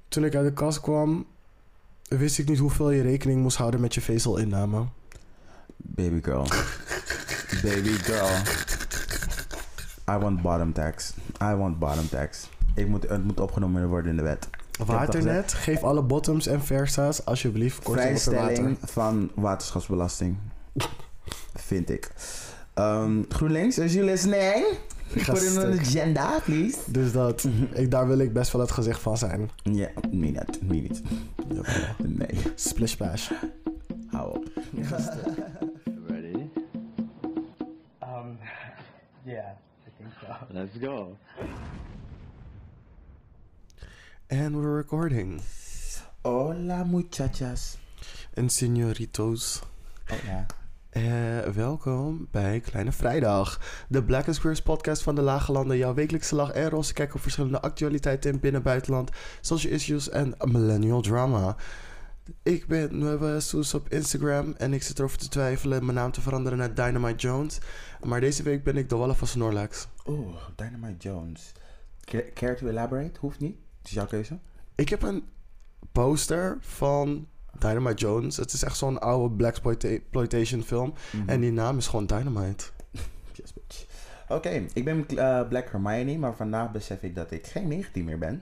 toen ik uit de kast kwam, wist ik niet hoeveel je rekening moest houden met je vezelinname. Baby girl. Baby girl. I want bottom tax. Het moet opgenomen worden in de wet. Waternet, geef alle bottoms en versa's alsjeblieft korting op de water. Vrijstelling van waterschapsbelasting. Vind ik. GroenLinks, is you listening? Put it on the agenda, please. Dus daar wil ik best wel het gezicht van zijn. Ja, me niet. Nee. Splish splash. Hou op. Ready? Yeah, I think so. Let's go. And we're recording. Hola muchachas. En señoritos. Oh ja. Welkom bij Kleine Vrijdag. De Black & Queers podcast van de Lage Landen. Jouw wekelijkse lach en roze kijk op verschillende actualiteiten in binnen- en buitenland. Social issues en millennial drama. Ik ben Soes op Instagram en ik zit erover te twijfelen mijn naam te veranderen naar Dynamite Jones. Maar deze week ben ik de Walle van Snorlax. Oeh, Dynamite Jones. Care to elaborate? Hoeft niet. Het is jouw keuze. Ik heb een poster van Dynamite Jones. Het is echt zo'n oude blaxploitation film. Mm-hmm. En die naam is gewoon Dynamite. Yes, bitch. Oké, ik ben Black Hermione, maar vandaag besef ik dat ik geen 19 meer ben.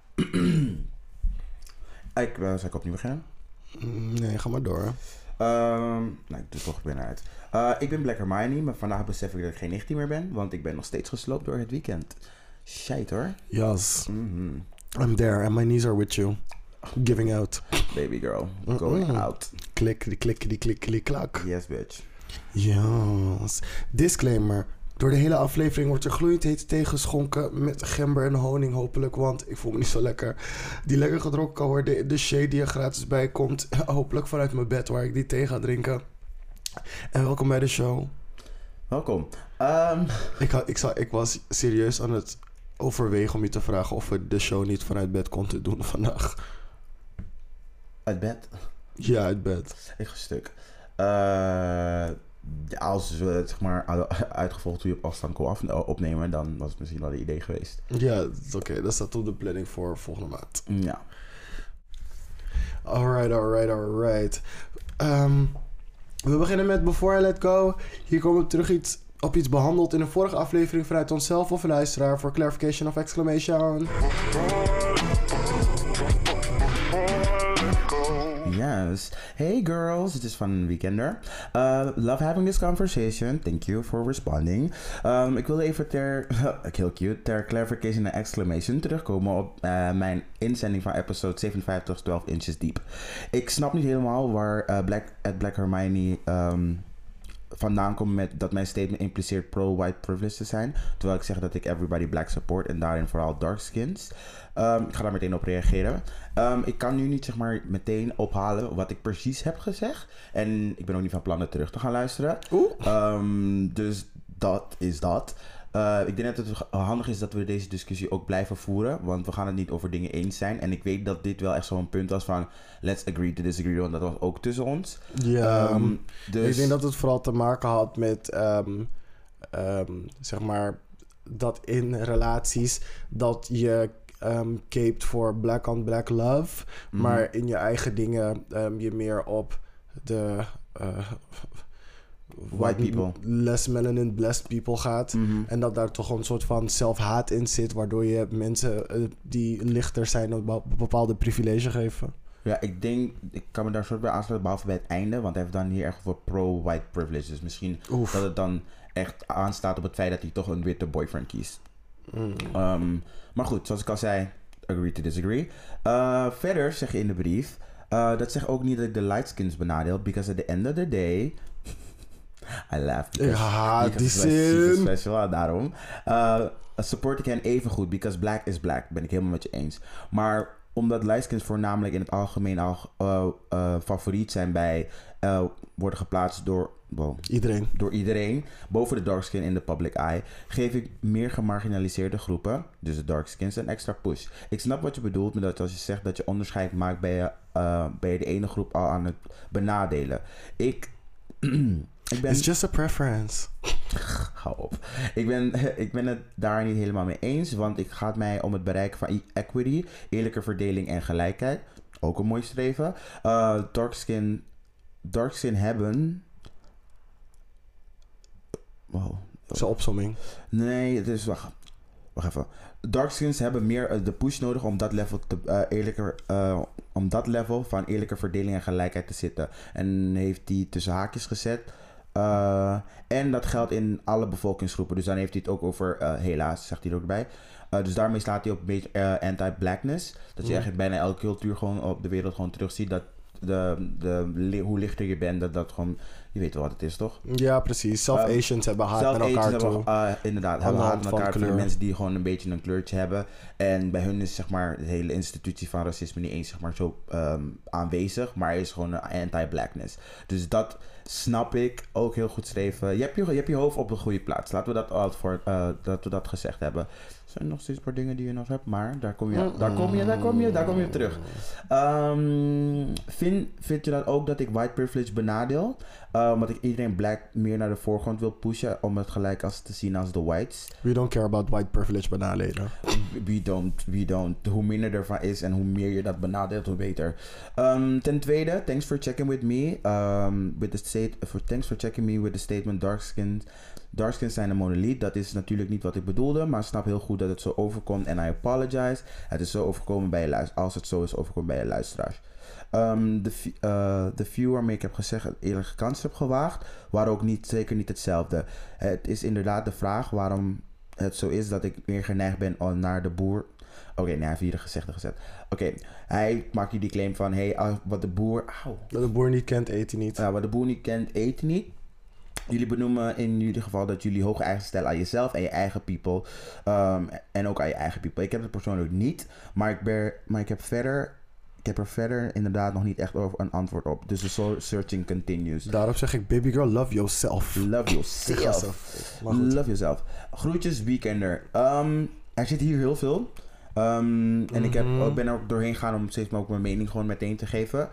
Zal ik opnieuw beginnen? Nee, ga maar door. Ik doe toch weer uit. Ik ben Black Hermione, maar vandaag besef ik dat ik geen 19 meer ben, want ik ben nog steeds gesloopt door het weekend. Shit hoor. Yes. Mm-hmm. I'm there and my knees are with you. Giving out. Baby girl, going out. Klik, klak. Yes, bitch. Yes. Disclaimer. Door de hele aflevering wordt er gloeiend heet thee geschonken met gember en honing hopelijk, want ik voel me niet zo lekker. Die lekker gedronken kan worden in de shade die er gratis bij komt. Hopelijk vanuit mijn bed waar ik die thee ga drinken. En welkom bij de show. Welkom. Ik was serieus aan het overwegen om je te vragen of we de show niet vanuit bed konden doen vandaag. Uit bed? Ja, uit bed. Ik ga stuk. Als we het zeg maar uitgevolgd hoe je op afstand kon opnemen, dan was het misschien wel een idee geweest. Ja, oké. Dat staat op de planning voor volgende maand. Ja. Alright. We beginnen met Before I Let Go. Hier komen we terug op iets behandeld in een vorige aflevering vanuit onszelf of een luisteraar voor clarification of exclamation. Yes. Hey girls, het is van Weekender. Love having this conversation. Thank you for responding. Ik wilde even heel cute, ter clarification en exclamation terugkomen op mijn inzending van episode 57, 12 inches deep. Ik snap niet helemaal waar Black Hermione vandaan komt met dat mijn statement impliceert pro-white privilege te zijn. Terwijl ik zeg dat ik everybody black support en daarin vooral dark skins. Ik ga daar meteen op reageren. Ik kan nu niet zeg maar meteen ophalen wat ik precies heb gezegd. En ik ben ook niet van plan er terug te gaan luisteren. Dus dat is dat. Ik denk dat het handig is dat we deze discussie ook blijven voeren. Want we gaan het niet over dingen eens zijn. En ik weet dat dit wel echt zo'n punt was van let's agree to disagree. Want dat was ook tussen ons. Ja, dus ik denk dat het vooral te maken had met zeg maar dat in relaties dat je caped voor black on black love. Mm-hmm. Maar in je eigen dingen je meer op de white people, less melanin blessed people gaat. Mm-hmm. En dat daar toch een soort van zelfhaat in zit, waardoor je mensen die lichter zijn een bepaalde privilege geven. Ja, ik kan me daar soort bij aansluiten, behalve bij het einde, want hij heeft dan hier echt voor pro-white privilege. Dus misschien dat het dan echt aanstaat op het feit dat hij toch een witte boyfriend kiest. Maar goed, zoals ik al zei, agree to disagree. Verder zeg je in de brief, dat zegt ook niet dat ik de lightskins benadeel, because at the end of the day, I laughed. Ja, die zin. Super special, daarom. Support ik hen even goed, because black is black, ben ik helemaal met je eens. Maar omdat lightskins voornamelijk in het algemeen favoriet zijn bij worden geplaatst door iedereen boven de darkskin in de public eye, geef ik meer gemarginaliseerde groepen, dus de darkskins, een extra push. Ik snap wat je bedoelt met dat als je zegt dat je onderscheid maakt, ben je de ene groep al aan het benadelen. It's just a preference. Hou op. Ik ben het daar niet helemaal mee eens, want het gaat mij om het bereiken van equity, eerlijke verdeling en gelijkheid. Ook een mooi streven. Darkskin hebben... Wow. Dat is een opsomming. Nee, het is... Wacht even. Darkskins hebben meer de push nodig om dat level van eerlijke verdeling en gelijkheid te zitten. En heeft hij tussen haakjes gezet. En dat geldt in alle bevolkingsgroepen. Dus dan heeft hij het ook over, helaas, zegt hij er ook bij. Dus daarmee slaat hij op een beetje anti-blackness. Dat je eigenlijk bijna elke cultuur gewoon op de wereld gewoon terugziet. Dat hoe lichter je bent, dat gewoon... Je weet wel wat het is, toch? Ja, precies. Self-Asians hebben haat met elkaar toe. Inderdaad, hebben haat met elkaar voor de mensen die gewoon een beetje een kleurtje hebben. En bij hun is zeg maar de hele institutie van racisme niet eens zeg maar zo aanwezig. Maar er is gewoon een anti-blackness. Dus dat snap ik ook heel goed schreven. Je hebt je hoofd op de goede plaats. Laten we dat dat gezegd hebben. Er zijn nog steeds een paar dingen die je nog hebt, maar daar kom je op terug. Vind je dat ook dat ik white privilege benadeel? Omdat ik iedereen black meer naar de voorgrond wil pushen om het gelijk als te zien als de whites. We don't care about white privilege benadelen. We don't. Hoe minder ervan is en hoe meer je dat benadeelt, hoe beter. Ten tweede, thanks for checking with me. Thanks for checking me with the statement Darkskins zijn een monolith. Dat is natuurlijk niet wat ik bedoelde, maar ik snap heel goed dat het zo overkomt en I apologize. Het is zo overkomen bij je luisteraars. Als het zo is overkomen bij je luisteraars. De few waarmee ik heb gezegd een eerlijke kans heb gewaagd, waren ook zeker niet hetzelfde. Het is inderdaad de vraag waarom het zo is dat ik meer geneigd ben naar de boer. Oké, hij heeft hier gezegd. Oké, hij maakt hier die claim van, wat de boer... Wat de boer niet kent, eet hij niet. Wat de boer niet kent, eet hij niet. Jullie benoemen in jullie geval dat jullie hoge eisen stellen aan jezelf en je eigen people. En ook aan je eigen people. Ik heb het persoonlijk niet, maar ik heb er verder inderdaad nog niet echt over een antwoord op. Dus de searching continues. Daarop zeg ik, baby girl, love yourself. Love yourself. Love yourself. Groetjes, weekender. Er zit hier heel veel. En ik ben er ook doorheen gegaan om steeds maar ook mijn mening gewoon meteen te geven.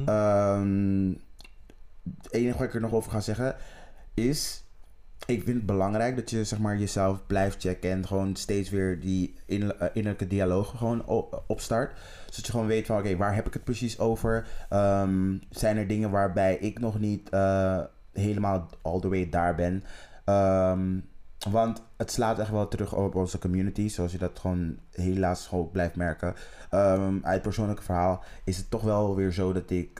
Het enige wat ik er nog over ga zeggen is... Ik vind het belangrijk dat je zeg maar jezelf blijft checken en gewoon steeds weer die innerlijke dialoog gewoon opstart. Zodat je gewoon weet van oké, waar heb ik het precies over? Zijn er dingen waarbij ik nog niet helemaal all the way daar ben? Want het slaat echt wel terug op onze community, zoals je dat gewoon helaas gewoon blijft merken. Uit persoonlijke verhaal is het toch wel weer zo dat ik...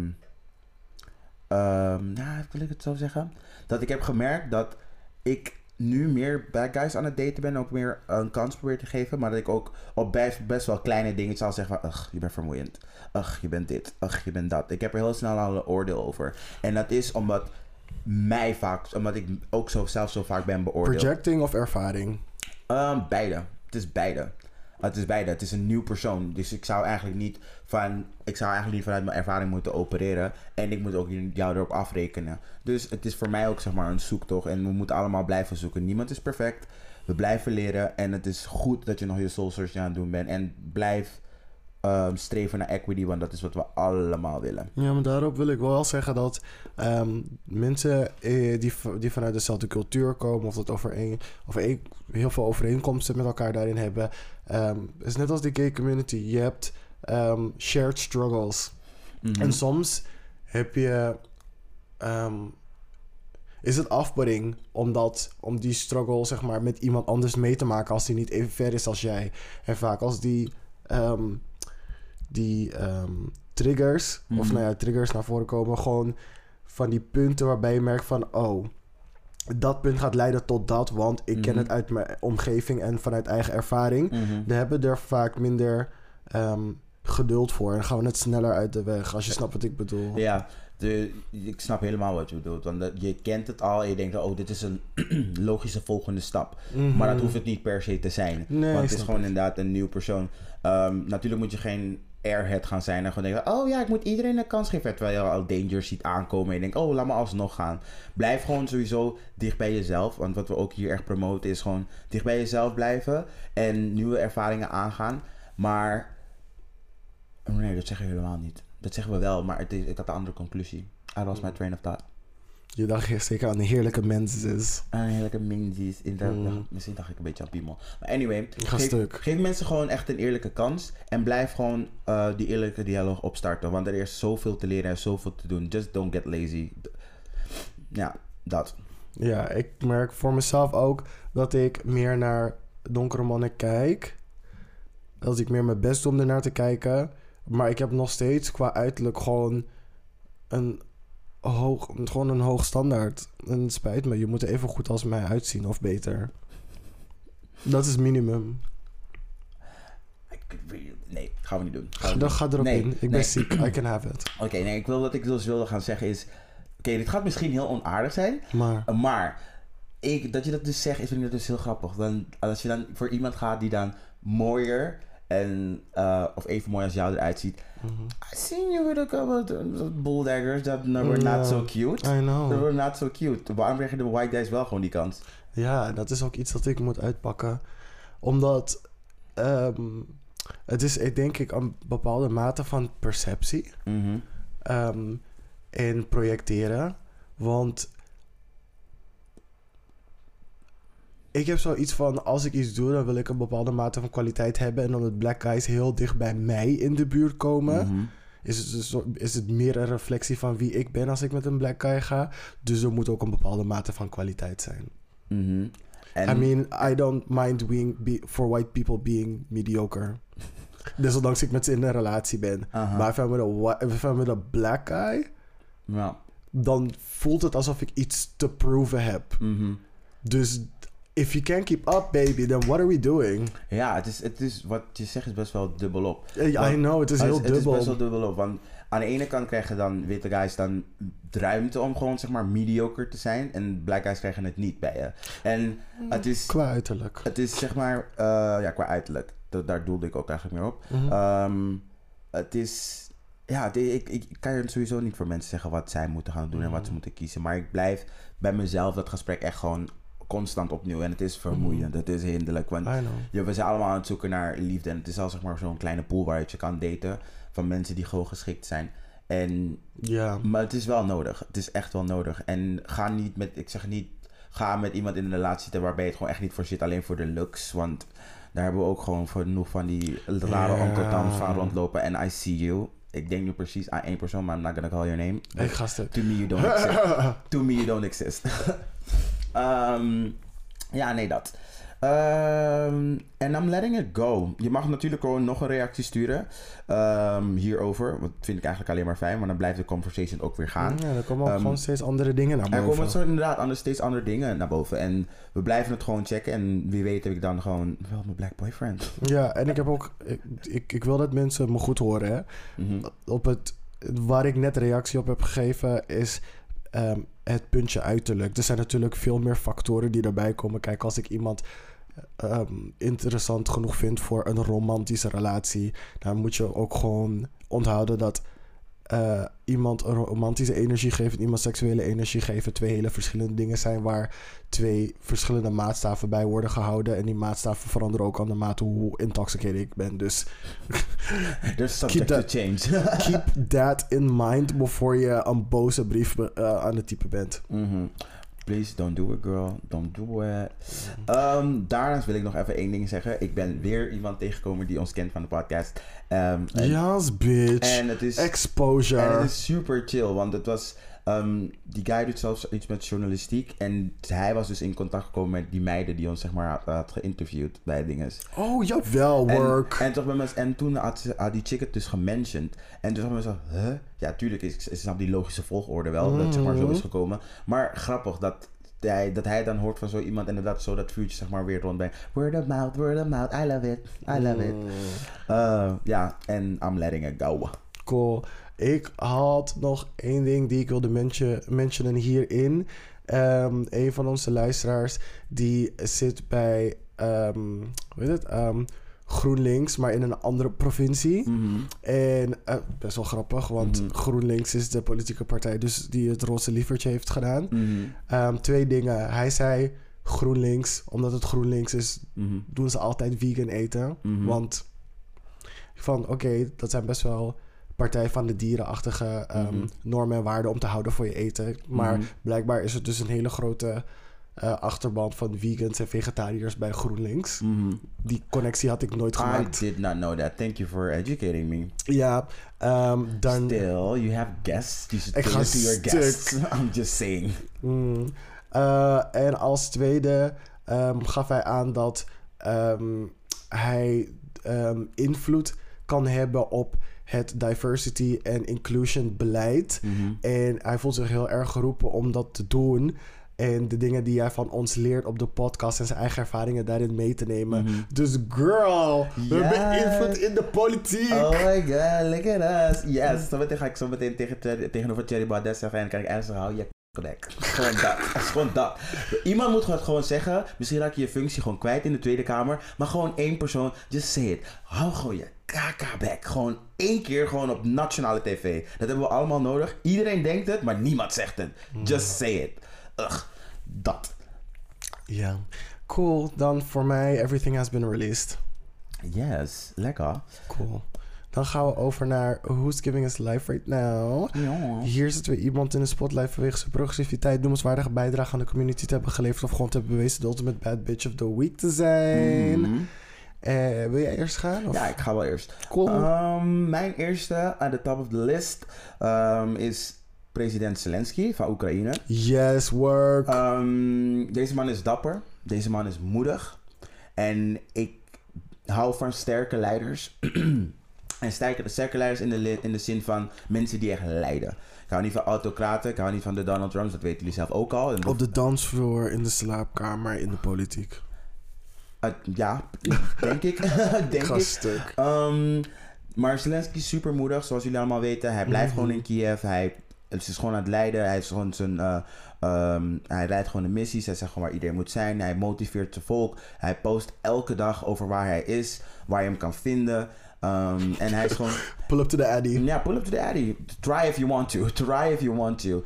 wil ik het zo zeggen? Dat ik heb gemerkt dat ik nu meer bad guys aan het daten ben. Ook meer een kans probeer te geven. Maar dat ik ook op best wel kleine dingen zal zeggen van... je bent vermoeiend. Je bent dit. Je bent dat. Ik heb er heel snel al een oordeel over. En dat is omdat ik ook zelf zo vaak ben beoordeeld. Projecting of ervaring? Beide. Het is beide. Het is een nieuw persoon. Dus ik zou eigenlijk niet vanuit mijn ervaring moeten opereren. En ik moet ook jou erop afrekenen. Dus het is voor mij ook zeg maar een zoektocht. En we moeten allemaal blijven zoeken. Niemand is perfect. We blijven leren. En het is goed dat je nog je soul search aan het doen bent. En blijf streven naar equity. Want dat is wat we allemaal willen. Ja, maar daarop wil ik wel zeggen dat mensen die vanuit dezelfde cultuur komen... of dat heel veel overeenkomsten met elkaar daarin hebben... is net als die gay community. Je hebt shared struggles. Mm-hmm. En soms heb je... is het afbering om die struggle zeg maar met iemand anders mee te maken... als die niet even ver is als jij. En vaak als die triggers... Mm-hmm. of triggers naar voren komen... gewoon van die punten waarbij je merkt van... dat punt gaat leiden tot dat... want ik ken het uit mijn omgeving... en vanuit eigen ervaring... We hebben er vaak minder geduld voor... en gaan we het sneller uit de weg... als je snapt wat ik bedoel. Ja, ik snap helemaal wat je bedoelt. Want je kent het al en je denkt... dit is een logische volgende stap. Mm-hmm. Maar dat hoeft het niet per se te zijn. Nee, want het is gewoon inderdaad een nieuw persoon. Natuurlijk moet je geen airhead gaan zijn... en gewoon denken... ik moet iedereen een kans geven... terwijl je al dangers ziet aankomen... en je denkt... laat me alsnog gaan. Blijf gewoon sowieso dicht bij jezelf... want wat we ook hier echt promoten... is gewoon dicht bij jezelf blijven... en nieuwe ervaringen aangaan. Maar... nee, dat zeggen we helemaal niet. Dat zeggen we wel, maar ik had een andere conclusie. I lost my train of thought. Je dacht zeker aan de heerlijke Menzies. Aan heerlijke Menzies. Misschien dacht ik een beetje aan piemel. Maar anyway, geef mensen gewoon echt een eerlijke kans. En blijf gewoon die eerlijke dialoog opstarten. Want er is zoveel te leren en zoveel te doen. Just don't get lazy. Ja, dat. Ja, ik merk voor mezelf ook dat ik meer naar donkere mannen kijk. Dat ik meer mijn best doe om ernaar te kijken. Maar ik heb nog steeds qua uiterlijk gewoon een hoog standaard. En het spijt me, je moet er even goed als mij uitzien of beter. Dat is minimum. Nee, gaan we niet doen. Ga erop in. Ik ben ziek. I can have it. Oké, wat ik dus wilde gaan zeggen is... Oké, dit gaat misschien heel onaardig zijn. Maar dat je dat dus zegt, vind ik dat dus heel grappig. Dan, als je dan voor iemand gaat die dan mooier... En, of even mooi als jou eruit ziet. I seen you with a couple of bulldaggers that were not so cute. I know. They were not so cute. Waarom krijgen de white guys wel gewoon die kans? Ja, dat is ook iets dat ik moet uitpakken. Omdat het is denk ik een bepaalde mate van perceptie. En projecteren. Want ik heb zoiets van, als ik iets doe, dan wil ik een bepaalde mate van kwaliteit hebben. En omdat black guys heel dicht bij mij in de buurt komen, is het meer een reflectie van wie ik ben als ik met een black guy ga. Dus er moet ook een bepaalde mate van kwaliteit zijn. I mean, I don't mind for white people being mediocre. Desondanks ik met ze in een relatie ben. Maar if I'm with a black guy, dan voelt het alsof ik iets te proven heb. Dus... If you can't keep up, baby, then what are we doing? Ja, het is wat je zegt is best wel dubbelop. I know, het is heel dubbel. Het is best wel dubbelop, want aan de ene kant krijgen dan witte guys dan ruimte om gewoon, zeg maar, mediocre te zijn. En black guys krijgen het niet bij je. En het is... Qua uiterlijk. Het is, zeg maar, qua uiterlijk. Daar doelde ik ook eigenlijk meer op. Het is... Ja, ik kan je sowieso niet voor mensen zeggen wat zij moeten gaan doen en wat ze moeten kiezen. Maar ik blijf bij mezelf dat gesprek echt gewoon... constant opnieuw en het is vermoeiend, het is hinderlijk, want we zijn allemaal aan het zoeken naar liefde en het is al, zeg maar, zo'n kleine pool waar je kan daten van mensen die gewoon geschikt zijn en maar het is wel nodig, het is echt wel nodig en ga met iemand in een relatie zitten waarbij je het gewoon echt niet voor zit, alleen voor de looks, want daar hebben we ook gewoon genoeg van die rare onkeltams van rondlopen en I see you. Ik denk nu precies aan één persoon, maar I'm not gonna call your name. Hey, gasten. To me you don't exist. To me you don't exist. Ja, nee, dat. En I'm letting it go. Je mag natuurlijk gewoon nog een reactie sturen hierover. Dat vind ik eigenlijk alleen maar fijn, maar dan blijft de conversation ook weer gaan. Ja, er komen ook gewoon steeds andere dingen naar boven. Er komen inderdaad steeds andere dingen naar boven. En we blijven het gewoon checken. En wie weet heb ik dan gewoon wel mijn black boyfriend. Ja, en ik heb ook... Ik wil dat mensen me goed horen, hè. Waar ik net reactie op heb gegeven is... het puntje uiterlijk. Er zijn natuurlijk veel meer factoren die erbij komen. Kijk, als ik iemand interessant genoeg vind voor een romantische relatie, dan moet je ook gewoon onthouden dat iemand een romantische energie geeft en iemand seksuele energie geven 2 hele verschillende dingen zijn waar 2 verschillende maatstaven bij worden gehouden. En die maatstaven veranderen ook aan de mate hoe intoxicated ik ben. Dus there's subject to change. Keep that in mind before je een boze brief aan het typen bent. Please don't do it, girl. Don't do it. Daarnaast wil ik nog even 1 ding zeggen. Ik ben weer iemand tegengekomen die ons kent van de podcast. Yes, bitch. En het is, exposure. En het is super chill, want het was... die guy doet zelfs iets met journalistiek. En hij was dus in contact gekomen met die meiden die ons, zeg maar, had geïnterviewd bij dinges. Oh, jawel, work. En toen had die chick het dus gementioned. En toen dacht ik mezelf, huh? Ja, tuurlijk is dat die logische volgorde wel, dat zeg maar zo is gekomen. Maar grappig dat hij dan hoort van zo iemand en dat zo dat vuurtje, zeg maar, weer rond bij. Word of mouth, I love it, I love it. Ja, en I'm letting it go. Cool. Ik had nog 1 ding die ik wilde mentionen hierin. Een van onze luisteraars die zit bij GroenLinks, maar in een andere provincie. En best wel grappig, want GroenLinks is de politieke partij dus die het roze lievertje heeft gedaan. 2 dingen. Hij zei GroenLinks, omdat het GroenLinks is, doen ze altijd vegan eten. Want oké, dat zijn best wel partij van de dierenachtige normen en waarden om te houden voor je eten. Maar blijkbaar is het dus een hele grote achterban van vegans en vegetariërs bij GroenLinks. Die connectie had ik nooit gemaakt. I did not know that. Thank you for educating me. Ja, dan... Still, you have guests. You should Ik ga listen to your guests. I'm just saying. En als tweede gaf hij aan dat hij invloed kan hebben op het diversity en inclusion beleid. En hij voelt zich heel erg geroepen om dat te doen. En de dingen die hij van ons leert op de podcast en zijn eigen ervaringen daarin mee te nemen. Dus girl, we hebben invloed in de politiek. Oh my god, look at us. Yes, zometeen ga ik zo meteen tegenover Thierry Baudet zeggen en kan ik ergens zeggen, hou je bek. Gewoon dat. Gewoon dat. Iemand moet gewoon zeggen, misschien raak je je functie gewoon kwijt in de Tweede Kamer, maar gewoon één persoon, just say it. Hou gewoon je kakabek. Gewoon 1 keer gewoon op nationale tv. Dat hebben we allemaal nodig. Iedereen denkt het, maar niemand zegt het. Just say it. Ugh, dat. Ja. Cool. Dan voor mij, everything has been released. Yes, lekker. Cool. Dan gaan we over naar Who's Giving Us Life Right Now. Ja. Hier zit weer iemand in de spotlight vanwege zijn progressiviteit, noemenswaardige bijdrage aan de community te hebben geleverd of gewoon te hebben bewezen de ultimate bad bitch of the week te zijn. Wil jij eerst gaan? Of? Ja, ik ga wel eerst. Cool. Mijn eerste aan de top of the list is president Zelensky van Oekraïne. Yes, work. Deze man is dapper. Deze man is moedig. En ik hou van sterke leiders. En sterke leiders in de zin van mensen die echt leiden. Ik hou niet van autocraten. Ik hou niet van de Donald Trumps. Dat weten jullie zelf ook al. Op de dansvloer, in de slaapkamer, in de politiek. Ja, denk ik. Stuk. Maar Zelensky is super moedig, zoals jullie allemaal weten. Hij blijft gewoon in Kiev. Het is gewoon aan het leiden. Hij is gewoon hij leidt gewoon de missies. Hij zegt gewoon waar iedereen moet zijn. Hij motiveert zijn volk. Hij post elke dag over waar hij is, waar je hem kan vinden. En hij is gewoon... Pull up to the Addy. Ja, pull up to the Addy. Try if you want to. Try if you want to.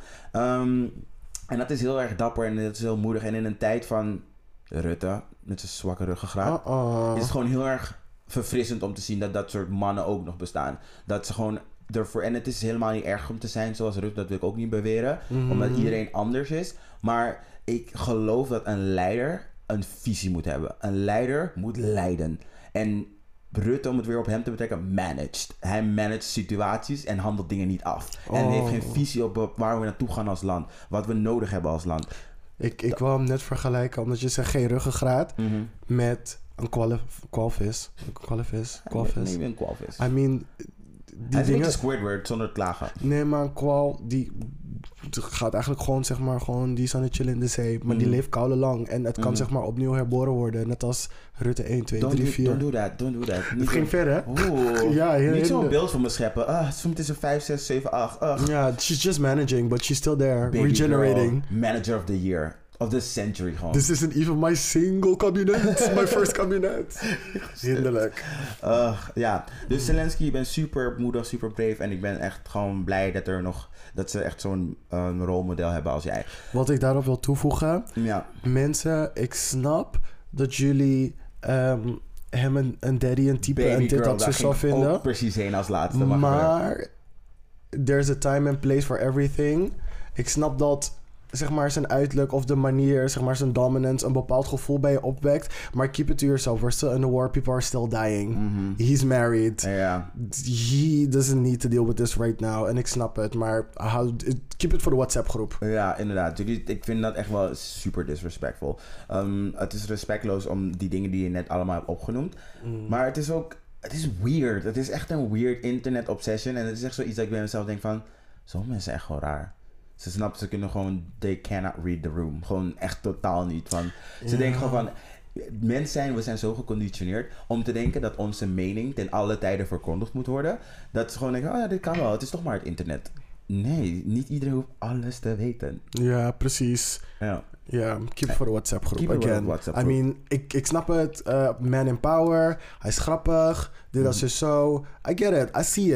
En dat is heel erg dapper en dat is heel moedig. En in een tijd van Rutte, met zijn zwakke ruggengraat, is het gewoon heel erg verfrissend om te zien dat dat soort mannen ook nog bestaan. Dat ze gewoon ervoor... En het is helemaal niet erg om te zijn zoals Rutte, dat wil ik ook niet beweren. Omdat iedereen anders is. Maar ik geloof dat een leider een visie moet hebben. Een leider moet leiden. En Rutte, om het weer op hem te betrekken, managed. Hij managt situaties en handelt dingen niet af. En heeft geen visie op waar we naartoe gaan als land. Wat we nodig hebben als land. Ik wil hem net vergelijken, omdat je zegt geen ruggengraat, met een kwalvis. Nee, een kwalvis. I mean, hij is een beetje Squidward zonder het klagen. Nee, maar een kwal, die gaat eigenlijk gewoon, zeg maar, die is aan het chillen in de zee. Maar die leeft koude lang. En het kan, zeg maar, opnieuw herboren worden. Net als Rutte 1, 2, 3, 4. Don't do that. Het ging ver, hè? Ja, niet zo'n beeld van me scheppen. Soms is er 5, 6, 7, 8. Ja, she's just managing, but she's still there. Baby regenerating. Girl, manager of the year. Of the century gewoon. This isn't even my single kabinet. My first kabinet. Hinderlijk. Ja, dus Zelensky, ik ben super moedig, super brave. En ik ben echt gewoon blij dat ze echt zo'n rolmodel hebben als jij. Wat ik daarop wil toevoegen. Ja. Mensen, ik snap dat jullie hem een daddy, een type en dit dat ze zo vinden. Ook precies heen als laatste. Maar there's a time and place for everything. Ik snap dat, zeg maar, zijn uiterlijk of de manier, zeg maar, zijn dominance een bepaald gevoel bij je opwekt. Maar keep it to yourself. We're still in a war. People are still dying. He's married. Ja. He doesn't need to deal with this right now. En ik snap het, maar keep it voor de WhatsApp groep. Ja, inderdaad. Ik vind dat echt wel super disrespectful. Het is respectloos om die dingen die je net allemaal hebt opgenoemd. Maar het is ook... Het is weird. Het is echt een weird internet obsession. En het is echt zoiets dat ik bij mezelf denk van... Zo'n mensen zijn echt gewoon raar. Ze snappen, ze kunnen gewoon... They cannot read the room. Gewoon echt totaal niet. Ze denken gewoon van... We zijn zo geconditioneerd om te denken dat onze mening ten alle tijden verkondigd moet worden. Dat ze gewoon denken, oh ja, dit kan wel. Het is toch maar het internet. Nee, niet iedereen hoeft alles te weten. Ja, precies. Ja, keep it voor de WhatsApp groep. I mean, ik snap het. Man in power. Hij is grappig. Dit is zo. I get it. I see it.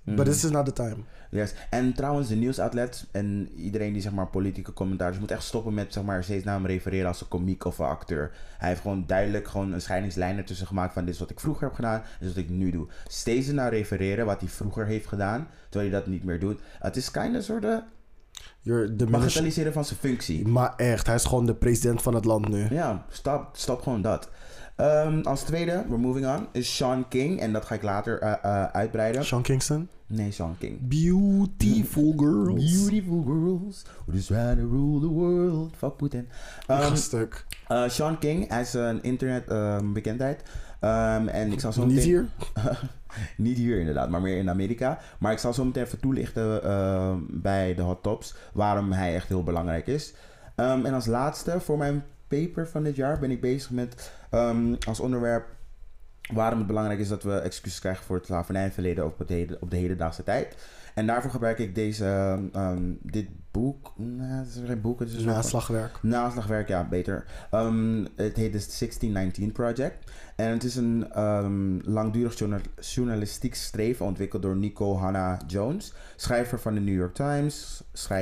But this is not the time. Yes. En trouwens, de nieuwsoutlets en iedereen die zeg maar politieke commentaars moet echt stoppen met zeg maar steeds naar hem refereren als een komiek of een acteur. Hij heeft gewoon duidelijk gewoon een scheidingslijn ertussen gemaakt van dit is wat ik vroeger heb gedaan, dit is wat ik nu doe. Steeds naar refereren wat hij vroeger heeft gedaan, terwijl hij dat niet meer doet. Het is kind of soort bagatelliseren van zijn functie. Maar echt, hij is gewoon de president van het land nu. Ja, stop gewoon dat. Als tweede, we're moving on, is Sean King. En dat ga ik later uitbreiden. Sean Kingston? Nee, Sean King. Beautiful girls. Beautiful girls who just try to rule the world. Fuck Putin. Stuk. Sean King, hij is een internet bekendheid. En ik zal zo Niet hier? Niet hier inderdaad, maar meer in Amerika. Maar ik zal zo meteen even toelichten bij de Hot Tops waarom hij echt heel belangrijk is. En als laatste, voor mijn paper van dit jaar ben ik bezig met als onderwerp waarom het belangrijk is dat we excuses krijgen voor het slavernijverleden op de hedendaagse tijd. En daarvoor gebruik ik dit boek. Het is geen boek. Het is Naslagwerk. Naslagwerk, ja, beter. Het heet de 1619 Project. En het is een langdurig journalistiek streven ontwikkeld door Nicole Hannah Jones. Schrijvers van de New York Times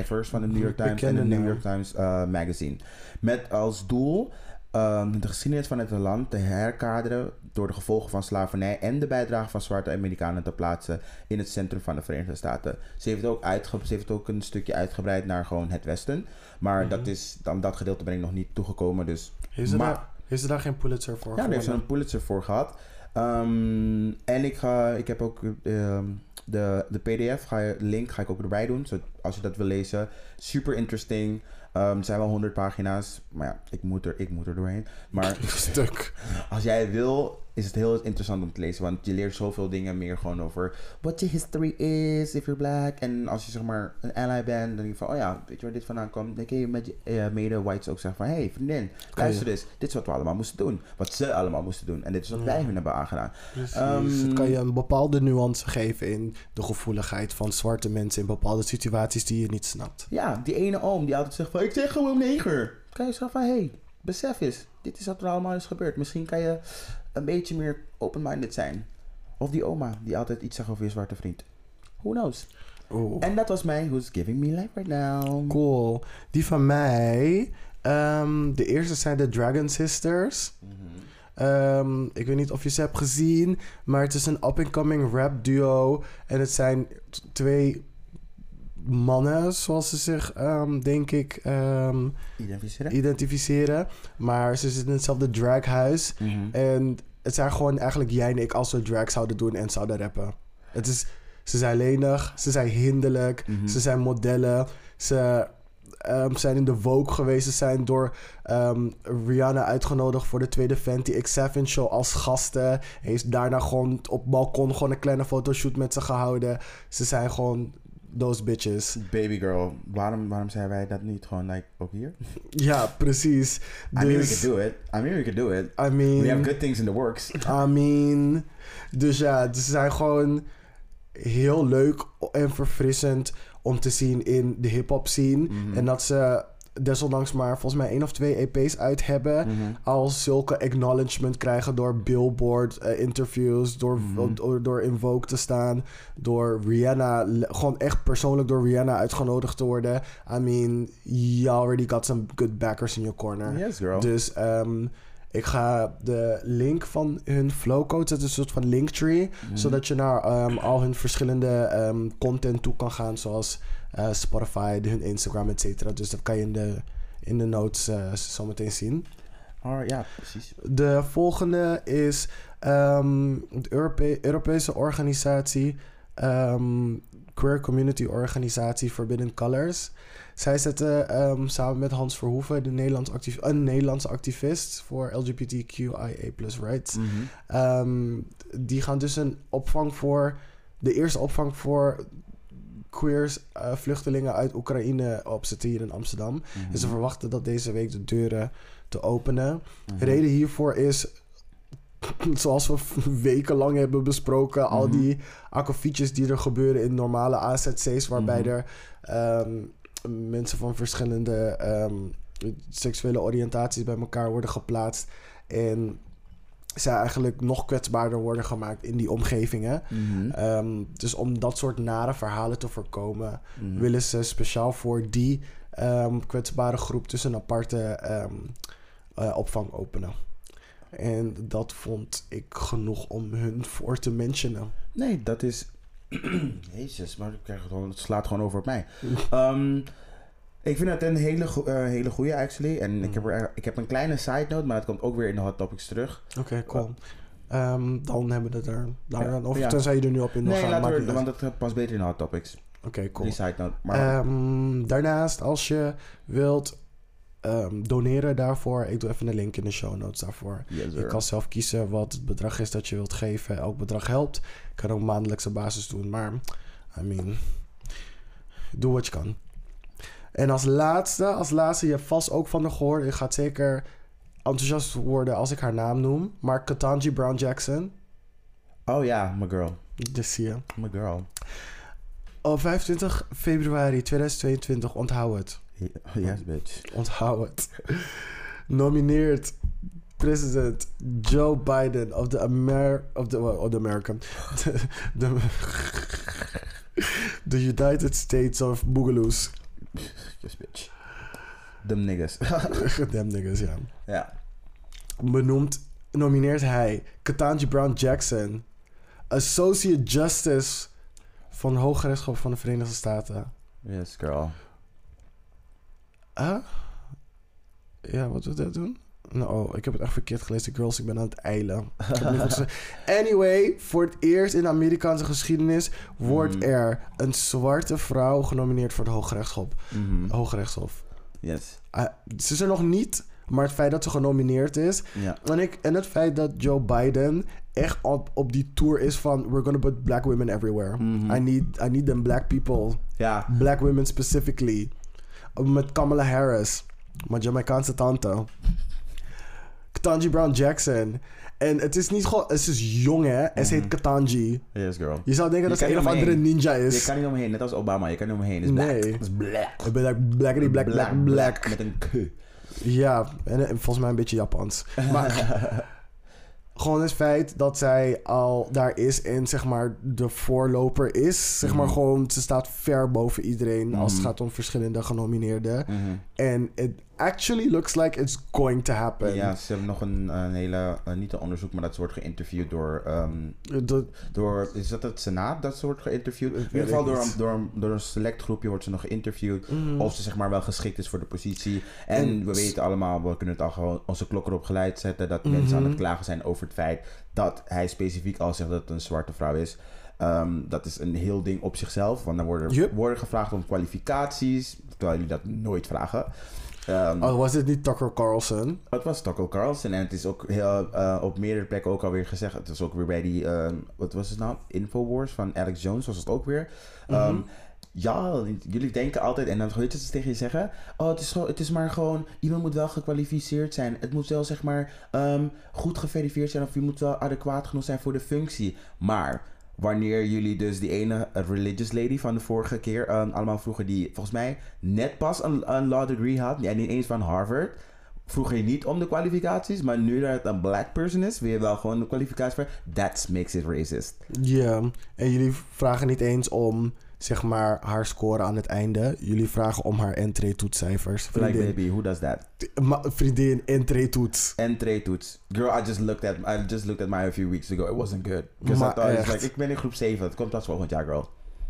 en de New York Times Magazine. Met als doel de geschiedenis van het land te herkaderen door de gevolgen van slavernij en de bijdrage van zwarte Amerikanen te plaatsen in het centrum van de Verenigde Staten. Ze heeft ook een stukje uitgebreid naar gewoon het Westen. Maar dat gedeelte ben ik nog niet toegekomen. Dus, heeft ze daar geen Pulitzer voor? Ja, daar heeft ze een Pulitzer voor gehad. En ik heb ook de PDF, link ga ik ook erbij doen. Als je dat wil lezen. Super interesting. Het zijn wel 100 pagina's. Maar ja, ik moet er doorheen. Maar stuk. Als jij wil, is het heel interessant om te lezen. Want je leert zoveel dingen meer gewoon over what your history is, if you're black. En als je zeg maar een ally bent, dan denk je van, oh ja, weet je waar dit vandaan komt? Dan kun je met je mede-whites ook zeggen van, hey vriendin, luister eens. Dit is wat we allemaal moesten doen. Wat ze allemaal moesten doen. En dit is wat wij hun hebben aangedaan. Het kan je een bepaalde nuance geven in de gevoeligheid van zwarte mensen in bepaalde situaties die je niet snapt. Ja, die ene oom die altijd zegt van, ik zeg gewoon neger. Kan je zeggen van, hey, besef eens, dit is wat er allemaal is gebeurd. Misschien kan je een beetje meer open-minded zijn. Of die oma die altijd iets zegt over je zwarte vriend. Who knows? En dat was mij Who's Giving Me Life Right Now. Cool. Die van mij, de eerste zijn de Dragon Sisters. Ik weet niet of je ze hebt gezien, maar het is een up-and-coming rap duo. En het zijn twee mannen, zoals ze zich, denk ik, identificeren. Maar ze zitten in hetzelfde draghuis. En het zijn gewoon eigenlijk jij en ik als we drag zouden doen en zouden rappen. Ze zijn lenig, ze zijn hinderlijk, ze zijn modellen. Ze zijn in de Vogue geweest. Ze zijn door Rihanna uitgenodigd voor de tweede Fenty X7 show als gasten. Heeft daarna gewoon op balkon gewoon een kleine fotoshoot met ze gehouden. Ze zijn gewoon those bitches. Baby girl, waarom zijn wij dat niet gewoon ook hier? Ja, precies. I mean, we could do it. We have good things in the works. Dus ja, ze zijn gewoon heel leuk en verfrissend om te zien in de hip-hop scene. En dat ze desondanks maar volgens mij 1 of 2 EP's uit hebben, al zulke acknowledgement krijgen door Billboard interviews, door in Vogue te staan, door Rihanna, gewoon echt persoonlijk door Rihanna uitgenodigd te worden. I mean, you already got some good backers in your corner. Yes, girl. Dus ik ga de link van hun flowcode zetten, een soort van linktree, zodat je naar al hun verschillende content toe kan gaan, zoals Spotify, hun Instagram, et cetera. Dus dat kan je in de notes zo meteen zien. Ja, precies. De volgende is de Europese organisatie, Queer Community Organisatie Forbidden Colors. Zij zetten samen met Hans Verhoeven, een Nederlandse activist voor LGBTQIA+ rights. Die gaan dus de eerste opvang voor queers, vluchtelingen uit Oekraïne opzetten hier in Amsterdam. En ze verwachten dat deze week de deuren te openen. De reden hiervoor is, zoals we wekenlang hebben besproken, al die akkefietjes die er gebeuren in normale AZC's, waarbij er mensen van verschillende seksuele oriëntaties bij elkaar worden geplaatst. En zij eigenlijk nog kwetsbaarder worden gemaakt in die omgevingen. Dus om dat soort nare verhalen te voorkomen, willen ze speciaal voor die kwetsbare groep dus een aparte opvang openen. En dat vond ik genoeg om hun voor te mentionen. Nee, dat is... Jezus, maar het slaat gewoon over op mij. Ik vind het een hele goede, actually. En ik heb een kleine side note, maar het komt ook weer in de hot topics terug. Oké, cool. Dan hebben we het er dan over. Tenzij je er nu op in wil gaan. Nee, want het past beter in de hot topics. Oké, cool. Die side note. Maar... daarnaast, als je wilt doneren daarvoor, ik doe even een link in de show notes daarvoor. Yes, je kan zelf kiezen wat het bedrag is dat je wilt geven. Elk bedrag helpt. Je kan ook maandelijkse basis doen, maar doe wat je kan. En als laatste, je hebt vast ook van haar gehoord. Je gaat zeker enthousiast worden als ik haar naam noem. Maar Ketanji Brown Jackson. Oh ja, my girl. Dus zie je. My girl. Op 25 februari 2022, onthoud het. Yes, bitch. Onthoud het. Nomineert president Joe Biden of the American... The United States of Boogaloos. Yes, bitch. Them niggas. Them niggas, ja. Ja. Nomineert hij Ketanji Brown Jackson, Associate Justice van Hooggerechtshof van de Verenigde Staten. Yes, girl. Ja, wat wil dat doen? Nou, ik heb het echt verkeerd gelezen, girls. Ik ben aan het eilen. Anyway, voor het eerst in de Amerikaanse geschiedenis wordt er een zwarte vrouw genomineerd voor het Hooggerechtshof. Yes. Ze is er nog niet, maar het feit dat ze genomineerd is. Ja. En het feit dat Joe Biden echt op die tour is van... We're gonna put black women everywhere. I need them black people. Ja. Black women specifically. Met Kamala Harris. Mijn Jamaicaanse tante. Ketanji Brown Jackson. En het is niet gewoon... Het is jong, hè? En ze heet Ketanji. Yes, girl. Je zou denken dat ze een of andere ninja is. Je kan niet omheen. Net als Obama. Je kan niet omheen. Het is nee. black. Het is black. Ik ben black. Met een k. Ja. En volgens mij een beetje Japans. Maar... Gewoon het feit dat zij al daar is en zeg maar de voorloper is. Zeg maar gewoon, ze staat ver boven iedereen als het gaat om verschillende genomineerden. En it actually looks like it's going to happen. Ja, ze hebben nog een hele, niet een onderzoek, maar dat ze wordt geïnterviewd door, is dat het Senaat dat ze wordt geïnterviewd? In ieder geval door een select groepje wordt ze nog geïnterviewd. Of ze zeg maar wel geschikt is voor de positie. En we weten allemaal, we kunnen het al gewoon onze klok erop geleid zetten dat mensen aan het klagen zijn over het feit dat hij specifiek al zegt dat het een zwarte vrouw is. Dat is een heel ding op zichzelf. Want dan worden gevraagd om kwalificaties, terwijl jullie dat nooit vragen. Was dit niet Tucker Carlson? Het was Tucker Carlson en het is ook heel, op meerdere plekken ook alweer gezegd. Het was ook weer bij die, wat was het nou? Infowars van Alex Jones was het ook weer. Ja, jullie denken altijd, en dan weet je ze tegen je zeggen... Oh, het is maar gewoon... Iemand moet wel gekwalificeerd zijn. Het moet wel, zeg maar, goed geverifieerd zijn... of je moet wel adequaat genoeg zijn voor de functie. Maar wanneer jullie dus die ene religious lady van de vorige keer... allemaal vroegen die volgens mij net pas een law degree had... en niet eens van Harvard... Vroeg je niet om de kwalificaties, maar nu dat het een black person is... wil je wel gewoon de kwalificaties voor... That makes it racist. Ja, en jullie vragen niet eens om... zeg maar haar score aan het einde. Jullie vragen om haar entree-toetscijfers. Like baby, who does that? Vriendin, entree-toets. Entree-toets. Girl, I just looked at mine a few weeks ago. It wasn't good. Because I thought, like, ik ben in groep 7. Het komt pas volgend jaar, girl.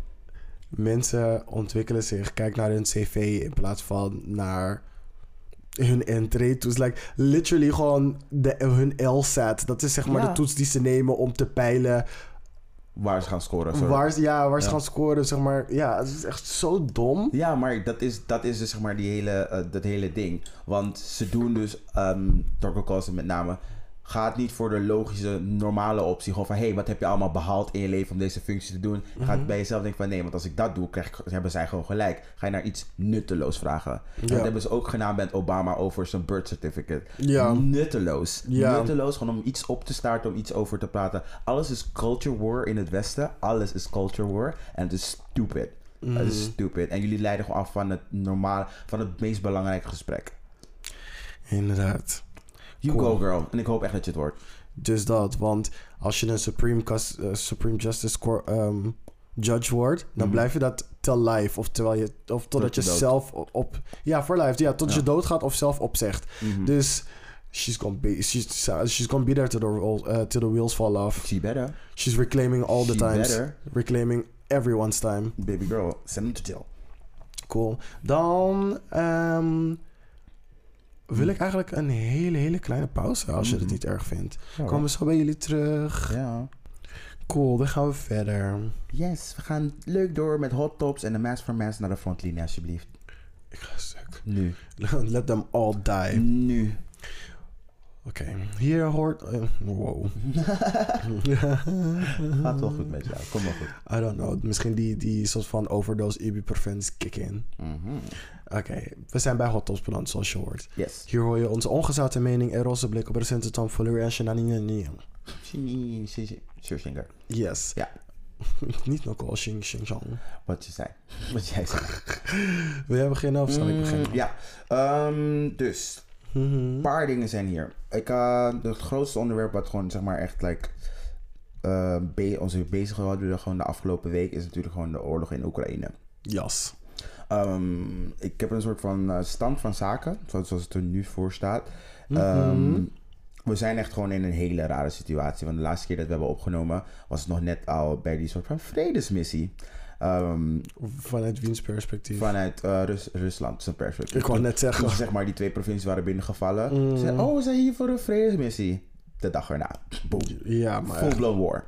Mensen ontwikkelen zich. Kijk naar hun cv in plaats van naar hun entree-toets. Like, literally gewoon hun LSAT. Dat is zeg maar de toets die ze nemen om te peilen... Waar ze gaan scoren. Waar ze gaan scoren, zeg maar. Ja, het is echt zo dom. Ja, maar dat is dus zeg maar dat hele ding. Want ze doen dus, Tucker Carlson met name... gaat niet voor de logische, normale optie. Gewoon van, hey, wat heb je allemaal behaald in je leven om deze functie te doen? Je gaat bij jezelf denken van, nee, want als ik dat doe, hebben zij gewoon gelijk. Ga je naar iets nutteloos vragen. Ja. Dat hebben ze ook gedaan met Obama over zijn birth certificate. Ja. Nutteloos. Ja. Nutteloos, gewoon om iets op te starten, om iets over te praten. Alles is culture war in het Westen. Alles is culture war. En het is stupid. Het is stupid. En jullie leiden gewoon af van het normale, van het meest belangrijke gesprek. Inderdaad. You go, girl. En ik hoop echt dat je het wordt. Dus dat, want als je een Supreme Justice judge wordt, dan blijf je dat till life. Of totdat je zelf op... Ja, for life. Ja, tot je doodgaat of zelf opzegt. Dus she's gonna be there till the wheels fall off. She better. She's reclaiming all the times. Better. Reclaiming everyone's time. Baby girl, send them to jail. Cool. Dan wil ik eigenlijk een hele kleine pauze, als je het niet erg vindt. Komen we zo bij jullie terug. Ja. Cool, dan gaan we verder. Yes, we gaan leuk door met hot tops en de mask for mask naar de frontlinie, alsjeblieft. Ik ga stuk. Nu. Let them all die. Nu. Oké, hier hoort... wow. Gaat wel goed met jou, kom maar goed. I don't know, misschien die soort van overdose ibuprofen kick in. Oké, we zijn bij Hot Tops beland, zoals je hoort. Yes. Hier hoor je onze ongezouten mening en roze blik op recente tomfoolery en shenanigans. Sure. Yes. Ja. Niet Nicole Shing Shang. Wat jij zei. Wil jij beginnen of zal ik beginnen? Ja, dus een paar dingen zijn hier. Het grootste onderwerp wat gewoon zeg maar echt ons bezig gehouden gewoon de afgelopen week is natuurlijk gewoon de oorlog in Oekraïne. Yes. Ik heb een soort van stand van zaken, zoals het er nu voor staat. We zijn echt gewoon in een hele rare situatie. Want de laatste keer dat we hebben opgenomen was het nog net al bij die soort van vredesmissie. Vanuit wiens perspectief? Vanuit Rusland zijn perspectief. Ik wou net zeggen. Dus zeg maar die 2 provincies waren binnengevallen. Ze zeiden, we zijn hier voor een vredesmissie. De dag erna. Boom. Ja, maar... Full-blown war.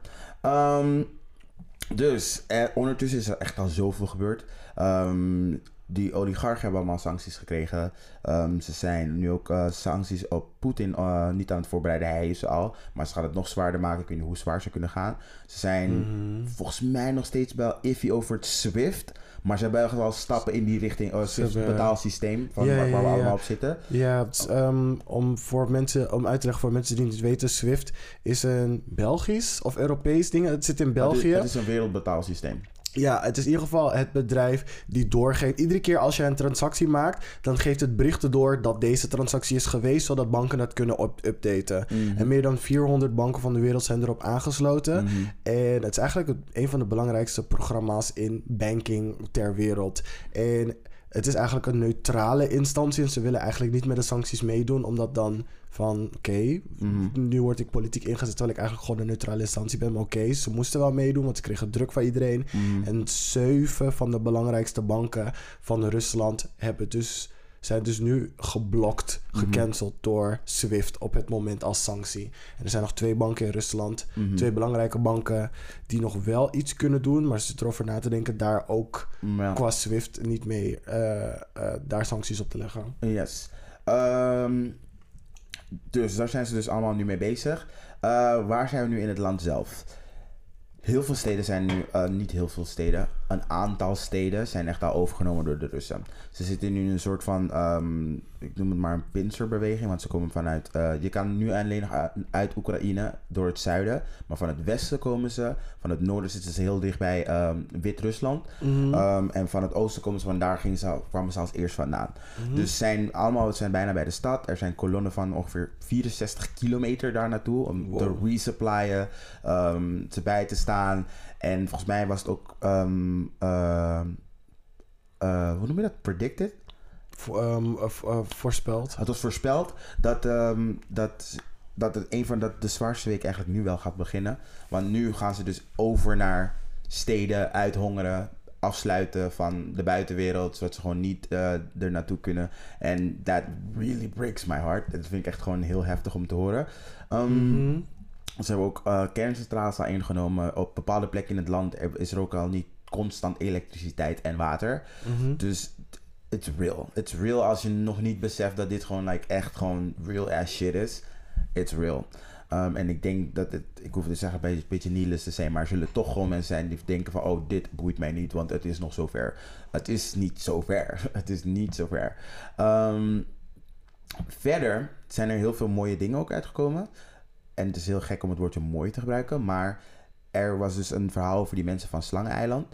Dus ondertussen is er echt al zoveel gebeurd. Die oligarchen hebben allemaal sancties gekregen. Ze zijn nu ook sancties op Poetin niet aan het voorbereiden. Hij is al. Maar ze gaan het nog zwaarder maken. Ik weet niet hoe zwaar ze kunnen gaan. Ze zijn volgens mij nog steeds wel iffy over het SWIFT. Maar ze hebben wel stappen in die richting. SWIFT betaalsysteem. Waar we allemaal op zitten. Ja, om uit te leggen voor mensen die niet weten. SWIFT is een Belgisch of Europees ding. Het zit in België. Het is een wereldbetaalsysteem. Ja, het is in ieder geval het bedrijf die doorgeeft. Iedere keer als je een transactie maakt, dan geeft het berichten door dat deze transactie is geweest, zodat banken dat kunnen updaten. En meer dan 400 banken van de wereld zijn erop aangesloten. En het is eigenlijk een van de belangrijkste programma's in banking ter wereld. En het is eigenlijk een neutrale instantie en ze willen eigenlijk niet met de sancties meedoen, omdat dan van nu word ik politiek ingezet terwijl ik eigenlijk gewoon een neutrale instantie ben. Maar ze moesten wel meedoen, want ze kregen druk van iedereen. En 7 van de belangrijkste banken van Rusland zijn dus nu geblokt, gecanceld door SWIFT op het moment als sanctie. En er zijn nog 2 banken in Rusland, 2 belangrijke banken die nog wel iets kunnen doen, maar ze zitten erover na te denken daar ook qua SWIFT niet mee daar sancties op te leggen. Yes. Dus daar zijn ze dus allemaal nu mee bezig. Waar zijn we nu in het land zelf? Heel veel steden zijn nu, niet heel veel steden, een aantal steden zijn echt al overgenomen door de Russen. Ze zitten nu in een soort van, ik noem het maar een pincerbeweging, want ze komen vanuit, je kan nu alleen nog uit Oekraïne door het zuiden, maar van het westen komen ze, van het noorden zitten ze heel dicht bij Wit-Rusland. En van het oosten komen ze, daar kwamen ze als eerst vandaan. Dus zijn bijna bij de stad. Er zijn kolonnen van ongeveer 64 kilometer daar naartoe om te resupplyen, ze bij te staan. En volgens mij was het ook, hoe noem je dat? Predicted? Voorspeld. Het was voorspeld dat de zwaarste week eigenlijk nu wel gaat beginnen. Want nu gaan ze dus over naar steden, uithongeren, afsluiten van de buitenwereld, zodat ze gewoon niet er naartoe kunnen. En that really breaks my heart. Dat vind ik echt gewoon heel heftig om te horen. Ze hebben ook kerncentrales al ingenomen. Op bepaalde plekken in het land is er ook al niet constant elektriciteit en water. Dus it's real. It's real als je nog niet beseft dat dit gewoon echt gewoon real ass shit is. It's real. En ik denk dat ik hoef te zeggen een beetje nihilist te zijn, maar er zullen toch gewoon mensen zijn die denken van, dit boeit mij niet, want het is nog zo ver. Het is niet zo ver. Het is niet zo ver. Verder zijn er heel veel mooie dingen ook uitgekomen. En het is heel gek om het woordje mooi te gebruiken, maar er was dus een verhaal over die mensen van Slangeneiland.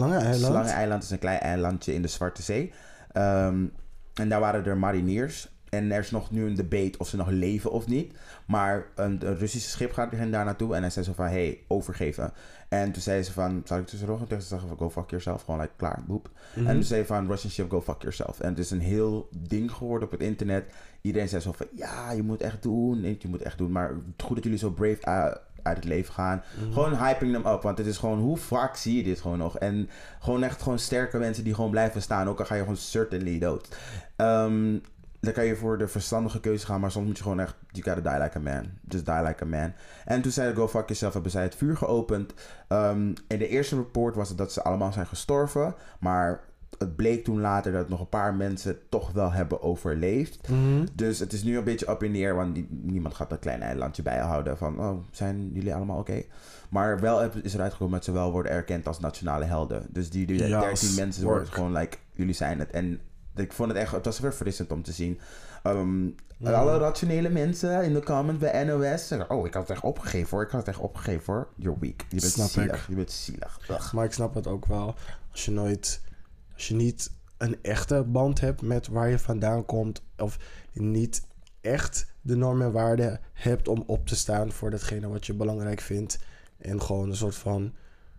Slangeneiland is een klein eilandje in de Zwarte Zee. En daar waren er mariniers En er is nog nu een debate of ze nog leven of niet. Maar een Russische schip gaat daar naartoe. En hij zei zo van, hey, overgeven. En toen zei ze van, zal ik tussendoor gaan tegen ze zeggen van, go fuck yourself. Gewoon like, klaar, boep. En toen zei van, Russian ship, go fuck yourself. En het is een heel ding geworden op het internet. Iedereen zei zo van, ja, je moet echt doen. Je moet echt doen. Maar goed dat jullie zo brave uit het leven gaan. Gewoon hyping them up. Want het is gewoon, hoe vaak zie je dit gewoon nog? En gewoon echt gewoon sterke mensen die gewoon blijven staan. Ook al ga je gewoon certainly dood. Dan kan je voor de verstandige keuze gaan. Maar soms moet je gewoon echt, you gotta die like a man. Just die like a man. En toen zei go fuck yourself, hebben zij het vuur geopend. In de eerste report was het dat ze allemaal zijn gestorven. Maar het bleek toen later dat nog een paar mensen toch wel hebben overleefd. Dus het is nu een beetje up in the air. Want niemand gaat een klein eilandje bijhouden van, oh, zijn jullie allemaal oké? Maar wel is eruit gekomen dat ze wel worden erkend als nationale helden. Dus die 13 mensen worden gewoon like, jullie zijn het. En ik vond het echt, het was weer verfrissend om te zien. Alle rationele mensen in de comment bij NOS zeggen, oh, ik had het echt opgegeven hoor. You're weak. Je bent zielig. Je bent zielig. Ugh. Maar ik snap het ook wel. Als je niet een echte band hebt met waar je vandaan komt, of niet echt de normen en waarden hebt om op te staan voor datgene wat je belangrijk vindt, en gewoon een soort van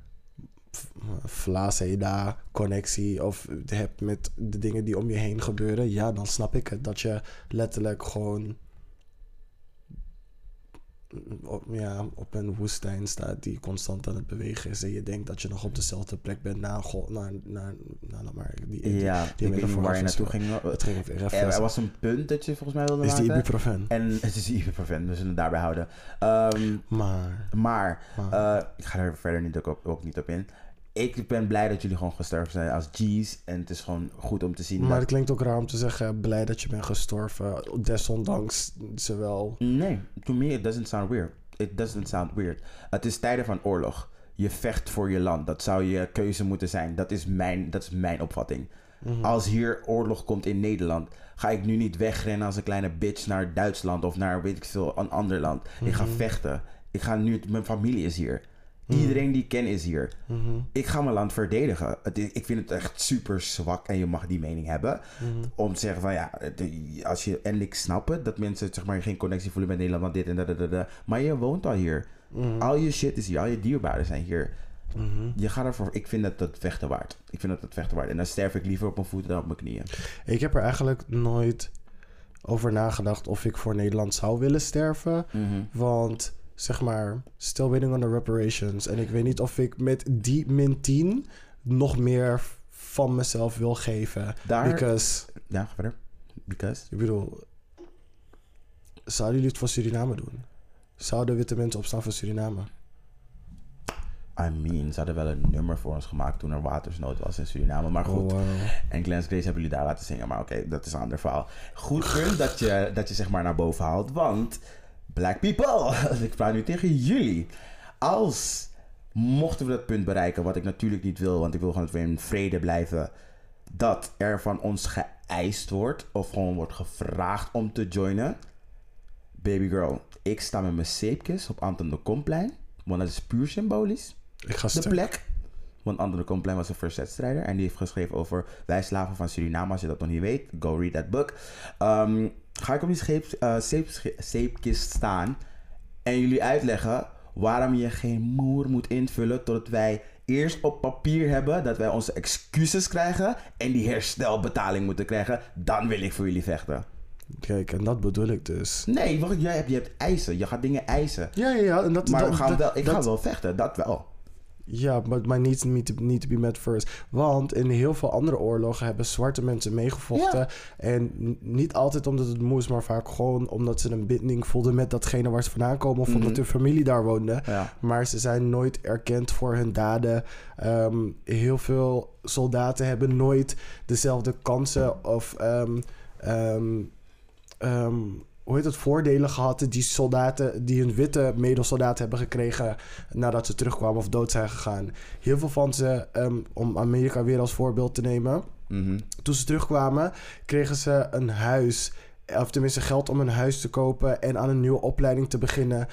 Vlaaseda connectie of hebt met de dingen die om je heen gebeuren, ja, dan snap ik het. Dat je letterlijk gewoon op een woestijn staat die constant aan het bewegen is en je denkt dat je nog op dezelfde plek bent ik weet niet waar je naartoe ging. Er was een punt dat je volgens mij wilde maken. Is die ibuprofen. En het is ibuprofen, we zullen het daarbij houden. Maar ik ga er verder ook niet op in. Ik ben blij dat jullie gewoon gestorven zijn als G's. En het is gewoon goed om te zien. Maar het klinkt ook raar om te zeggen, blij dat je bent gestorven. Desondanks ze wel. Nee, to me it doesn't sound weird. It doesn't sound weird. Het is tijden van oorlog. Je vecht voor je land. Dat zou je keuze moeten zijn. Dat is mijn opvatting. Als hier oorlog komt in Nederland, ga ik nu niet wegrennen als een kleine bitch naar Duitsland of naar weet ik veel, een ander land. Ik ga vechten. Mijn familie is hier. Iedereen die ik ken is hier. Ik ga mijn land verdedigen. Ik vind het echt super zwak en je mag die mening hebben. Om te zeggen van ja, als je, en ik snap het, dat mensen zeg maar geen connectie voelen met Nederland, want dit en dat. Maar je woont al hier. Al je shit is hier, al je dierbaren zijn hier. Je gaat ervoor. Ik vind dat het vechten waard. En dan sterf ik liever op mijn voeten dan op mijn knieën. Ik heb er eigenlijk nooit over nagedacht of ik voor Nederland zou willen sterven. Want zeg maar, still waiting on the reparations. En ik weet niet of ik met die -10 nog meer van mezelf wil geven. Because... Ja, ga verder. Because? Ik bedoel, zouden jullie het voor Suriname doen? Zouden witte mensen opstaan voor Suriname? I mean, ze hadden wel een nummer voor ons gemaakt toen er watersnood was in Suriname. Maar goed, en Glens Grace hebben jullie daar laten zingen. Maar oké, dat is een ander verhaal. Goed punt dat je zeg maar naar boven haalt, want... Black people, ik praat nu tegen jullie. Mochten we dat punt bereiken, wat ik natuurlijk niet wil, want ik wil gewoon dat we in vrede blijven, dat er van ons geëist wordt, of gewoon wordt gevraagd om te joinen. Baby girl, ik sta met mijn zeepkist op Anton de Komplein, want dat is puur symbolisch. Ik ga de plek. Want Anton de Komplein was een verzetstrijder en die heeft geschreven over wij slaven van Suriname. Als je dat nog niet weet, go read that book. Ga ik op die zeepkist staan en jullie uitleggen waarom je geen moer moet invullen totdat wij eerst op papier hebben dat wij onze excuses krijgen en die herstelbetaling moeten krijgen. Dan wil ik voor jullie vechten. Kijk, en dat bedoel ik dus. Nee, want je hebt eisen. Je gaat dingen eisen. Ja. En ik ga wel vechten, dat wel. Ja, maar need to be met first. Want in heel veel andere oorlogen hebben zwarte mensen meegevochten. Ja. En niet altijd omdat het moest, maar vaak gewoon omdat ze een binding voelden met datgene waar ze vandaan komen. Of omdat hun familie daar woonde. Ja. Maar ze zijn nooit erkend voor hun daden. Heel veel soldaten hebben nooit dezelfde kansen of... hoe heet het, voordelen gehad die soldaten, die hun witte medesoldaten hebben gekregen nadat ze terugkwamen of dood zijn gegaan. Heel veel van ze, om Amerika weer als voorbeeld te nemen, toen ze terugkwamen, kregen ze een huis, of tenminste geld om een huis te kopen en aan een nieuwe opleiding te beginnen.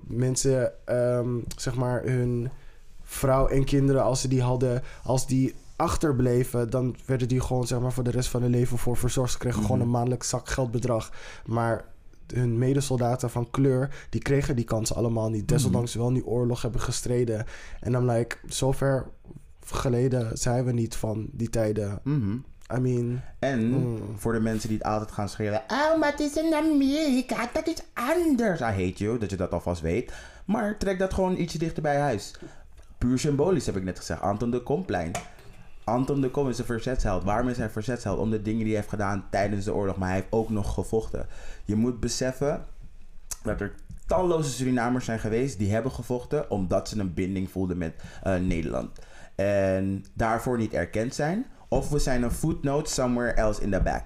Mensen, zeg maar, hun vrouw en kinderen, als ze die hadden, als die achterbleven, dan werden die gewoon zeg maar voor de rest van hun leven voor verzorgd. Ze kregen gewoon een maandelijks zakgeldbedrag. Maar hun medesoldaten van kleur, die kregen die kansen allemaal niet. Desondanks wel die oorlog hebben gestreden. En dan like, zover geleden zijn we niet van die tijden. I mean... En voor de mensen die het altijd gaan schreeuwen... Oh, maar het is in Amerika, dat is anders. I hate you, dat je dat alvast weet. Maar trek dat gewoon ietsje dichter bij huis. Puur symbolisch heb ik net gezegd. Anton de Komplein. Anton de Kom is een verzetsheld. Waarom is hij verzetsheld? Om de dingen die hij heeft gedaan tijdens de oorlog. Maar hij heeft ook nog gevochten. Je moet beseffen dat er talloze Surinamers zijn geweest die hebben gevochten omdat ze een binding voelden met Nederland. En daarvoor niet erkend zijn. Of we zijn een footnote somewhere else in the back.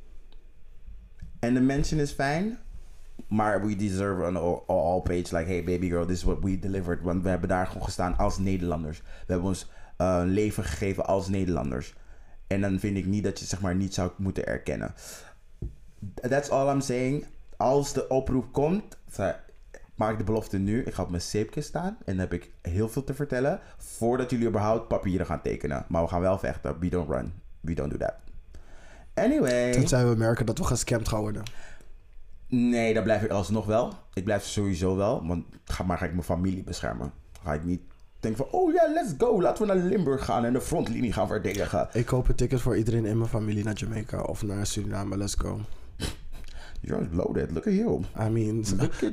En de mention is fijn. Maar we deserve an all page. Like, hey baby girl, this is what we delivered. Want we hebben daar gewoon gestaan als Nederlanders. We hebben ons leven gegeven als Nederlanders. En dan vind ik niet dat je zeg maar niet zou moeten erkennen. That's all I'm saying. Als de oproep komt, maak ik de belofte nu. Ik ga op mijn zeepkist staan. En dan heb ik heel veel te vertellen. Voordat jullie überhaupt papieren gaan tekenen. Maar we gaan wel vechten. We don't run. We don't do that. Anyway. Tenzij we merken dat we gescamd gaan worden. Nee, dat blijf ik alsnog wel. Ik blijf sowieso wel. Want ga ik mijn familie beschermen. Ga ik niet denken van... Oh ja, let's go. Laten we naar Limburg gaan. En de frontlinie gaan verdedigen. Ik koop een ticket voor iedereen in mijn familie naar Jamaica. Of naar Suriname. Let's go. You're loaded. Look at you. I mean,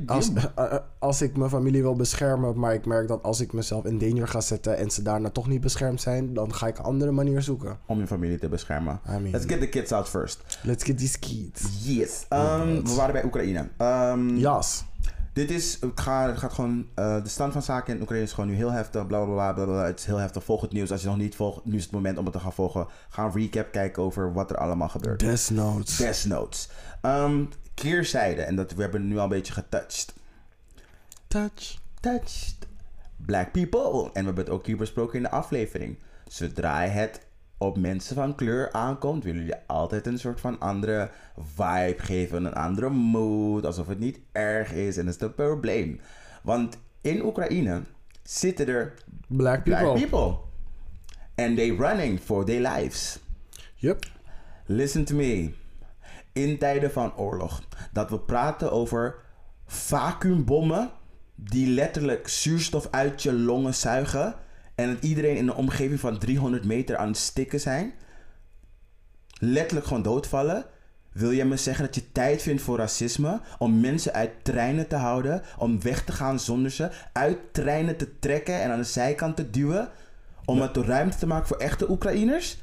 als ik mijn familie wil beschermen, maar ik merk dat als ik mezelf in danger ga zetten en ze daarna toch niet beschermd zijn, dan ga ik een andere manier zoeken. Om je familie te beschermen. I mean, let's get the kids out first. Let's get these kids. Yes. We waren bij Oekraïne. Yes. Dit is, gaat gewoon, de stand van zaken in Oekraïne is gewoon nu heel heftig, bla bla bla bla. Het is heel heftig. Volg het nieuws. Als je nog niet volgt, nu is het moment om het te gaan volgen. Ga een recap kijken over wat er allemaal gebeurt. Death Notes. Death Notes. Keerzijde, en dat we hebben nu al een beetje getouched. Touched. Black people. En we hebben het ook hier besproken in de aflevering. Zodra het op mensen van kleur aankomt, willen jullie altijd een soort van andere vibe geven, een andere mood, alsof het niet erg is en dat is het probleem. Want in Oekraïne zitten er Black people. And they running for their lives. Yep. Listen to me. In tijden van oorlog, dat we praten over vacuumbommen die letterlijk zuurstof uit je longen zuigen en dat iedereen in een omgeving van 300 meter aan het stikken zijn, letterlijk gewoon doodvallen. Wil jij me zeggen dat je tijd vindt voor racisme, om mensen uit treinen te houden, om weg te gaan zonder ze, uit treinen te trekken en aan de zijkant te duwen, om het ruimte te maken voor echte Oekraïners?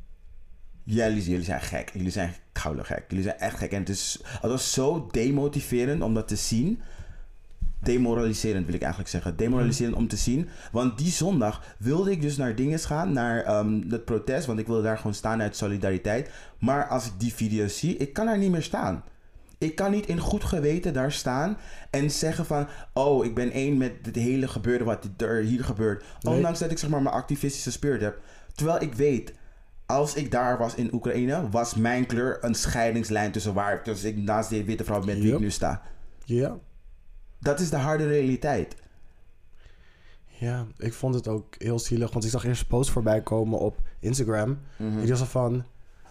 Jullie zijn gek. Jullie zijn koude gek. Jullie zijn echt gek. En het was zo demotiverend om dat te zien. Demoraliserend wil ik eigenlijk zeggen. Demoraliserend om te zien. Want die zondag wilde ik dus naar dinges gaan. Naar het protest. Want ik wilde daar gewoon staan uit solidariteit. Maar als ik die video's zie, ik kan daar niet meer staan. Ik kan niet in goed geweten daar staan en zeggen van... Oh, ik ben één met het hele gebeuren wat er hier gebeurt. Nee. Ondanks dat ik zeg maar mijn activistische spirit heb. Terwijl ik weet... Als ik daar was in Oekraïne, was mijn kleur een scheidingslijn tussen waar ik naast die witte vrouw met wie ik nu sta. Ja. Dat is de harde realiteit. Ja, ik vond het ook heel zielig, want ik zag eerst een post voorbij komen op Instagram. En die was van,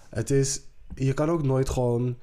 je kan ook nooit gewoon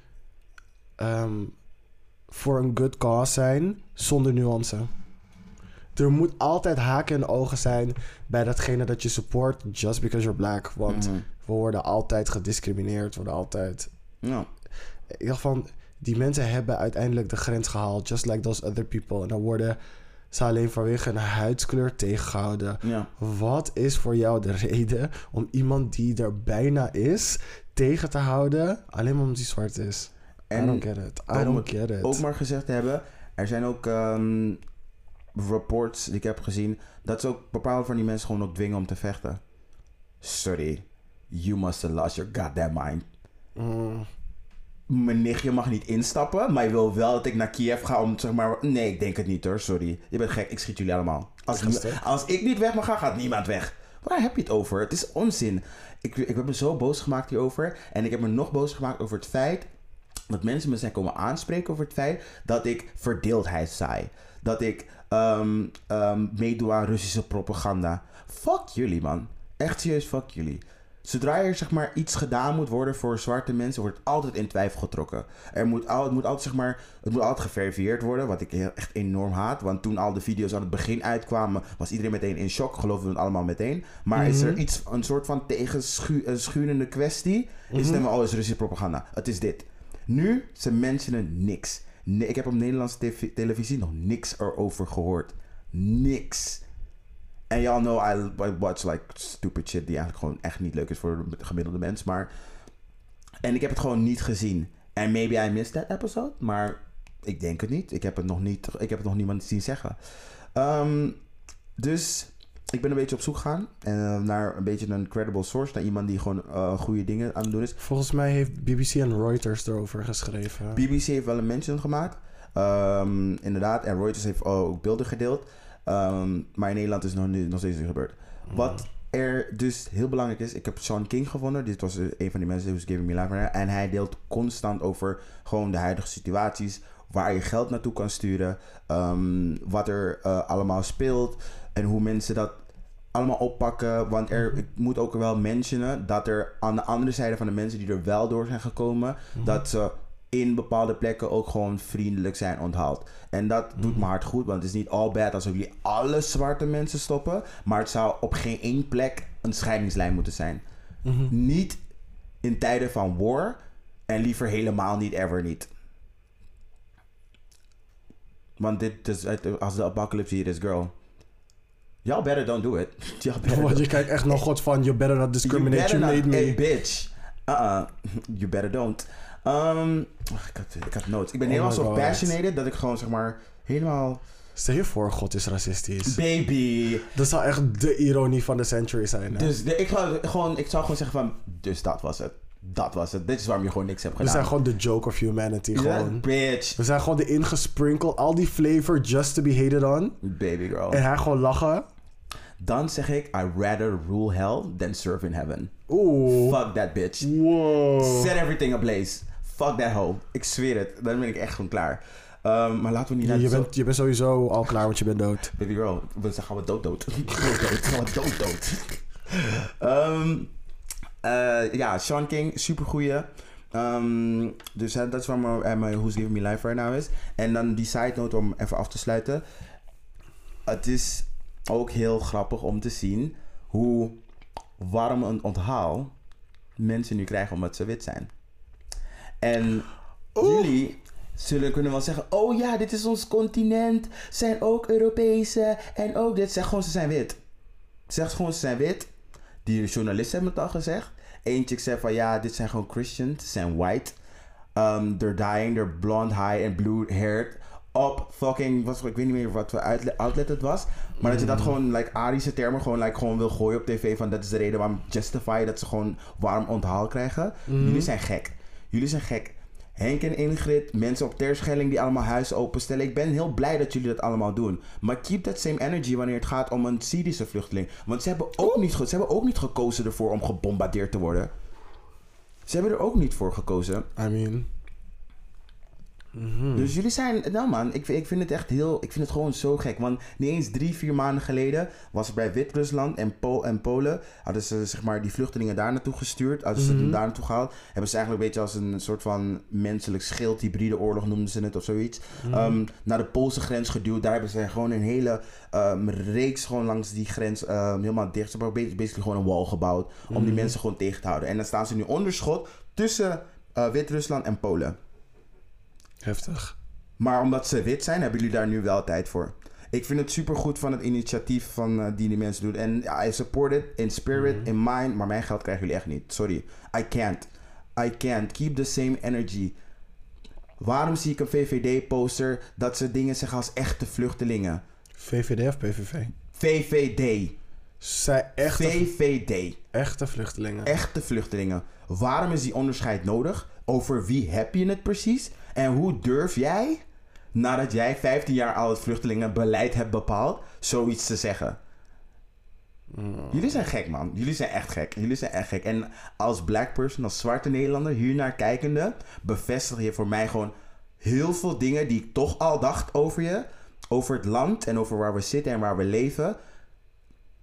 voor een good cause zijn zonder nuance. Er moet altijd haken en ogen zijn bij datgene dat je support just because you're black. Want we worden altijd gediscrimineerd, worden altijd... Ja. Ik dacht van, die mensen hebben uiteindelijk de grens gehaald, just like those other people. En dan worden ze alleen vanwege hun huidskleur tegengehouden. Ja. Wat is voor jou de reden om iemand die er bijna is tegen te houden, alleen maar omdat hij zwart is? En I don't get it. Ook maar gezegd hebben, er zijn ook... reports die ik heb gezien, dat ze ook bepaalde van die mensen gewoon ook dwingen om te vechten. Sorry, you must have lost your goddamn mind. Mijn nichtje mag niet instappen, maar je wil wel dat ik naar Kiev ga om zeg maar... Nee, ik denk het niet hoor, sorry. Je bent gek, ik schiet jullie allemaal. Als ik niet weg mag gaan, gaat niemand weg. Waar heb je het over? Het is onzin. Ik heb me zo boos gemaakt hierover. En ik heb me nog boos gemaakt over het feit dat mensen me zijn komen aanspreken over het feit dat ik verdeeldheid zaai. Dat ik meedoe aan Russische propaganda. Fuck jullie, man. Echt serieus, fuck jullie. Zodra er zeg maar iets gedaan moet worden voor zwarte mensen, wordt het altijd in twijfel getrokken. Het moet altijd geverifieerd worden, wat ik echt enorm haat. Want toen al de video's aan het begin uitkwamen, was iedereen meteen in shock. Geloven we het allemaal meteen. Maar is er een soort van tegenschuurende kwestie? Is het helemaal alles Russische propaganda? Het is dit. Nu, ze mentionen niks. Nee, ik heb op Nederlandse televisie nog niks erover gehoord. Niks. En y'all know I watch like stupid shit die eigenlijk gewoon echt niet leuk is voor de gemiddelde mens. En ik heb het gewoon niet gezien. En maybe I missed that episode. Maar ik denk het niet. Ik heb het nog niemand zien zeggen. Dus ik ben een beetje op zoek gegaan. Naar een beetje een credible source. Naar iemand die gewoon goede dingen aan het doen is. Volgens mij heeft BBC en Reuters erover geschreven. BBC heeft wel een mention gemaakt. Inderdaad. En Reuters heeft ook beelden gedeeld. Maar in Nederland is het nog steeds niet gebeurd. Wat er dus heel belangrijk is, ik heb Sean King gevonden. Dit was een van die mensen who's giving me life. En hij deelt constant over gewoon de huidige situaties, waar je geld naartoe kan sturen, wat er allemaal speelt en hoe mensen dat allemaal oppakken. Want ik moet ook wel mentionen dat er aan de andere zijde van de mensen die er wel door zijn gekomen, dat ze in bepaalde plekken ook gewoon vriendelijk zijn onthaald. En dat doet me hard goed, want het is niet all bad alsof jullie alle zwarte mensen stoppen, maar het zou op geen één plek een scheidingslijn moeten zijn. Niet in tijden van war en liever helemaal niet, ever niet. Want dit is, als de apocalypse hier is, girl, y'all better don't do it. Want je kijkt echt naar God van, you better not discriminate, you made me. Hey bitch. You better don't. Ik had notes. Ik ben helemaal zo passionated dat ik gewoon zeg maar helemaal... Stel je voor, God is racistisch. Baby. Dat zou echt de ironie van de century zijn. Hè? Dus ik zou gewoon zeggen van... Dus dat was het. Dat was het. Dit is waarom je gewoon niks hebt gedaan. We zijn gewoon de joke of humanity. Gewoon. Bitch. We zijn gewoon de ingesprinkeld. Al die flavor just to be hated on. Baby girl. En hij gewoon lachen. Dan zeg ik, I rather rule hell than serve in heaven. Oeh. Fuck that bitch. Wow. Set everything ablaze. Fuck that hoe. Ik zweer het. Dan ben ik echt gewoon klaar. Maar laten we niet naar je bent sowieso al klaar, want je bent dood. Baby girl, we gaan we dood. Ja, Sean King, supergoeie. Dus dat is waar mijn Who's Giving Me Life right now is. En dan die side note om even af te sluiten. Het is ook heel grappig om te zien hoe warm een onthaal mensen nu krijgen omdat ze wit zijn. En jullie kunnen wel zeggen, oh ja, dit is ons continent, zijn ook Europese en ook dit. Zeg gewoon, ze zijn wit. Zeg gewoon, ze zijn wit. Die journalisten hebben het al gezegd. Eentje zegt van, ja, dit zijn gewoon Christians, ze zijn white. They're dying, they're blonde, high and blue haired. Op fucking, ik weet niet meer wat voor outlet het was. Maar dat je dat gewoon, like, Arische termen gewoon wil gooien op tv. Van dat is de reden waarom justify dat ze gewoon warm onthaal krijgen. Jullie zijn gek. Henk en Ingrid, mensen op Terschelling die allemaal huizen openstellen. Ik ben heel blij dat jullie dat allemaal doen. Maar keep that same energy wanneer het gaat om een Syrische vluchteling. Want ze hebben ook niet gekozen ervoor om gebombardeerd te worden. Ze hebben er ook niet voor gekozen. I mean... Dus jullie zijn... Nou man, ik vind het echt heel... Ik vind het gewoon zo gek. Want niet eens 3-4 maanden geleden was het bij Wit-Rusland en Polen. Hadden ze zeg maar die vluchtelingen daar naartoe gestuurd. Hadden ze daar naartoe gehaald. Hebben ze eigenlijk een beetje als een soort van menselijk schild. Hybride oorlog noemden ze het of zoiets. Naar de Poolse grens geduwd. Daar hebben ze gewoon een hele reeks gewoon langs die grens helemaal dicht. Ze hebben basically gewoon een wall gebouwd. Om die mensen gewoon tegen te houden. En dan staan ze nu onder schot tussen Wit-Rusland en Polen. Heftig. Maar omdat ze wit zijn, hebben jullie daar nu wel tijd voor. Ik vind het supergoed van het initiatief van die mensen doen. En I support it in spirit, in mind. Maar mijn geld krijgen jullie echt niet. Sorry. I can't. Keep the same energy. Waarom zie ik een VVD-poster dat ze dingen zeggen als echte vluchtelingen? VVD of PVV? VVD. Zij VVD. Echte vluchtelingen. Echte vluchtelingen. Waarom is die onderscheid nodig? Over wie heb je het precies? En hoe durf jij, nadat jij 15 jaar al het vluchtelingenbeleid hebt bepaald, zoiets te zeggen? Jullie zijn gek, man. Jullie zijn echt gek. En als black person, als zwarte Nederlander, hiernaar kijkende, bevestig je voor mij gewoon heel veel dingen die ik toch al dacht over je. Over het land en over waar we zitten en waar we leven.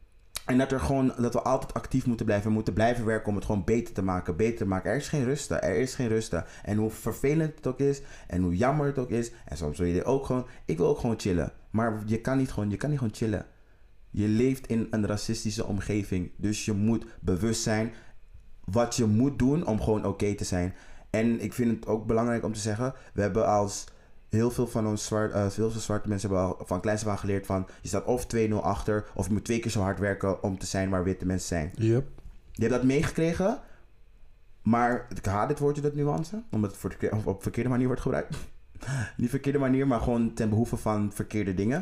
En dat we altijd actief moeten blijven werken om het gewoon beter te maken. Er is geen rusten. En hoe vervelend het ook is, en hoe jammer het ook is, en soms wil je ook gewoon, ik wil ook gewoon chillen. Maar je kan niet gewoon chillen. Je leeft in een racistische omgeving, dus je moet bewust zijn wat je moet doen om gewoon oké te zijn. En ik vind het ook belangrijk om te zeggen, we hebben als heel veel van ons zwarte mensen hebben al van kleins af aan geleerd van je staat of 2-0 achter of je moet 2 keer zo hard werken om te zijn waar witte mensen zijn. Yep. Je hebt dat meegekregen, maar ik haat dit woordje, dat nuance, omdat het op verkeerde manier wordt gebruikt. Niet verkeerde manier, maar gewoon ten behoeve van verkeerde dingen.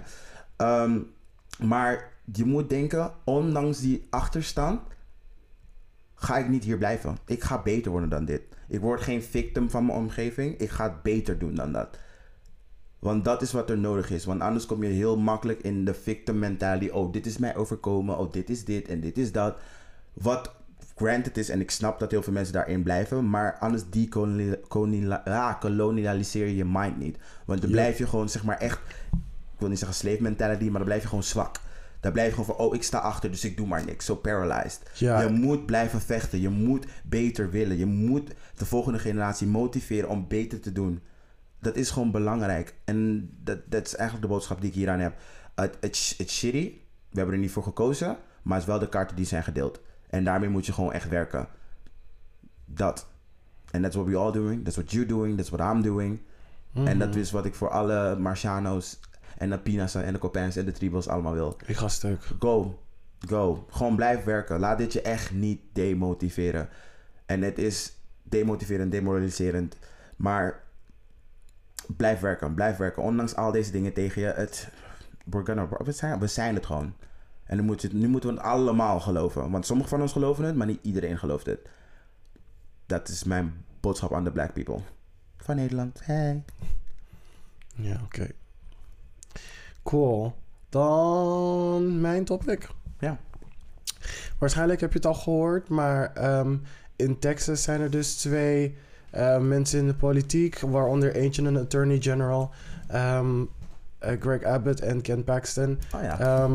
Maar je moet denken, ondanks die achterstand ga ik niet hier blijven. Ik ga beter worden dan dit. Ik word geen victim van mijn omgeving. Ik ga het beter doen dan dat. Want dat is wat er nodig is. Want anders kom je heel makkelijk in de victim mentality. Oh, dit is mij overkomen. Oh, dit is dit en dit is dat. Wat granted is, en ik snap dat heel veel mensen daarin blijven. Maar anders kolonialiseer je je mind niet. Want dan blijf je gewoon, zeg maar echt, ik wil niet zeggen slave mentality, maar dan blijf je gewoon zwak. Dan blijf je gewoon van, oh, ik sta achter, dus ik doe maar niks. Zo paralyzed. Ja. Je moet blijven vechten. Je moet beter willen. Je moet de volgende generatie motiveren om beter te doen. Dat is gewoon belangrijk. En dat is eigenlijk de boodschap die ik hieraan heb. It's shitty. We hebben er niet voor gekozen. Maar het is wel de kaarten die zijn gedeeld. En daarmee moet je gewoon echt werken. Dat. And that's what we all doing. That's what you're doing. That's what I'm doing. En dat is wat ik voor alle Marciano's en de Pina's en de Copens en de Tribals allemaal wil. Ik ga stuk. Go. Gewoon blijf werken. Laat dit je echt niet demotiveren. En het is demotiverend, demoraliserend. Maar blijf werken. Ondanks al deze dingen tegen je. We zijn het gewoon. En nu moeten we het allemaal geloven. Want sommigen van ons geloven het, maar niet iedereen gelooft het. Dat is mijn boodschap aan de black people. Van Nederland. Hey. Ja, oké. Cool. Dan mijn topic. Ja. Waarschijnlijk heb je het al gehoord, maar in Texas zijn er dus 2 mensen in de politiek, waaronder eentje een attorney general, Greg Abbott en Ken Paxton. Oh ja.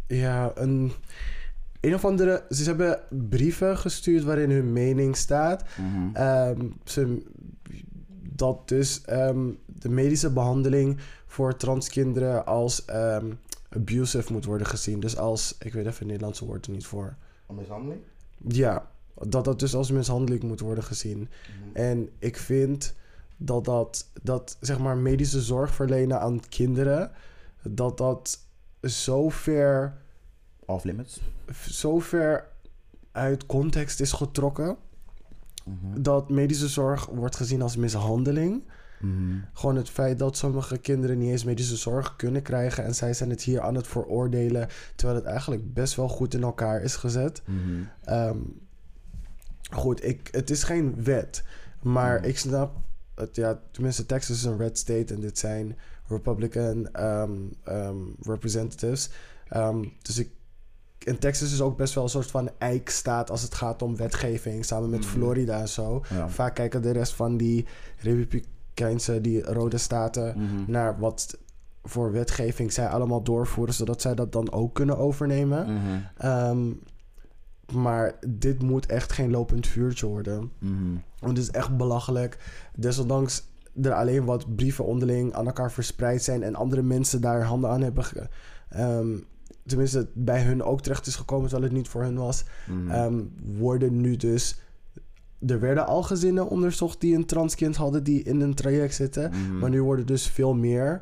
Een of andere, ze hebben brieven gestuurd waarin hun mening staat. Dat dus de medische behandeling voor transkinderen als abusive moet worden gezien. Dus als, ik weet even het Nederlandse woord er niet voor. Mishandeling? Ja, dat dus als mishandeling moet worden gezien. En ik vind dat zeg maar medische zorg verlenen aan kinderen, dat zo ver off limits, zo ver uit context is getrokken, dat medische zorg wordt gezien als mishandeling. Gewoon het feit dat sommige kinderen niet eens medische zorg kunnen krijgen en zij zijn het hier aan het veroordelen, terwijl het eigenlijk best wel goed in elkaar is gezet. Goed, het is geen wet, maar ik snap het, ja, tenminste Texas is een red state en dit zijn Republican representatives. Dus in Texas is ook best wel een soort van eikstaat als het gaat om wetgeving, samen met Florida en zo. Ja. Vaak kijken de rest van die Republikeinse, die rode staten, naar wat voor wetgeving zij allemaal doorvoeren, zodat zij dat dan ook kunnen overnemen. Maar dit moet echt geen lopend vuurtje worden. Want het is echt belachelijk. Desondanks er alleen wat brieven onderling aan elkaar verspreid zijn en andere mensen daar handen aan hebben tenminste bij hun ook terecht is gekomen, terwijl het niet voor hun was, worden nu dus... Er werden al gezinnen onderzocht die een transkind hadden die in een traject zitten. Maar nu worden dus veel meer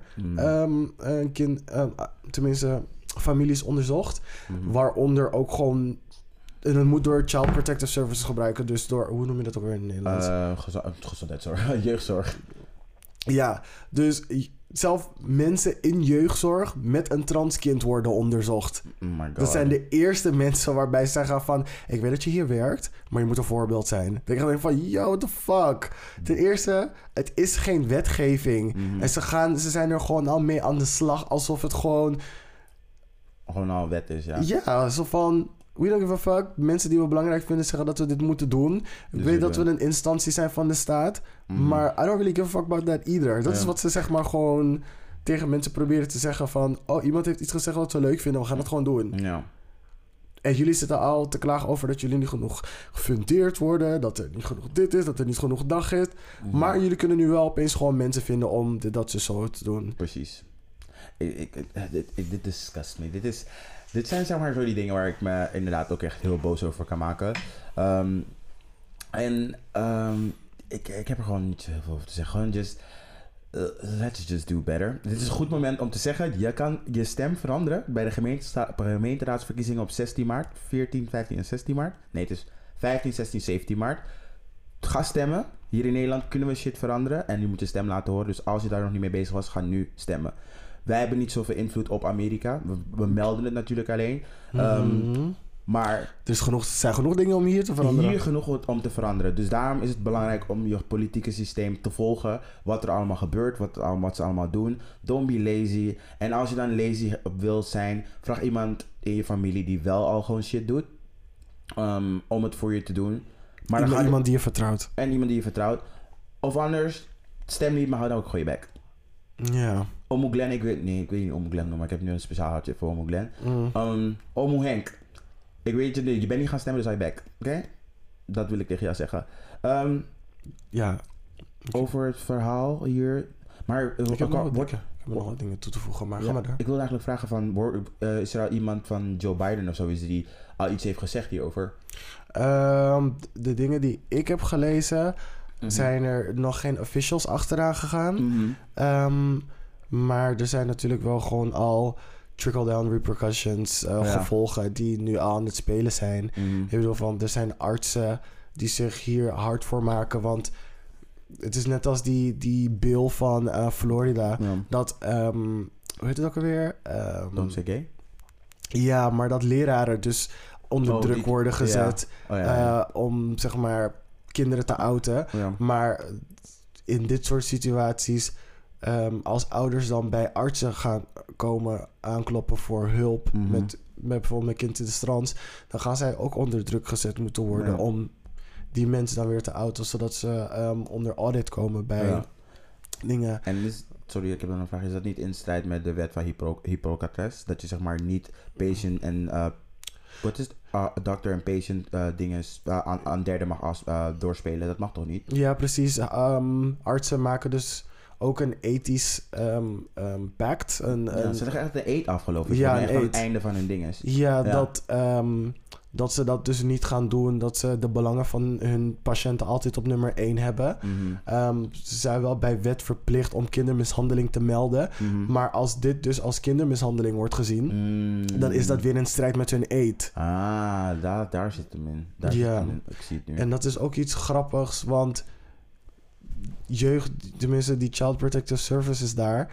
tenminste families onderzocht. Waaronder ook gewoon... En het moet door Child Protective Services gebruiken. Dus door... Hoe noem je dat ook weer in het Nederlands? Gezondheidszorg. Jeugdzorg. Ja, dus zelf mensen in jeugdzorg met een transkind worden onderzocht. Oh my God. Dat zijn de eerste mensen waarbij ze zeggen van... Ik weet dat je hier werkt, maar je moet een voorbeeld zijn. Dan denk ik van, yo, what the fuck? Ten eerste, het is geen wetgeving. En ze zijn er gewoon al mee aan de slag, alsof het gewoon... Gewoon al wet is, ja. Ja, zo van... We don't give a fuck. Mensen die we belangrijk vinden zeggen dat we dit moeten doen. Ik weet dat we een instantie zijn van de staat. Maar I don't really give a fuck about that either. Dat is wat ze zeg maar gewoon tegen mensen proberen te zeggen van... Oh, iemand heeft iets gezegd wat we leuk vinden. We gaan het gewoon doen. Ja. En jullie zitten al te klagen over dat jullie niet genoeg gefundeerd worden. Dat er niet genoeg dit is, dat er niet genoeg dag is. Mhm. Maar jullie kunnen nu wel opeens gewoon mensen vinden om dat ze zo te doen. Precies. Dit disgust me. Dit zijn zeg maar zo die dingen waar ik me inderdaad ook echt heel boos over kan maken. Ik heb er gewoon niet zo heel veel over te zeggen. Gewoon just... let's just do better. Dit is een goed moment om te zeggen, je kan je stem veranderen bij de gemeenteraadsverkiezingen op 16 maart, 14, 15 en 16 maart. Nee, het is 15, 16, 17 maart. Ga stemmen. Hier in Nederland kunnen we shit veranderen en je moet je stem laten horen. Dus als je daar nog niet mee bezig was, ga nu stemmen. Wij hebben niet zoveel invloed op Amerika. We melden het natuurlijk alleen. Maar Er zijn genoeg dingen om hier te veranderen. hier genoeg om te veranderen. Dus daarom is het belangrijk om je politieke systeem te volgen. Wat er allemaal gebeurt, wat ze allemaal doen. Don't be lazy. En als je dan lazy wil zijn, vraag iemand in je familie die wel al gewoon shit doet. Om het voor je te doen. Maar Iemand die je vertrouwt. En iemand die je vertrouwt. Of anders, stem niet, maar hou dan ook gewoon je bek. Ja. Omo Glenn, ik weet niet Omo Glenn noemen, maar ik heb nu een speciaal hartje voor Omo Glenn. Omo Henk. Ik weet je bent niet gaan stemmen, dus hou je bek. Oké? Dat wil ik tegen jou zeggen. Ja. Over het verhaal hier. Maar Ik heb nog wat dingen toe te voegen, maar ga maar door. Ik wilde eigenlijk vragen van, is er al iemand van Joe Biden of zo die al iets heeft gezegd hierover? De dingen die ik heb gelezen, zijn er nog geen officials achteraan gegaan. Maar er zijn natuurlijk wel gewoon al trickle-down repercussions, gevolgen die nu al aan het spelen zijn. Ik bedoel van, er zijn artsen die zich hier hard voor maken, want het is net als die bill van Florida, dat, hoe heet het ook alweer? Don't say gay? Ja, maar dat leraren dus onder druk worden gezet om, zeg maar, kinderen te outen. Ja. Maar in dit soort situaties, als ouders dan bij artsen gaan komen aankloppen voor hulp met bijvoorbeeld mijn kind in de strand, dan gaan zij ook onder druk gezet moeten worden om die mensen dan weer te outen, zodat ze onder audit komen bij dingen. En sorry, ik heb nog een vraag. Is dat niet in strijd met de wet van Hippocrates? Dat je zeg maar niet patient en wat is doctor en patient dingen aan derde mag doorspelen? Dat mag toch niet? Ja, precies. Artsen maken dus ook een ethisch pact. Ze leggen echt de eed af, geloof ik. Ja, echt aan het einde van hun dinges. Ja, dat ze dat dus niet gaan doen. Dat ze de belangen van hun patiënten altijd op nummer 1 hebben. Ze zijn wel bij wet verplicht om kindermishandeling te melden. Maar als dit dus als kindermishandeling wordt gezien, dan is dat weer in strijd met hun eed. Daar zit hem in. Zit hem in. Ik zie het nu. En dat is ook iets grappigs, want tenminste die Child Protective Services daar.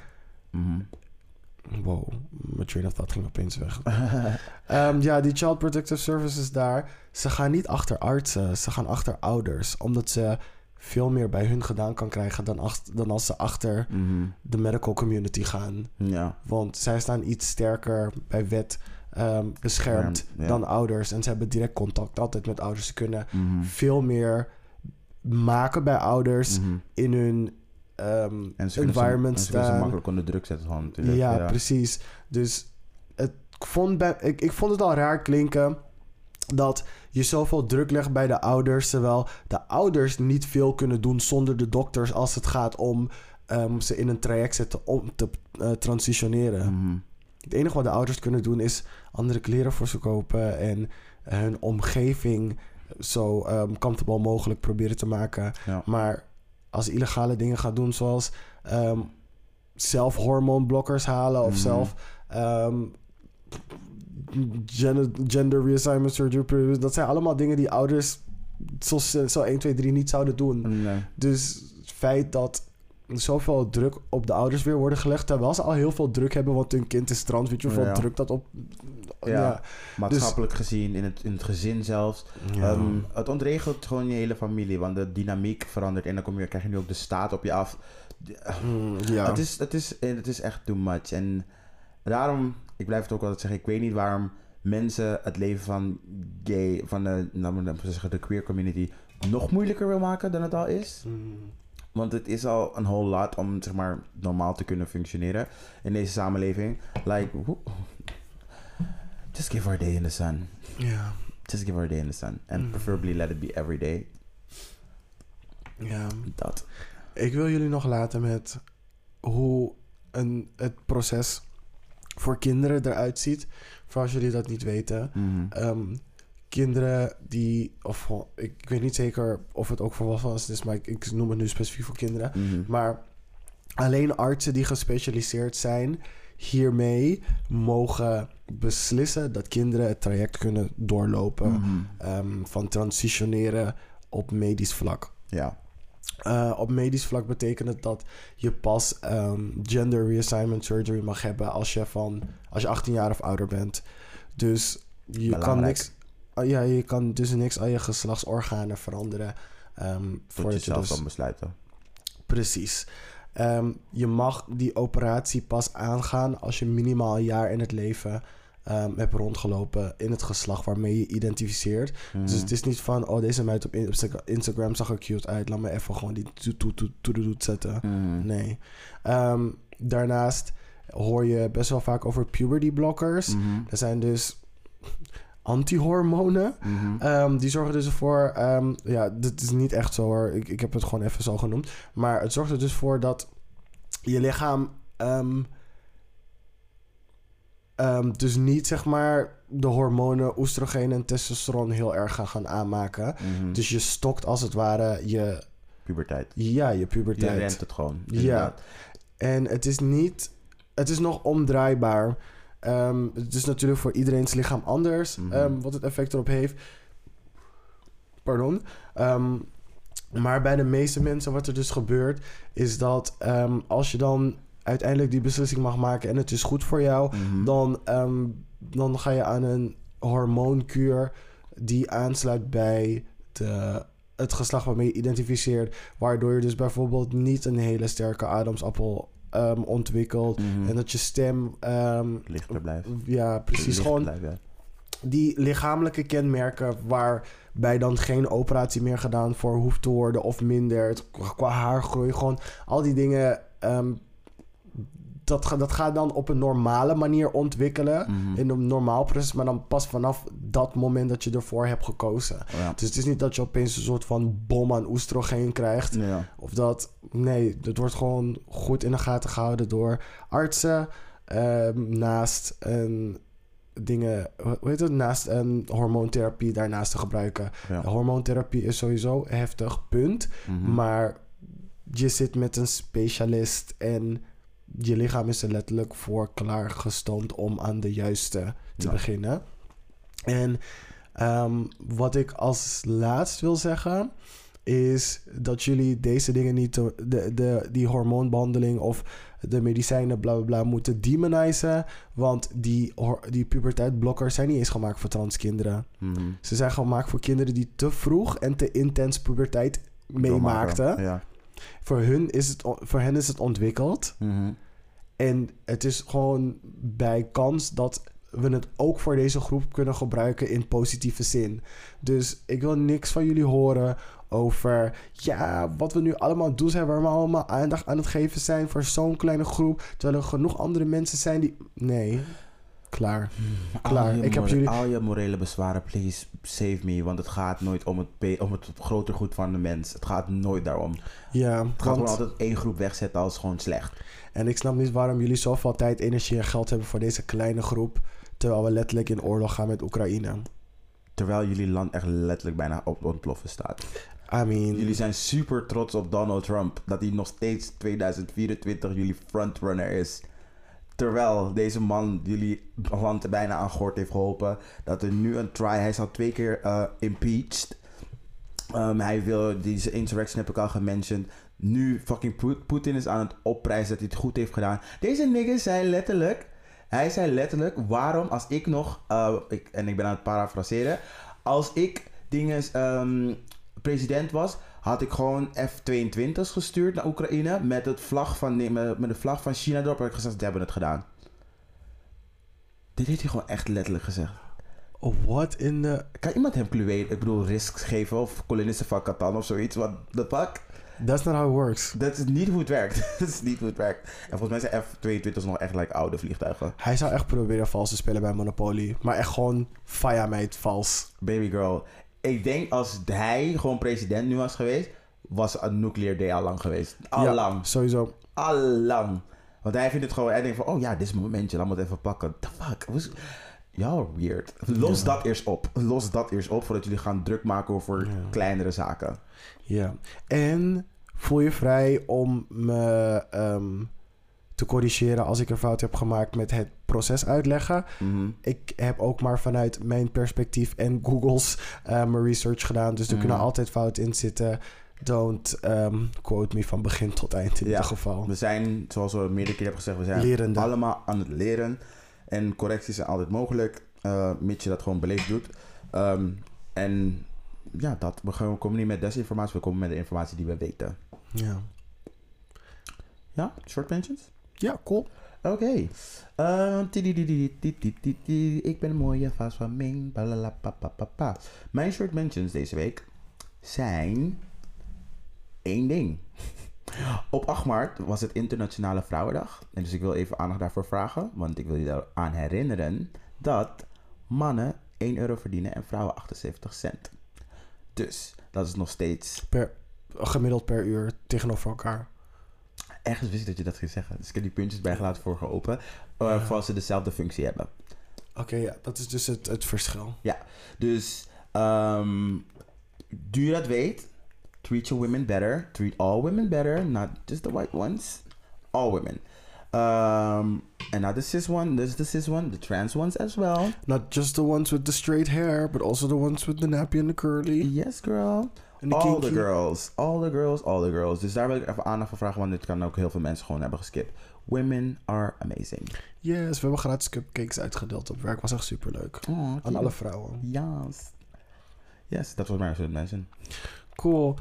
Wow, mijn train of thought ging opeens weg. Die Child Protective Services daar, ze gaan niet achter artsen, ze gaan achter ouders. Omdat ze veel meer bij hun gedaan kan krijgen dan als ze achter de medical community gaan. Ja. Want zij staan iets sterker bij wet beschermd dan ouders. En ze hebben direct contact altijd met ouders. Ze kunnen veel meer maken bij ouders in hun environment staan. En ze makkelijk onder druk zetten gewoon natuurlijk. Ja, precies. Dus ik vond het al raar klinken dat je zoveel druk legt bij de ouders, terwijl de ouders niet veel kunnen doen zonder de dokters als het gaat om ze in een traject zetten om te transitioneren. Het enige wat de ouders kunnen doen is andere kleren voor ze kopen en hun omgeving zo comfortable mogelijk proberen te maken. Ja. Maar als illegale dingen gaat doen, zoals zelf hormoonblokkers halen of zelf gender reassignment surgery, dat zijn allemaal dingen die ouders zo 1, 2, 3 niet zouden doen. Nee. Dus het feit dat zoveel druk op de ouders weer worden gelegd, terwijl ze al heel veel druk hebben, want hun kind is trans, weet je hoeveel druk dat op... Maatschappelijk gezien, in het gezin zelfs. Ja. Het ontregelt gewoon je hele familie, want de dynamiek verandert en dan krijg je nu ook de staat op je af. Het is echt too much. En daarom, ik blijf het ook altijd zeggen, ik weet niet waarom mensen het leven van de queer community nog moeilijker wil maken dan het al is. Want het is al een whole lot om, zeg maar, normaal te kunnen functioneren in deze samenleving. Just give her a day in the sun. Ja. Just give her a day in the sun. And preferably let it be every day. Ja. Dat. Ik wil jullie nog laten met hoe het proces voor kinderen eruit ziet. Voor als jullie dat niet weten. Kinderen die... Ik weet niet zeker of het ook voor volwassenen is, maar ik noem het nu specifiek voor kinderen. Maar alleen artsen die gespecialiseerd zijn hiermee mogen beslissen dat kinderen het traject kunnen doorlopen van transitioneren op medisch vlak. Ja. Op medisch vlak betekent het dat je pas gender reassignment surgery mag hebben als je 18 jaar of ouder bent. Dus je kan dus niks aan je geslachtsorganen veranderen. Tot je zelf kan besluiten. Precies. Je mag die operatie pas aangaan als je minimaal een jaar in het leven hebt rondgelopen in het geslacht waarmee je identificeert. Dus het is niet van, deze meid op Instagram zag er cute uit, laat me even gewoon die toedoet zetten. Nee. Daarnaast hoor je best wel vaak over puberty blockers. Er zijn dus antihormonen. Die zorgen dus ervoor... dit is niet echt zo hoor. Ik heb het gewoon even zo genoemd. Maar het zorgt er dus voor dat je lichaam... dus niet zeg maar de hormonen oestrogeen en testosteron heel erg gaan aanmaken. Dus je stokt als het ware je... Puberteit. Ja, je puberteit. Je rent het gewoon. Ja. En het is niet... Het is nog omdraaibaar. Het is natuurlijk voor iedereen's lichaam anders wat het effect erop heeft. Pardon. Maar bij de meeste mensen wat er dus gebeurt is dat als je dan uiteindelijk die beslissing mag maken en het is goed voor jou, dan ga je aan een hormoonkuur die aansluit bij het geslacht waarmee je identificeert, waardoor je dus bijvoorbeeld niet een hele sterke ademsappel ontwikkelt en dat je stem lichter blijft. Ja, precies. Gewoon die lichamelijke kenmerken waarbij dan geen operatie meer gedaan voor hoeft te worden of minder. Qua haargroei, gewoon al die dingen. Dat gaat dan op een normale manier ontwikkelen. In een normaal proces, maar dan pas vanaf dat moment dat je ervoor hebt gekozen. Ja. Dus het is niet dat je opeens een soort van bom aan oestrogeen krijgt. Ja. Of dat... Nee, het wordt gewoon goed in de gaten gehouden door artsen. Naast naast een hormoontherapie daarnaast te gebruiken. Ja. Hormoontherapie is sowieso heftig, punt. Maar je zit met een specialist en je lichaam is er letterlijk voor klaargestoomd om aan de juiste te beginnen. En wat ik als laatst wil zeggen is dat jullie deze dingen niet die hormoonbehandeling of de medicijnen bla bla bla moeten demonizen, want die puberteitblokkers zijn niet eens gemaakt voor transkinderen. Ze zijn gemaakt voor kinderen die te vroeg en te intens puberteit meemaakten. Ja. Voor hen is het ontwikkeld. En het is gewoon bij kans dat we het ook voor deze groep kunnen gebruiken in positieve zin. Dus ik wil niks van jullie horen over wat we nu allemaal doen zijn, waar we allemaal aandacht aan het geven zijn voor zo'n kleine groep, terwijl er genoeg andere mensen zijn die... Nee. Klaar. Al je morele bezwaren, please save me. Want het gaat nooit om het groter goed van de mens. Het gaat nooit daarom. Ja, het gaat gewoon altijd één groep wegzetten als gewoon slecht. En ik snap niet waarom jullie zoveel tijd, energie en geld hebben voor deze kleine groep, terwijl we letterlijk in oorlog gaan met Oekraïne. Terwijl jullie land echt letterlijk bijna op ontploffen staat. Jullie zijn super trots op Donald Trump. Dat hij nog steeds 2024 jullie frontrunner is. Terwijl deze man jullie land bijna aan gort heeft geholpen. Dat er nu hij is al 2 keer impeached. Hij wil, deze insurrection heb ik al gementiond. Nu fucking Poetin is aan het opprijzen dat hij het goed heeft gedaan. Deze nigger zei letterlijk, waarom als ik nog, en ik ben aan het parafraseren, als ik president was, had ik gewoon F-22's gestuurd naar Oekraïne met de vlag van China erop. En ik gezegd, ze hebben het gedaan. Dit heeft hij gewoon echt letterlijk gezegd. What in the... Kan iemand hem risks geven of kolonisten van Catan of zoiets? What the fuck? That's not how it works. Dat is niet hoe het werkt. Dat is niet hoe het werkt. En volgens mij zijn F-22's nog echt like oude vliegtuigen. Hij zou echt proberen vals te spelen bij Monopoly. Maar echt gewoon fire mate vals. Baby girl. Ik denk als hij gewoon president nu was geweest, was een nuclear day al lang geweest. Al lang. Sowieso. Al lang. Want hij vindt het gewoon, hij denkt van, oh ja, dit is mijn momentje, laat me het even pakken. The fuck? Y'all weird. Los dat eerst op. Los dat eerst op voordat jullie gaan druk maken over kleinere zaken. Ja. En voel je vrij om me te corrigeren als ik een fout heb gemaakt met het proces uitleggen. Mm-hmm. Ik heb ook maar vanuit mijn perspectief en Google's mijn research gedaan. Dus er kunnen altijd fouten in zitten. Don't quote me van begin tot eind in ieder geval. We zijn, zoals we meerdere keer hebben gezegd, we zijn Lerende. allemaal aan het leren. En correcties zijn altijd mogelijk, mits je dat gewoon beleefd doet. En ja, we komen niet met desinformatie, we komen met de informatie die we weten. Ja. Ja, short mentions? Ja, cool. Oké. Ik ben een mooie vaas van Ming. Balalapapapapa. Mijn short mentions deze week zijn 1 ding. Op 8 maart was het Internationale Vrouwendag. En dus ik wil even aandacht daarvoor vragen. Want ik wil je eraan herinneren dat mannen 1 euro verdienen en vrouwen 78 cent. Dus dat is nog steeds... Gemiddeld per uur tegenover elkaar. Ergens wist ik dat je dat ging zeggen. Dus ik heb die puntjes bijgelaten voor geopend. Voor als ze dezelfde functie hebben. Oké, ja, dat is dus het verschil. Ja, dus doe je dat weet, treat your women better. Treat all women better, not just the white ones. All women. And not the cis one, there's the cis one, the trans ones as well. Not just the ones with the straight hair, but also the ones with the nappy and the curly. Yes, girl. All the girls. All the girls, all the girls. Dus daar wil ik even aandacht voor vragen, want dit kan ook heel veel mensen gewoon hebben geskipt. Women are amazing. Yes, we hebben gratis cupcakes uitgedeeld op werk. Was echt superleuk. Oh, aan alle vrouwen. Yes. Yes, dat was mijn soort mensen. Cool.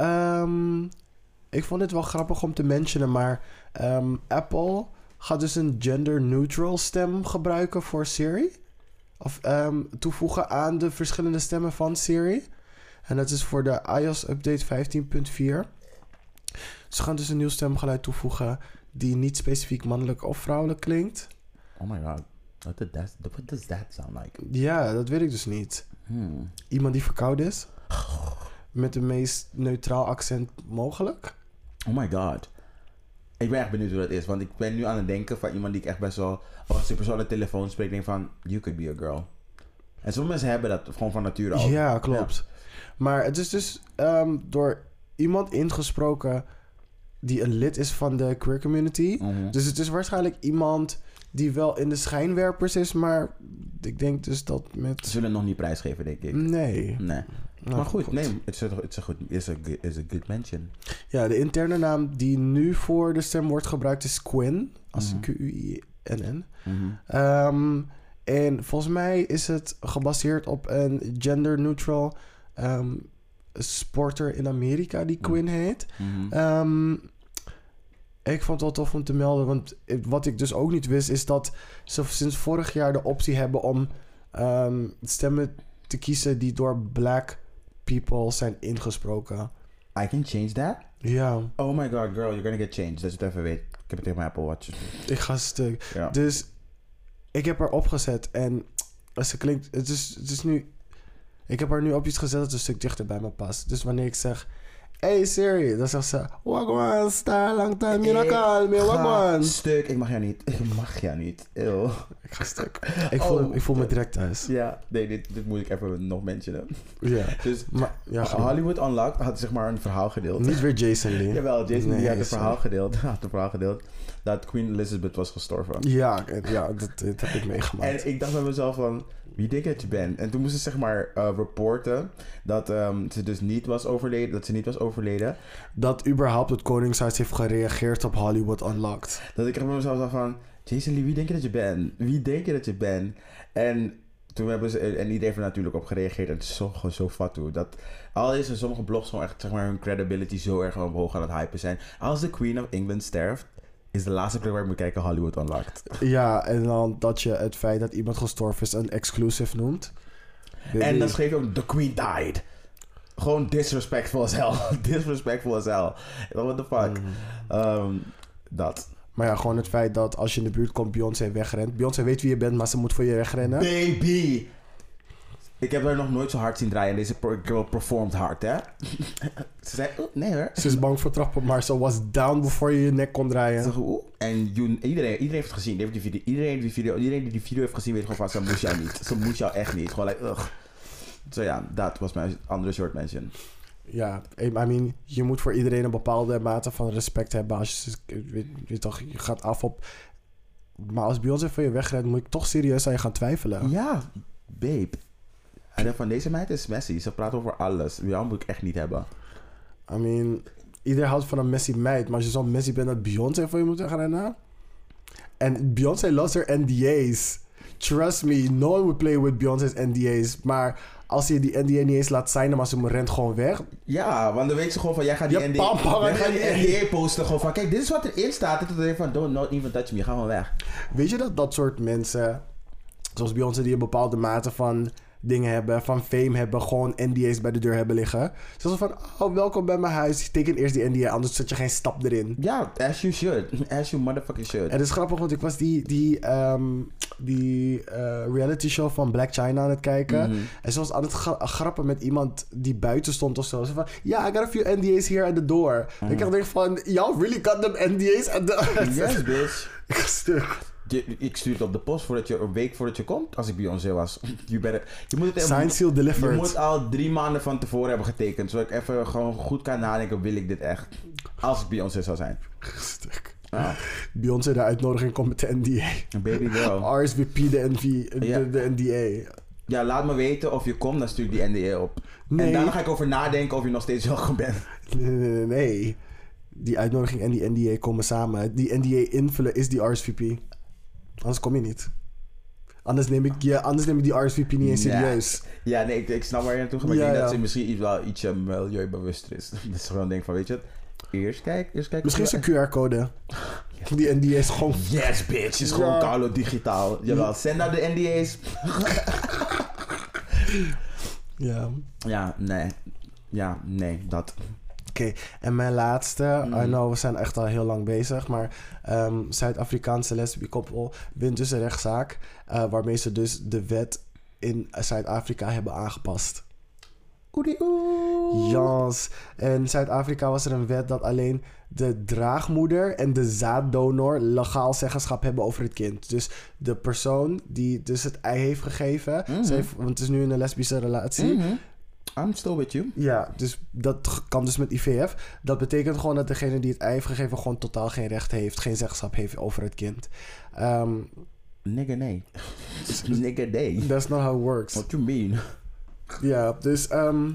Ik vond dit wel grappig om te mentionen, maar Apple gaat dus een gender-neutral stem gebruiken voor Siri. Of toevoegen aan de verschillende stemmen van Siri. En dat is voor de iOS update 15.4. Ze gaan dus een nieuw stemgeluid toevoegen die niet specifiek mannelijk of vrouwelijk klinkt. Oh my god. What does that sound like? Ja, dat weet ik dus niet. Iemand die verkouden is. Met de meest neutraal accent mogelijk. Oh my god. Ik ben echt benieuwd hoe dat is. Want ik ben nu aan het denken van iemand die ik echt best wel... Als ik persoon aan de telefoon spreek, denk van... You could be a girl. En sommige mensen hebben dat gewoon van nature al. Ja, klopt. Ja. Maar het is dus door iemand ingesproken die een lid is van de queer community. Mm-hmm. Dus het is waarschijnlijk iemand die wel in de schijnwerpers is, maar ik denk dus dat met... Ze zullen het nog niet prijsgeven, denk ik. Nee. Nou, maar goed, nee, it's a good mention. Ja, de interne naam die nu voor de stem wordt gebruikt is Quinn. Als Quinn. Mm-hmm. En volgens mij is het gebaseerd op een gender-neutral sporter in Amerika die Quinn heet. Mm-hmm. Ik vond het wel tof om te melden, want wat ik dus ook niet wist is dat ze sinds vorig jaar de optie hebben om stemmen te kiezen die door black people zijn ingesproken. I can change that? Ja. Oh my god, girl, you're gonna get changed. Dat je het even weet. Ik heb het tegen mijn Apple Watch. Ik ga stuk. Ja. Dus ik heb haar opgezet en ze klinkt... Het is nu... Ik heb haar nu op iets gezet dat een stuk dichter bij me past. Dus wanneer ik zeg... Hey Siri, dan zegt ze... Wagwan, star, long time, you call me, wagwan. Stuk, ik mag jou niet. Ik mag jou niet. Ew. Ik ga stuk. Ik voel me direct thuis. Ja, nee, dit moet ik even nog mentionen. Ja. Dus maar, ja, Hollywood Unlocked had zeg maar een verhaal gedeeld. Niet weer Jason Lee. Jawel, Jason Lee had een verhaal gedeeld. Dat Queen Elizabeth was gestorven. Ja, dat heb ik meegemaakt. En ik dacht bij mezelf van... Wie denk je dat je bent? En toen moesten ze zeg maar reporten dat ze dus niet was overleden. Dat ze niet was overleden. Dat überhaupt het Koningshuis heeft gereageerd op Hollywood Unlocked. Dat ik echt bij mezelf dacht van... Jason Lee, wie denk je dat je bent? Wie denk je dat je bent? En toen hebben ze... En iedereen heeft er natuurlijk op gereageerd. En het is gewoon zo fatu. Dat al is er sommige blogs gewoon echt zeg maar hun credibility zo erg omhoog aan het hypen zijn. Als de Queen of England sterft... is de laatste plek waar ik moet kijken Hollywood Unlocked. Ja, en dan dat je het feit dat iemand gestorven is een exclusive noemt. En dan schreef je ook The Queen died. Gewoon disrespectful as hell. Disrespectful as hell. What the fuck? Dat. Maar ja, gewoon het feit dat als je in de buurt komt, Beyoncé wegrent. Beyoncé weet wie je bent, maar ze moet voor je wegrennen. Baby! Ik heb haar nog nooit zo hard zien draaien. Deze girl performt hard, hè? Ze zei, nee hoor. Ze is bang voor trappen, maar ze was down voor je nek kon draaien. Ze zei, en iedereen heeft het gezien. Iedereen die die video heeft gezien, weet gewoon van, ze moest jou niet. Ze moest jou echt niet. Gewoon like, ugh. So ja, dat was mijn andere short mention. Ja, I mean, je moet voor iedereen een bepaalde mate van respect hebben. Als je, weet toch, je gaat af op... Maar als Beyoncé van je wegrent, moet ik toch serieus aan je gaan twijfelen. Ja, babe. En van deze meid is messy. Ze praat over alles. Jou moet ik echt niet hebben. I mean, iedereen houdt van een messy meid. Maar als je zo messy bent dat Beyoncé voor je moet gaan rennen... En Beyoncé lost her NDA's. Trust me, no one would play with Beyoncé's NDA's. Maar als je die NDA niet eens laat signen, maar ze rent gewoon weg. Ja, want dan weet ze gewoon van, jij gaat die NDA posten. Gewoon van, kijk, dit is wat erin staat. En dan van, don't even touch me, ga gewoon weg. Weet je dat soort mensen, zoals Beyoncé, die een bepaalde mate van dingen hebben, van fame hebben, gewoon NDA's bij de deur hebben liggen. Zoals van, oh, welkom bij mijn huis. Teken eerst die NDA, anders zet je geen stap erin. Ja, as you should. As you motherfucking should. En het is grappig, want ik was die reality show van Black China aan het kijken. Mm-hmm. En ze was aan het grappen met iemand die buiten stond of zo. Ze van, ja, I got a few NDA's here at the door. Mm-hmm. En ik dacht van, y'all really got them NDA's at the... Yes, bitch. Ik ga stuk. Ik stuur het op de post een week voordat je komt. Als ik Beyoncé was. Je moet het Signed, seal, delivered. Je moet al 3 maanden van tevoren hebben getekend. Zodat ik even gewoon goed kan nadenken. Wil ik dit echt? Als ik Beyoncé zou zijn. Stuk. Ah. Beyoncé, de uitnodiging komt met de NDA. Baby girl. RSVP, de NDA. Ja, laat me weten of je komt. Dan stuur ik die NDA op. Nee. En daarna ga ik over nadenken of je nog steeds welkom bent. Nee. Die uitnodiging en die NDA komen samen. Die NDA invullen is die RSVP. Anders kom je niet. Anders neem ik die RSVP niet eens serieus. Ja, nee, ik snap waar je naartoe gaat. Maar ik denk dat ze misschien wel ietsje milieubewuster is. Dat ze gewoon denkt van, weet je wat? Eerst kijken. Misschien is een QR-code. Die NDA is gewoon... Yes, bitch. Is gewoon Carlo digitaal. Jawel, send out de NDA's. Ja. Ja, nee, dat... Oké, en mijn laatste. I know, we zijn echt al heel lang bezig. Maar Zuid-Afrikaanse lesbisch koppel wint dus een rechtszaak. Waarmee ze dus de wet in Zuid-Afrika hebben aangepast. Yes. In Zuid-Afrika was er een wet dat alleen de draagmoeder en de zaaddonor legaal zeggenschap hebben over het kind. Dus de persoon die dus het ei heeft gegeven... want het is nu een lesbische relatie... I'm still with you. Ja, dus dat kan dus met IVF. Dat betekent gewoon dat degene die het ei heeft gegeven... gewoon totaal geen recht heeft, geen zeggenschap heeft over het kind. Nigga, nee. Nigga, nee. That's not how it works. What you mean? Ja, dus...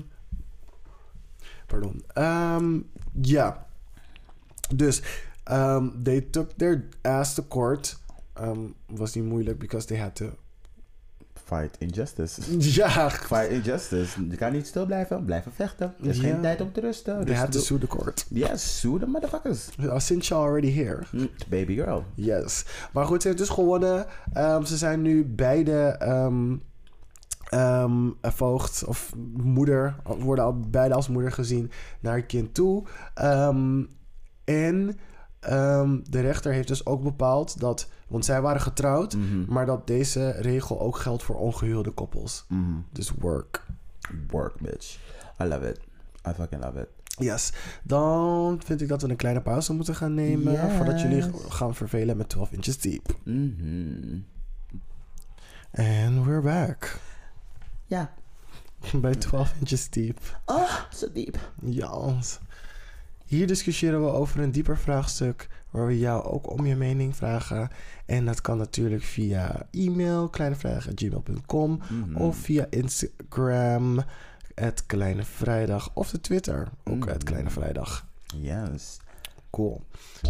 pardon. Ja. Dus... they took their ass to court. Was niet moeilijk, because they had to... Fight injustice. Ja. Fight injustice. Je kan niet stil blijven vechten. Er is geen tijd om te rusten. They had to sue the court. Yes, sue the motherfuckers. Since you're already here. Baby girl. Yes. Maar goed, ze heeft dus gewonnen. Ze zijn nu beide voogd of moeder, worden al beide als moeder gezien naar het kind toe. En de rechter heeft dus ook bepaald dat... Want zij waren getrouwd, maar dat deze regel ook geldt voor ongehuwde koppels. Dus work. Work, bitch. I love it. I fucking love it. Yes. Dan vind ik dat we een kleine pauze moeten gaan nemen... voordat jullie gaan vervelen met 12 Inches Deep. And we're back. Ja. Bij 12 Inches Deep. Oh, zo diep. Ja. Hier discussiëren we over een dieper vraagstuk... waar we jou ook om je mening vragen. En dat kan natuurlijk via e-mail, kleinevrijdag@gmail.com... of via Instagram, @kleinevrijdag... of de Twitter, ook @kleinevrijdag. Yes. Cool.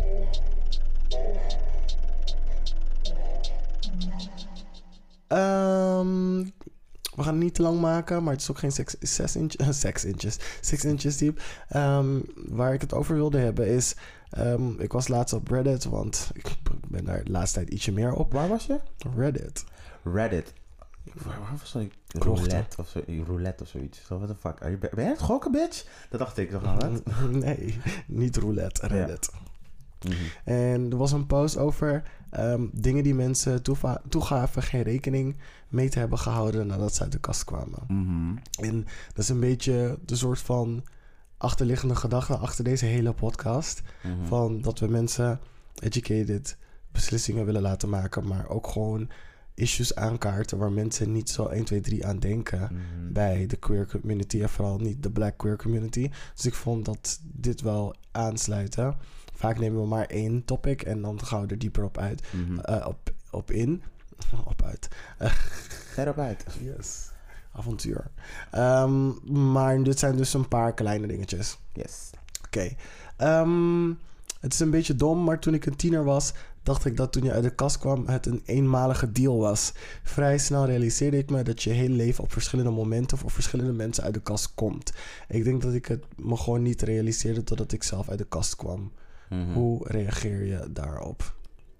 We gaan het niet te lang maken, maar het is ook geen 6 inches diep. Waar ik het over wilde hebben is... ik was laatst op Reddit, want ik ben daar de laatste tijd ietsje meer op. Waar was je? Reddit. Reddit. Waar was ik? Krochten. Roulette of zoiets. So, what the fuck? Ben jij het gokken, bitch? Dat dacht ik. Wat? Nee, niet roulette, Reddit. Mhm. En er was een post over dingen die mensen toegaven geen rekening mee te hebben gehouden nadat ze uit de kast kwamen. Mhm. En dat is een beetje de soort van achterliggende gedachte achter deze hele podcast. Mhm. Van dat we mensen educated beslissingen willen laten maken, maar ook gewoon issues aankaarten waar mensen niet zo 1, 2, 3 aan denken Mhm. bij de queer community en vooral niet de black queer community. Dus ik vond dat dit wel aansluiten. Vaak nemen we maar 1 topic en dan gaan we er dieper op uit. Mhm. Op in. Op uit. Erop uit. Yes. Avontuur. Maar dit zijn dus een paar kleine dingetjes. Yes. Oké. Het is een beetje dom, maar toen ik een tiener was, dacht ik dat toen je uit de kast kwam het een eenmalige deal was. Vrij snel realiseerde ik me dat je hele leven op verschillende momenten voor verschillende mensen uit de kast komt. Ik denk dat ik het me gewoon niet realiseerde totdat ik zelf uit de kast kwam. Mhm. Hoe reageer je daarop?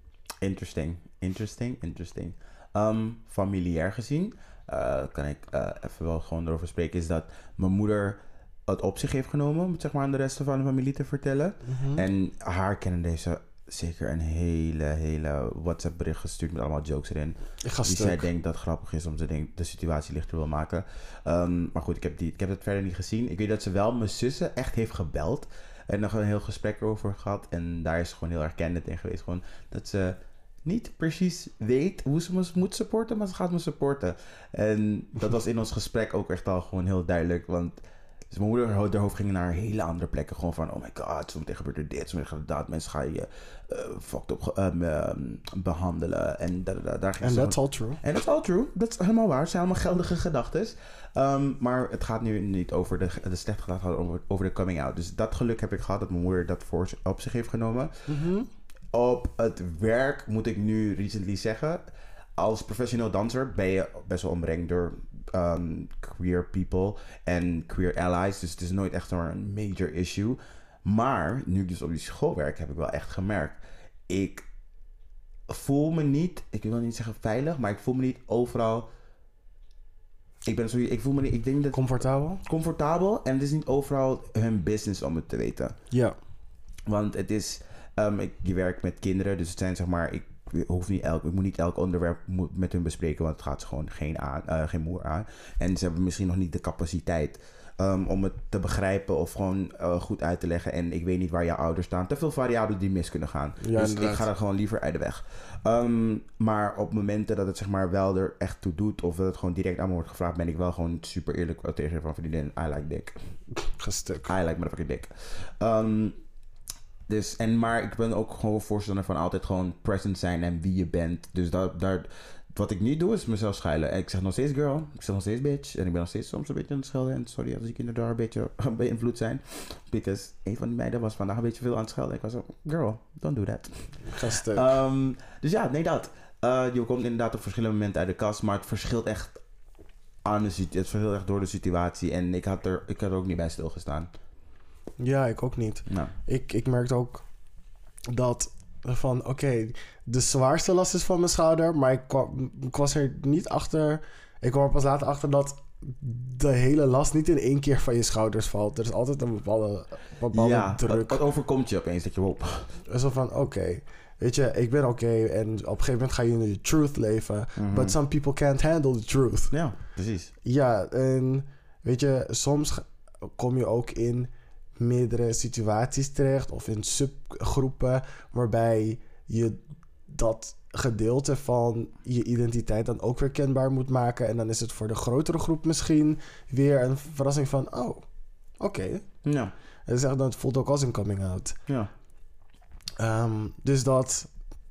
Interesting. Familiair gezien kan ik even wel gewoon erover spreken, is dat mijn moeder het op zich heeft genomen om het zeg maar aan de rest van de familie te vertellen. En haar kennen deze zeker een hele WhatsApp bericht gestuurd met allemaal jokes erin. Ik ga Die stuk. zij denkt dat het grappig is, omdat ze denkt de situatie lichter wil maken. Maar goed, ik heb het verder niet gezien. Ik weet dat ze wel mijn zussen echt heeft gebeld en nog een heel gesprek over gehad. En daar is ze gewoon heel erg kennend in geweest. Gewoon dat ze niet precies weet hoe ze me moet supporten, maar ze gaat me supporten. En dat was in ons gesprek ook echt al gewoon heel duidelijk, want dus mijn moeder haar hoofd ging naar hele andere plekken. Gewoon van, oh my god, zometeen gebeurt er dit, zometeen gebeurt er dat. Mensen gaan je fucked up behandelen. En daar ging And ze that's all true. en dat is all true. Dat is helemaal waar. Het zijn allemaal geldige gedachten. Maar het gaat nu niet over de slechte gedachten, over de coming out. Dus dat geluk heb ik gehad dat mijn moeder dat op zich heeft genomen. Op het werk moet ik nu recently zeggen, als professioneel danser ben je best wel omringd door queer people en queer allies. Dus het is nooit echt een major issue. Maar nu ik dus op die school werk, heb ik wel echt gemerkt. Ik voel me niet, ik wil niet zeggen veilig, maar ik voel me niet overal. Ik voel me niet, ik denk dat comfortabel en het is niet overal hun business om het te weten. Ja. Want het is, je werkt met kinderen, dus het zijn zeg maar, ik moet niet elk onderwerp met hun bespreken, want het gaat ze gewoon geen moer aan. En ze hebben misschien nog niet de capaciteit om het te begrijpen of gewoon goed uit te leggen. En ik weet niet waar jouw ouders staan. Te veel variabelen die mis kunnen gaan. Ja, dus inderdaad. ik ga er gewoon liever uit de weg. Maar op momenten dat het zeg maar wel er echt toe doet, of dat het gewoon direct aan me wordt gevraagd, ben ik wel gewoon super eerlijk tegen van vriendin. I like dick. Gestuk. I like motherfucking dick. Maar ik ben ook gewoon voorstander van altijd gewoon present zijn en wie je bent. Dus wat ik niet doe is mezelf schuilen. Ik zeg nog steeds girl, ik zeg nog steeds bitch. En ik ben nog steeds soms een beetje aan het schelden. En sorry als ik inderdaad een beetje beïnvloed zijn. Because een van die meiden was vandaag een beetje veel aan het schelden. Ik was zo, girl, don't do that. Gestuk. Dus ja, nee dat. Je komt inderdaad op verschillende momenten uit de kast. Maar het verschilt echt door de situatie. En ik had er ook niet bij stilgestaan. Ja, ik ook niet. Nou. Ik merkte ook dat van oké, de zwaarste last is van mijn schouder, maar ik was er niet achter. Ik kwam er pas later achter dat de hele last niet in één keer van je schouders valt. Er is altijd een bepaalde druk. Wat overkomt je opeens dat je op? Zo van oké, weet je, ik ben oké en op een gegeven moment ga je in de truth leven. But some people can't handle the truth. Ja, precies. Ja, en weet je, soms kom je ook in meerdere situaties terecht of in subgroepen waarbij je dat gedeelte van je identiteit dan ook weer kenbaar moet maken. En dan is het voor de grotere groep misschien weer een verrassing van, oh, oké. Ja. Het voelt ook als een coming out. Ja. Dus dat.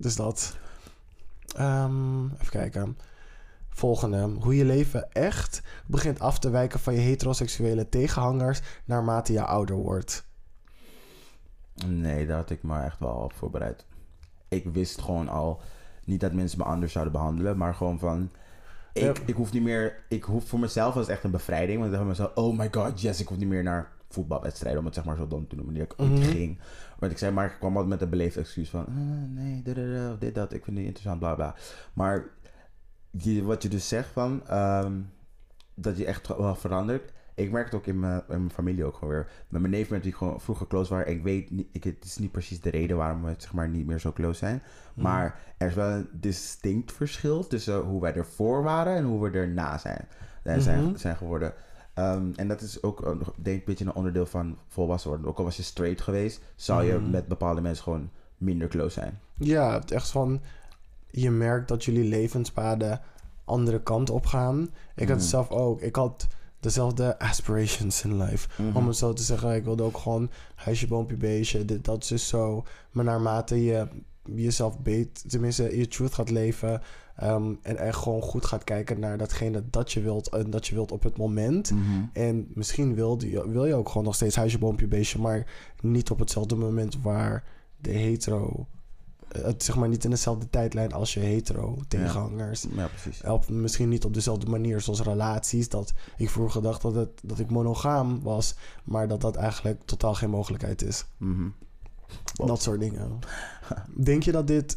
Even kijken. Volgende. Hoe je leven echt begint af te wijken van je heteroseksuele tegenhangers naarmate je ouder wordt. Nee, daar had ik me echt wel op voorbereid. Ik wist gewoon al, niet dat mensen me anders zouden behandelen, maar gewoon van, ik hoef niet meer, voor mezelf was het echt een bevrijding, want ik dacht mezelf, oh my god, yes, ik hoef niet meer naar voetbalwedstrijden, om het zeg maar zo dom te noemen, die ik ooit ging. Want ik zei, maar ik kwam altijd met een beleefd excuus van, nee, dit, dat, ik vind het niet interessant, bla bla. Maar wat je dus zegt van... dat je echt wel verandert. Ik merk het ook in mijn familie ook gewoon weer. Met mijn neef met die gewoon vroeger close waren. Ik weet niet, het is niet precies de reden waarom we zeg maar niet meer zo close zijn. Maar er is wel een distinct verschil tussen hoe wij ervoor waren en hoe we erna zijn geworden. En dat is ook denk ik een beetje een onderdeel van volwassen worden. Ook al was je straight geweest, zou je met bepaalde mensen gewoon minder close zijn. Ja, het echt van... Je merkt dat jullie levenspaden andere kant op gaan. Ik had het zelf ook. Ik had dezelfde aspirations in life. Om het zo te zeggen. Ik wilde ook gewoon huisje, boompje, beestje. Dit, dat is dus zo. Maar naarmate je jezelf tenminste je truth gaat leven... en echt gewoon goed gaat kijken naar datgene dat je wilt... en dat je wilt op het moment. En misschien wil je ook gewoon nog steeds huisje, boompje, beestje... maar niet op hetzelfde moment waar de hetero... Het zeg maar niet in dezelfde tijdlijn als je hetero-tegenhangers. Ja, precies. Misschien niet op dezelfde manier zoals relaties. Dat ik vroeger dacht dat ik monogaam was... maar dat eigenlijk totaal geen mogelijkheid is. Dat soort dingen. Denk je dat dit...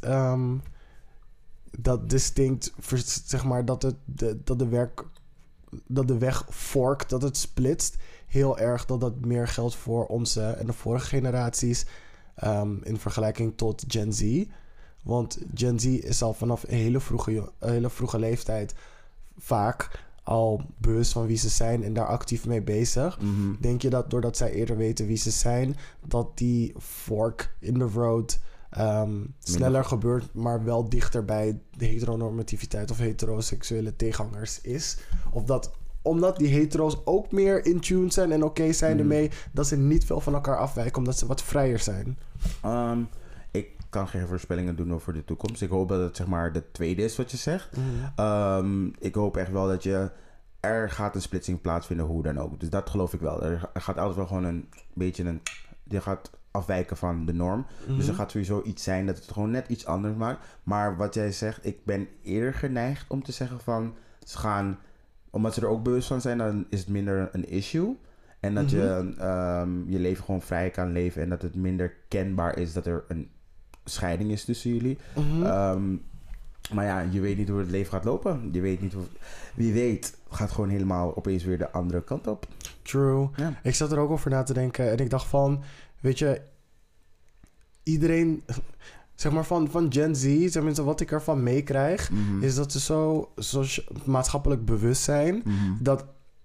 dat distinct... zeg maar dat de weg forkt, dat het splitst... heel erg dat meer geldt voor onze en de vorige generaties... in vergelijking tot Gen Z. Want Gen Z is al vanaf een hele vroege leeftijd... vaak al bewust van wie ze zijn en daar actief mee bezig. Denk je dat doordat zij eerder weten wie ze zijn... dat die fork in the road sneller gebeurt... maar wel dichter bij de heteronormativiteit of heteroseksuele tegenhangers is? Of dat... omdat die hetero's ook meer in tune zijn en oké zijn ermee... dat ze niet veel van elkaar afwijken, omdat ze wat vrijer zijn. Ik kan geen voorspellingen doen over de toekomst. Ik hoop dat het zeg maar de tweede is wat je zegt. Ik hoop echt wel dat er gaat een splitsing plaatsvinden, hoe dan ook. Dus dat geloof ik wel. Er gaat altijd wel gewoon een beetje je gaat afwijken van de norm. Dus er gaat sowieso iets zijn dat het gewoon net iets anders maakt. Maar wat jij zegt, ik ben eerder geneigd om te zeggen van... ze gaan... omdat ze er ook bewust van zijn, dan is het minder een issue. En dat je je leven gewoon vrij kan leven. En dat het minder kenbaar is dat er een scheiding is tussen jullie. Maar ja, je weet niet hoe het leven gaat lopen. Je weet niet wie weet gaat gewoon helemaal opeens weer de andere kant op. True. Ja. Ik zat er ook over na te denken. En ik dacht van... Weet je... Iedereen... Zeg maar van Gen Z, tenminste wat ik ervan meekrijg... is dat ze zo maatschappelijk bewust zijn... dat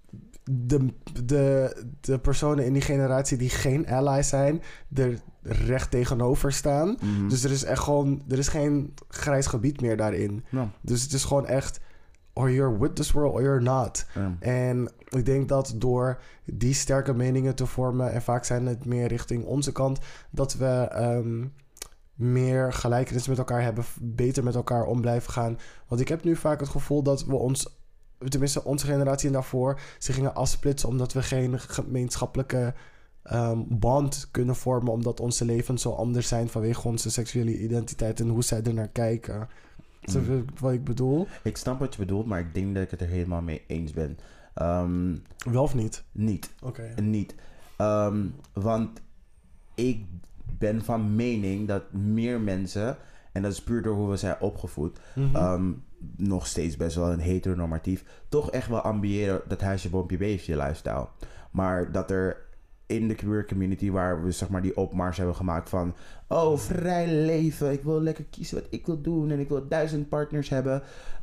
de personen in die generatie die geen ally zijn... er recht tegenover staan. Dus er is echt gewoon... er is geen grijs gebied meer daarin. Ja. Dus het is gewoon echt... or you're with this world or you're not. Ja. En ik denk dat door die sterke meningen te vormen... en vaak zijn het meer richting onze kant... dat we... meer gelijkenis met elkaar hebben, beter met elkaar om blijven gaan. Want ik heb nu vaak het gevoel dat we tenminste onze generatie en daarvoor... zich gingen afsplitsen omdat we geen gemeenschappelijke band kunnen vormen... omdat onze levens zo anders zijn vanwege onze seksuele identiteit... en hoe zij er naar kijken. Snap je wat ik bedoel? Ik snap wat je bedoelt, maar ik denk dat ik het er helemaal mee eens ben. Wel of niet? Niet. Oké. Niet. Want ik ben van mening dat meer mensen... en dat is puur door hoe we zijn opgevoed... nog steeds best wel een heteronormatief... toch echt wel ambiëren dat huisje, boompje, beestje lifestyle. Maar dat er in de queer community... waar we zeg maar die opmars hebben gemaakt van... oh, vrij leven, ik wil lekker kiezen wat ik wil doen... en ik wil 1000 partners hebben...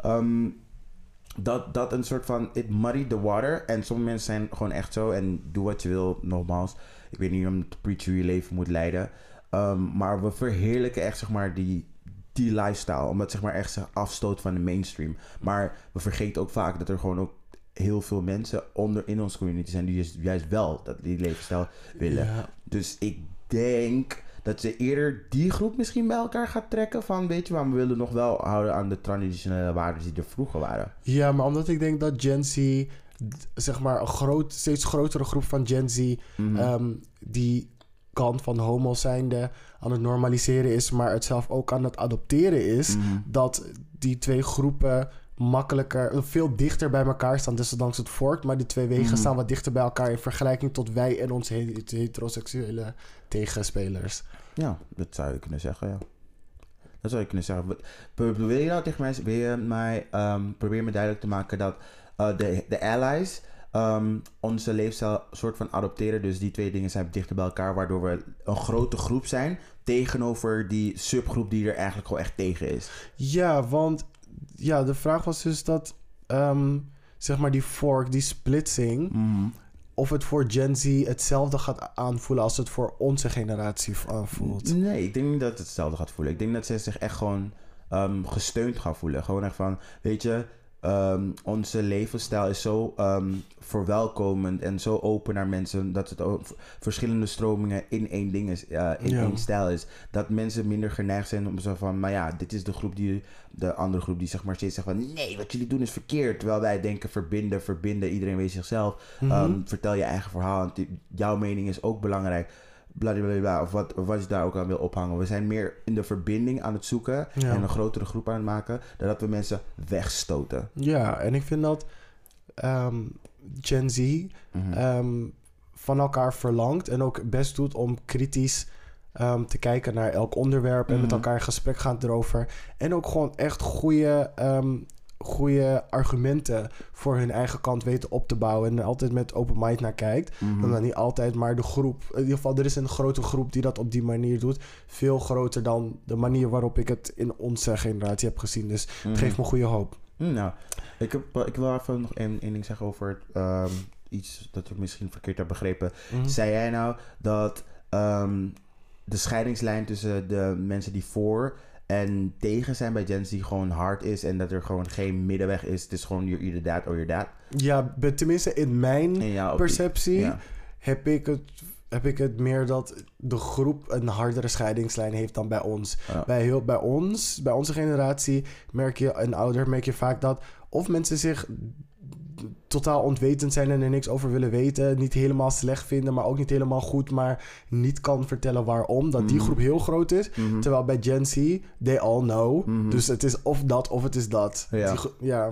Dat een soort van... it muddied the water. En sommige mensen zijn gewoon echt zo... en doe wat je wil, nogmaals. Ik weet niet om te preachen hoe je leven moet leiden... maar we verheerlijken echt zeg maar die lifestyle. Omdat zeg maar echt zich afstoot van de mainstream. Maar we vergeten ook vaak dat er gewoon ook heel veel mensen in onze community zijn... die juist wel die levensstijl willen. Ja. Dus ik denk dat ze eerder die groep misschien bij elkaar gaat trekken... van weet je, maar we willen nog wel houden aan de traditionele waarden die er vroeger waren. Ja, maar omdat ik denk dat Gen Z... zeg maar een steeds grotere groep van Gen Z... die kant van homo zijnde aan het normaliseren is... maar het zelf ook aan het adopteren is... dat die twee groepen makkelijker... veel dichter bij elkaar staan. Desondanks het fork, maar die twee wegen staan wat dichter bij elkaar... in vergelijking tot wij en onze heteroseksuele tegenspelers. Ja, dat zou je kunnen zeggen, ja. Dat zou je kunnen zeggen. Wil je nou tegen mij... Wil je mij... probeer me duidelijk te maken dat de allies... onze leefstijl soort van adopteren. Dus die twee dingen zijn dichter bij elkaar. Waardoor we een grote groep zijn. Tegenover die subgroep die er eigenlijk gewoon echt tegen is. Ja, want... Ja, de vraag was dus dat... zeg maar die fork, die splitsing... Mm. Of het voor Gen Z hetzelfde gaat aanvoelen als het voor onze generatie aanvoelt. Nee, ik denk niet dat het hetzelfde gaat voelen. Ik denk dat ze zich echt gewoon gesteund gaan voelen. Gewoon echt van, weet je, onze levensstijl is zo verwelkomend en zo open naar mensen dat het ook verschillende stromingen in één ding is, één stijl is. Dat mensen minder geneigd zijn om zo van, maar ja, dit is de andere groep die zeg maar steeds zegt van, nee, wat jullie doen is verkeerd. Terwijl wij denken verbinden, iedereen weet zichzelf. Vertel je eigen verhaal, want jouw mening is ook belangrijk. Blablabla, of wat je daar ook aan wil ophangen. We zijn meer in de verbinding aan het zoeken en een grotere groep aan het maken, dan dat we mensen wegstoten. Ja, en ik vind dat Gen Z van elkaar verlangt en ook best doet om kritisch te kijken naar elk onderwerp en met elkaar in gesprek gaan erover. En ook gewoon echt goede argumenten voor hun eigen kant weten op te bouwen en er altijd met open mind naar kijkt. Dan niet altijd, maar de groep, in ieder geval er is een grote groep die dat op die manier doet. Veel groter dan de manier waarop ik het in onze generatie heb gezien. Dus het geeft me goede hoop. Nou, ik wil even nog één ding zeggen over iets dat ik misschien verkeerd heb begrepen. Zei jij nou dat de scheidingslijn tussen de mensen die voor en tegen zijn bij Gen Z gewoon hard is en dat er gewoon geen middenweg is? Het is gewoon you're either that or you're that. Ja, tenminste in mijn perceptie heb ik het meer dat de groep een hardere scheidingslijn heeft dan bij ons. Ja. Bij onze generatie merk je vaak dat of mensen zich totaal ontwetend zijn en er niks over willen weten, niet helemaal slecht vinden, maar ook niet helemaal goed, maar niet kan vertellen waarom, dat die groep heel groot is. Terwijl bij Gen Z, they all know. Dus het is of dat of het is dat. Ja.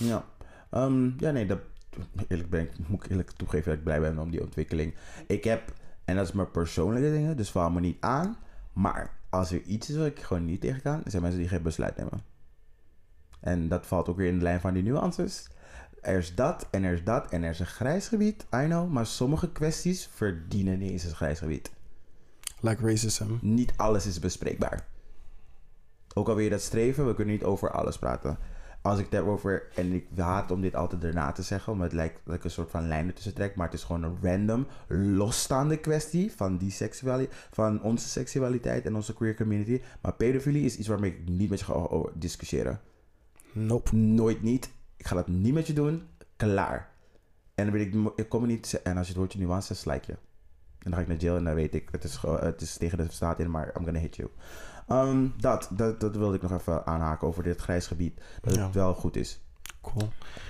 Moet ik eerlijk toegeven dat ik blij ben om die ontwikkeling. Ik heb, en dat is mijn persoonlijke dingen, dus val me niet aan, maar als er iets is wat ik gewoon niet tegen kan, zijn mensen die geen besluit nemen. En dat valt ook weer in de lijn van die nuances. Er is dat en er is dat en er is een grijs gebied, I know, maar sommige kwesties verdienen niet eens een grijs gebied. Like racism. Niet alles is bespreekbaar. Ook al wil je dat streven, we kunnen niet over alles praten. Als ik het heb over, en ik haat om dit altijd erna te zeggen, omdat het lijkt dat ik een soort van lijn ertussen trek, maar het is gewoon een random, losstaande kwestie van onze seksualiteit en onze queer community. Maar pedofilie is iets waarmee ik niet met je ga discussiëren. Nope. Nooit niet. Ik ga dat niet met je doen. Klaar. En dan weet ik kom er niet. En als je het woordje nuance zegt, slijk je. En dan ga ik naar jail en dan weet ik, het is tegen de staat in, maar I'm gonna hit you. Dat wilde ik nog even aanhaken over dit grijs gebied. Dat het wel goed is. Cool.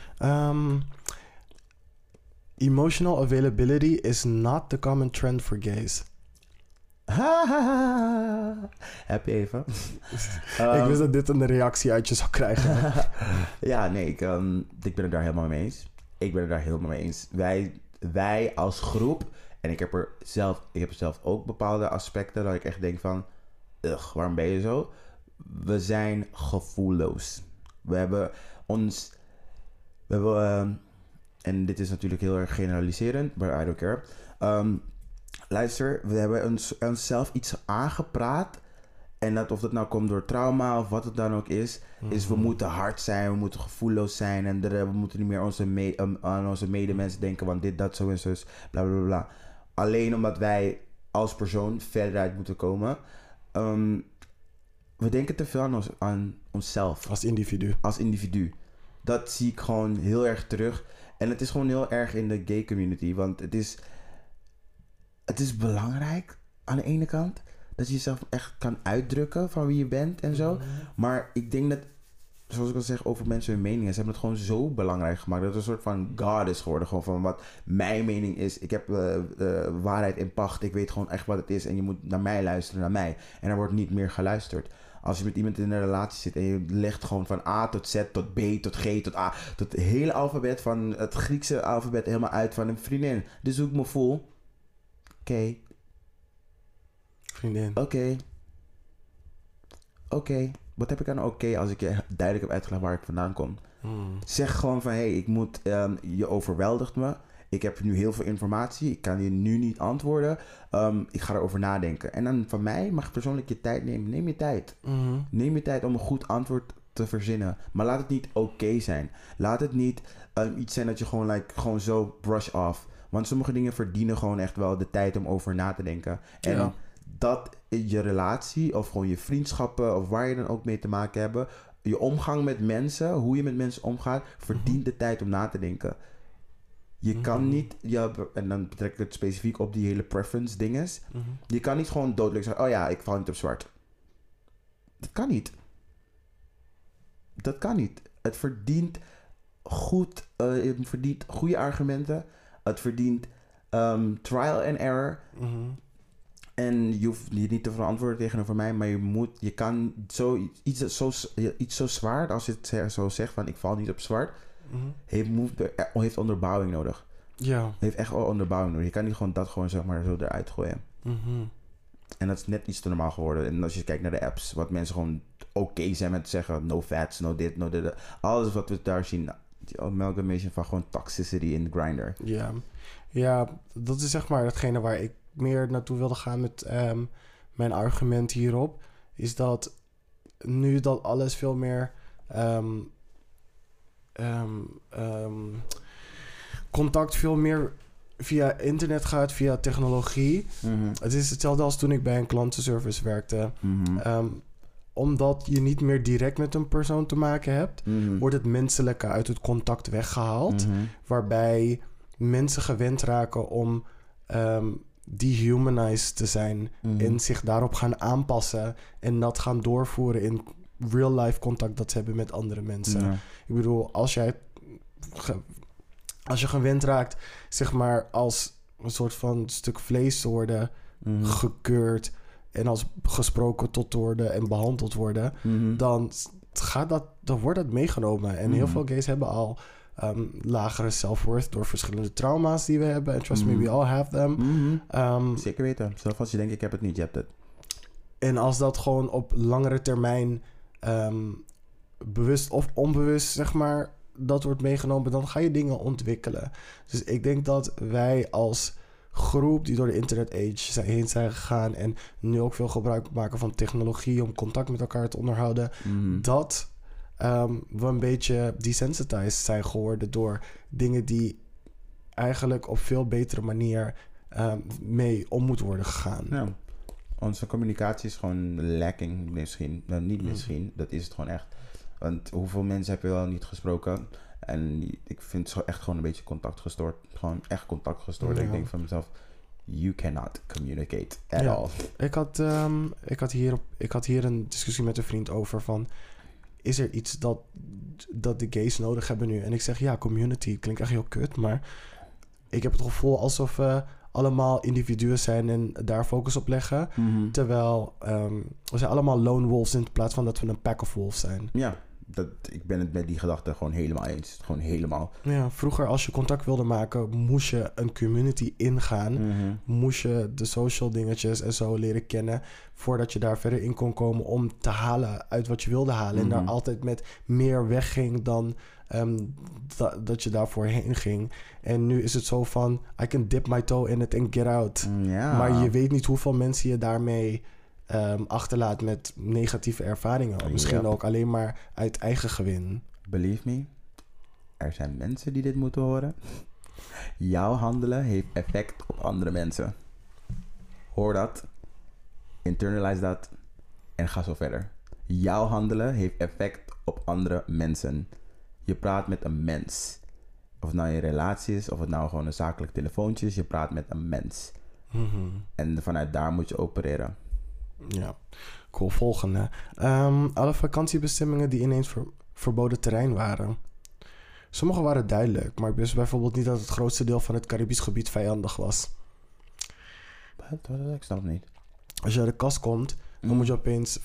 Emotional availability is not the common trend for gays. Heb je even? Ik wist dat dit een reactie uit je zou krijgen. Ja, nee, ik ben het daar helemaal mee eens. Wij als groep, en ik heb zelf ook bepaalde aspecten dat ik echt denk van, waarom ben je zo? We zijn gevoelloos. We hebben en dit is natuurlijk heel erg generaliserend, but I don't care. Luister, we hebben onszelf iets aangepraat. En dat of dat nou komt door trauma of wat het dan ook is we moeten hard zijn, we moeten gevoelloos zijn. En we moeten niet meer aan onze medemensen denken, want dit, dat, zo en zo, bla bla bla. Alleen omdat wij als persoon verder uit moeten komen. We denken te veel aan onszelf. Als individu. Dat zie ik gewoon heel erg terug. En het is gewoon heel erg in de gay community. Want het is belangrijk aan de ene kant dat je jezelf echt kan uitdrukken van wie je bent en zo. Maar ik denk dat, zoals ik al zeg over mensen hun meningen, ze hebben het gewoon zo belangrijk gemaakt dat het een soort van God is geworden. Gewoon van wat mijn mening is. Ik heb waarheid in pacht. Ik weet gewoon echt wat het is en je moet naar mij luisteren, naar mij. En er wordt niet meer geluisterd. Als je met iemand in een relatie zit en je legt gewoon van A tot Z tot B tot G tot A, tot het hele alfabet van het Griekse alfabet helemaal uit van een vriendin. Dus hoe ik me voel. Oké. Vriendin. Oké. Oké, wat heb ik aan oké als ik je duidelijk heb uitgelegd waar ik vandaan kom? Zeg gewoon van, hey, je overweldigt me. Ik heb nu heel veel informatie. Ik kan je nu niet antwoorden. Ik ga erover nadenken. En dan van mij mag je persoonlijk je tijd nemen. Neem je tijd. Neem je tijd om een goed antwoord te verzinnen. Maar laat het niet oké zijn. Laat het niet iets zijn dat je gewoon zo brush off. Want sommige dingen verdienen gewoon echt wel de tijd om over na te denken. En dat je relatie of gewoon je vriendschappen of waar je dan ook mee te maken hebt, je omgang met mensen, hoe je met mensen omgaat, verdient de tijd om na te denken. Je kan niet, en dan betrek ik het specifiek op die hele preference dinges. Je kan niet gewoon dodelijk zeggen, oh ja, ik val niet op zwart. Dat kan niet. Dat kan niet. Het verdient goede argumenten. Het verdient trial and error. En je hoeft je niet te verantwoorden tegenover mij, maar je kan iets zo zwaar, als je het zo zegt van ik val niet op zwart, heeft onderbouwing nodig. Ja. Heeft echt wel onderbouwing nodig. Je kan niet gewoon dat gewoon zeg maar zo eruit gooien. En dat is net iets te normaal geworden. En als je kijkt naar de apps, wat mensen gewoon oké zijn met zeggen, no fats, no dit, no dit. Alles wat we daar zien, die amalgamation van gewoon toxicity in Grindr. Ja, dat is zeg maar hetgene waar ik meer naartoe wilde gaan met mijn argument hierop. Is dat nu dat alles veel meer contact veel meer via internet gaat, via technologie. Het is hetzelfde als toen ik bij een klantenservice werkte. Omdat je niet meer direct met een persoon te maken hebt, wordt het menselijke uit het contact weggehaald. Waarbij mensen gewend raken om dehumanized te zijn en zich daarop gaan aanpassen en dat gaan doorvoeren in real-life contact dat ze hebben met andere mensen. Ik bedoel, als je gewend raakt, zeg maar, als een soort van stuk vlees te worden gekeurd en als gesproken tot worden en behandeld worden, dan wordt dat meegenomen. En heel veel gays hebben al lagere self-worth door verschillende trauma's die we hebben. En trust me, we all have them. Zeker weten. Zelfs als je denkt, ik heb het niet, je hebt het. En als dat gewoon op langere termijn bewust of onbewust, zeg maar, dat wordt meegenomen, dan ga je dingen ontwikkelen. Dus ik denk dat wij als groep die door de internet age heen zijn gegaan en nu ook veel gebruik maken van technologie om contact met elkaar te onderhouden, dat we een beetje desensitized zijn geworden door dingen die eigenlijk op veel betere manier mee om moet worden gegaan. Ja. Onze communicatie is gewoon lacking misschien. Nou, niet misschien, dat is het gewoon echt. Want hoeveel mensen heb je wel niet gesproken? En ik vind het echt gewoon een beetje contact gestoord. Gewoon echt contact gestoord. Ja. Ik denk van mezelf, you cannot communicate at all. Ik had hier een discussie met een vriend over van, is er iets dat de gays nodig hebben nu? En ik zeg, ja, community. Klinkt echt heel kut, maar ik heb het gevoel alsof we allemaal individuen zijn en daar focus op leggen. Terwijl we zijn allemaal lone wolves in plaats van dat we een pack of wolves zijn. Ja, ik ben het met die gedachte gewoon helemaal eens. Gewoon helemaal. Ja, vroeger als je contact wilde maken, moest je een community ingaan. Moest je de social dingetjes en zo leren kennen voordat je daar verder in kon komen om te halen uit wat je wilde halen. En daar altijd met meer wegging dan dat je daarvoor heen ging. En nu is het zo van, I can dip my toe in it and get out. Maar je weet niet hoeveel mensen je daarmee achterlaat met negatieve ervaringen. Misschien ook alleen maar uit eigen gewin. Believe me, er zijn mensen die dit moeten horen. Jouw handelen heeft effect op andere mensen. Hoor dat. Internalize dat. En ga zo verder. Jouw handelen heeft effect op andere mensen. Je praat met een mens. Of het nou je relatie is, of het nou gewoon een zakelijk telefoontje is. Je praat met een mens. En vanuit daar moet je opereren. Ja, cool. Volgende. Alle vakantiebestemmingen die ineens verboden terrein waren. Sommige waren duidelijk, maar ik wist bijvoorbeeld niet dat het grootste deel van het Caribisch gebied vijandig was. Ik snap het niet. Als je uit de kast komt, dan moet je opeens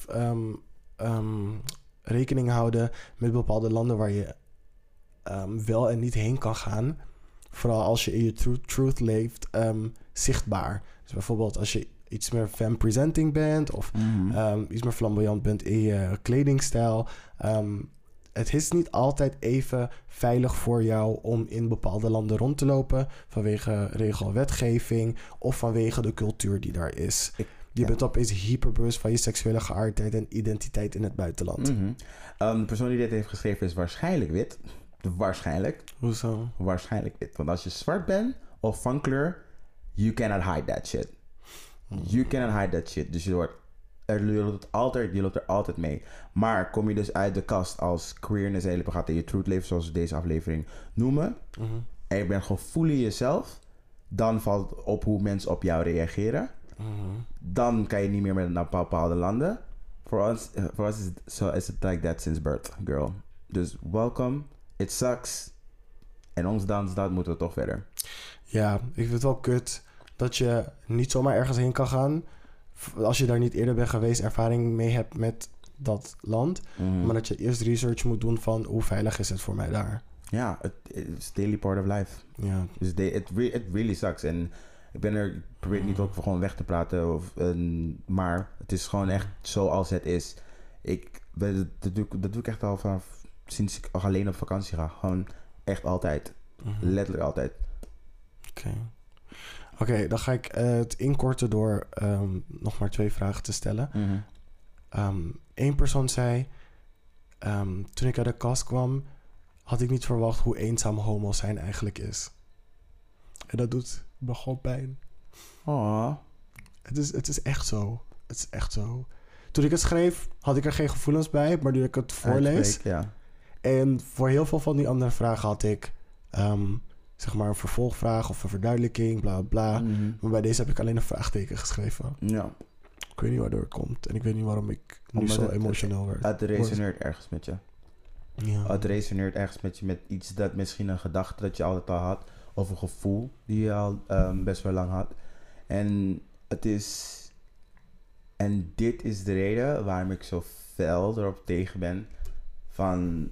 rekening houden met bepaalde landen waar je wel en niet heen kan gaan. Vooral als je in je truth leeft, zichtbaar. Dus bijvoorbeeld als je iets meer femme-presenting bent of iets meer flamboyant bent in je kledingstijl. Het is niet altijd even veilig voor jou om in bepaalde landen rond te lopen vanwege regelwetgeving of vanwege de cultuur die daar is. Je bent opeens hyperbewust van je seksuele geaardheid en identiteit in het buitenland. De persoon die dit heeft geschreven is waarschijnlijk wit. Waarschijnlijk. Hoezo? Waarschijnlijk wit. Want als je zwart bent of van kleur, you cannot hide that shit. You cannot hide that shit. Dus je loopt er altijd mee. Maar kom je dus uit de kast als queerness en je gaat in je truth leven, zoals we deze aflevering noemen, en je bent gewoon fully jezelf, dan valt het op hoe mensen op jou reageren. Dan kan je niet meer met naar bepaalde landen. Voor ons is het like that since birth, girl. Dus welcome. It sucks. En ons dat moeten we toch verder. Ja, ik vind het wel kut dat je niet zomaar ergens heen kan gaan als je daar niet eerder bent geweest, ervaring mee hebt met dat land. Maar dat je eerst research moet doen van hoe veilig is het voor mij daar. Ja, it's daily part of life. Ja. Dus it really sucks. En ik probeer het niet ook gewoon weg te praten. Maar het is gewoon echt zoals het is. Dat doe ik echt al vanaf sinds ik alleen op vakantie ga. Gewoon echt altijd. Letterlijk altijd. Oké, dan ga ik het inkorten door nog maar 2 vragen te stellen. 1 persoon zei, toen ik uit de kast kwam, had ik niet verwacht hoe eenzaam homo zijn eigenlijk is. En dat doet me gewoon pijn. Oh. Het is echt zo. Het is echt zo. Toen ik het schreef, had ik er geen gevoelens bij, maar nu ik het voorlees. Ja. En voor heel veel van die andere vragen had ik zeg maar een vervolgvraag of een verduidelijking, bla bla. Maar bij deze heb ik alleen een vraagteken geschreven. Ja. Ik weet niet waardoor het komt. En ik weet niet waarom ik nu zo emotioneel werd. Het resoneert ergens met je. Ja. Het resoneert ergens met je met iets dat misschien een gedachte dat je altijd al had. Of een gevoel die je al best wel lang had. En dit is de reden waarom ik zo fel erop tegen ben van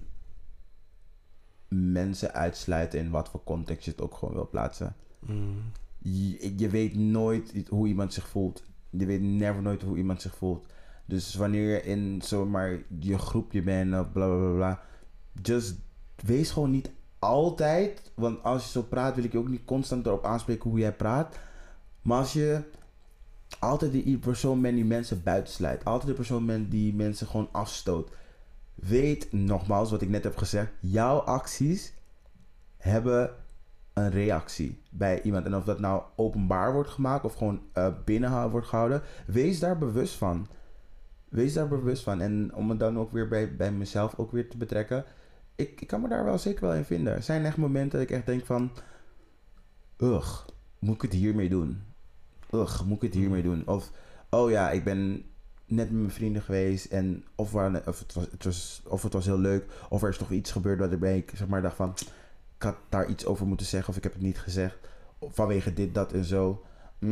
mensen uitsluiten in wat voor context je het ook gewoon wil plaatsen. Je weet nooit hoe iemand zich voelt. Je weet nooit hoe iemand zich voelt. Dus wanneer je in zomaar je groepje bent of bla bla bla bla, just wees gewoon niet altijd, want als je zo praat wil ik je ook niet constant erop aanspreken hoe jij praat. Maar als je altijd die persoon bent die mensen buitensluit, altijd de persoon bent die mensen gewoon afstoot, weet nogmaals wat ik net heb gezegd, jouw acties hebben een reactie bij iemand. En of dat nou openbaar wordt gemaakt of gewoon binnen wordt gehouden, wees daar bewust van. Wees daar bewust van. En om het dan ook weer bij mezelf ook weer te betrekken, ik kan me daar wel zeker wel in vinden. Er zijn echt momenten dat ik echt denk van, moet ik het hiermee doen? Moet ik het hiermee doen? Of, oh ja, ik ben net met mijn vrienden geweest en of het was heel leuk, of er is toch iets gebeurd waarbij ik zeg maar dacht van, ik had daar iets over moeten zeggen of ik heb het niet gezegd vanwege dit, dat en zo.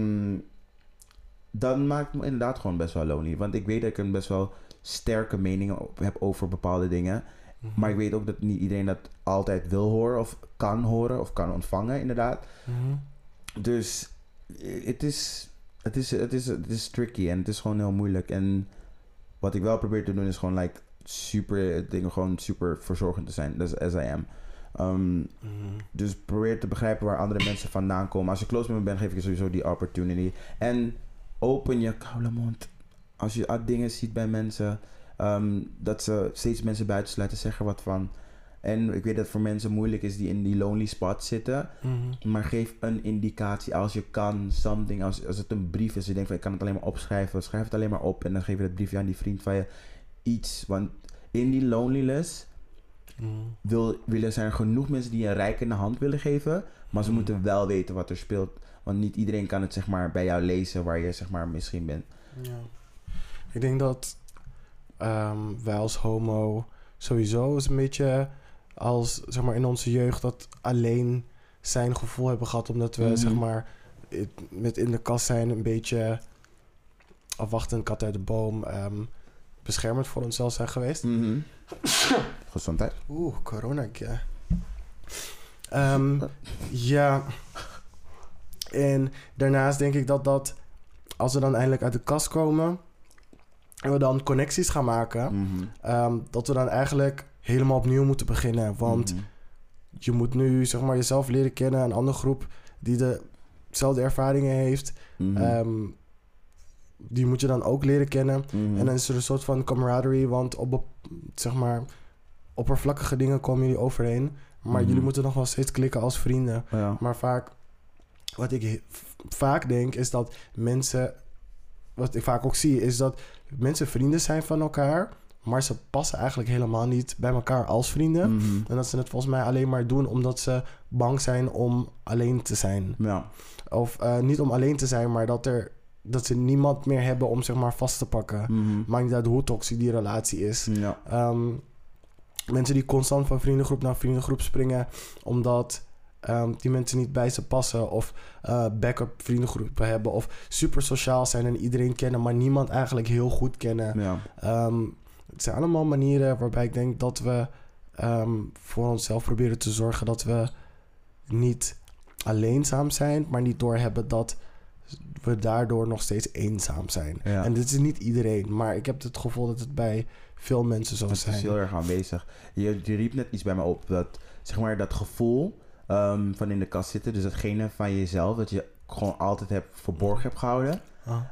Dan maakt het me inderdaad gewoon best wel lonely. Want ik weet dat ik een best wel sterke mening heb over bepaalde dingen. Maar ik weet ook dat niet iedereen dat altijd wil horen of kan ontvangen, inderdaad. Dus het is tricky en het is gewoon heel moeilijk. En wat ik wel probeer te doen is gewoon super verzorgend te zijn. Dat is as I am. Dus probeer te begrijpen waar andere mensen vandaan komen. Als je close met me bent, geef ik je sowieso die opportunity. En open je koude mond. Als je dingen ziet bij mensen, dat ze steeds mensen buitensluiten, zeg er wat van. En ik weet dat het voor mensen moeilijk is die in die lonely spot zitten. Maar geef een indicatie als je kan, something. Als het een brief is, je denkt van ik kan het alleen maar opschrijven. Schrijf het alleen maar op en dan geef je dat briefje aan die vriend van je. Iets, want in die loneliness zijn er genoeg mensen die een reikende hand willen geven. Maar ze moeten wel weten wat er speelt. Want niet iedereen kan het zeg maar bij jou lezen waar je zeg maar misschien bent. Ja. Ik denk dat wij als homo sowieso eens een beetje als zeg maar in onze jeugd dat alleen zijn gevoel hebben gehad. Omdat we zeg maar met in de kast zijn een beetje afwachtend, kat uit de boom, beschermend voor onszelf zijn geweest. Gezondheid. Corona, ja. En daarnaast denk ik dat als we dan eindelijk uit de kast komen en we dan connecties gaan maken, dat we dan eigenlijk helemaal opnieuw moeten beginnen. Want je moet nu zeg maar jezelf leren kennen, een andere groep die dezelfde ervaringen heeft. Die moet je dan ook leren kennen. En dan is er een soort van camaraderie, want op zeg maar oppervlakkige dingen komen jullie overheen. Maar jullie moeten nog wel steeds klikken als vrienden. Ja. Maar wat ik vaak denk, is dat mensen... Wat ik vaak ook zie, is dat mensen vrienden zijn van elkaar, maar ze passen eigenlijk helemaal niet bij elkaar als vrienden. En dat ze het volgens mij alleen maar doen omdat ze bang zijn om alleen te zijn. Ja. Of niet om alleen te zijn, maar dat ze niemand meer hebben om zeg maar vast te pakken. Maakt niet uit hoe toxisch die relatie is. Ja. Mensen die constant van vriendengroep naar vriendengroep springen, omdat die mensen niet bij ze passen, of backup vriendengroepen hebben, of super sociaal zijn en iedereen kennen, maar niemand eigenlijk heel goed kennen. Ja. Het zijn allemaal manieren waarbij ik denk dat we voor onszelf proberen te zorgen dat we niet alleenzaam zijn, maar niet doorhebben dat we daardoor nog steeds eenzaam zijn. Ja. En dit is niet iedereen, maar ik heb het gevoel dat het bij veel mensen zo zijn. Het is heel erg aanwezig. Je riep net iets bij me op, dat zeg maar dat gevoel van in de kast zitten, dus datgene van jezelf dat je gewoon altijd verborgen hebt gehouden.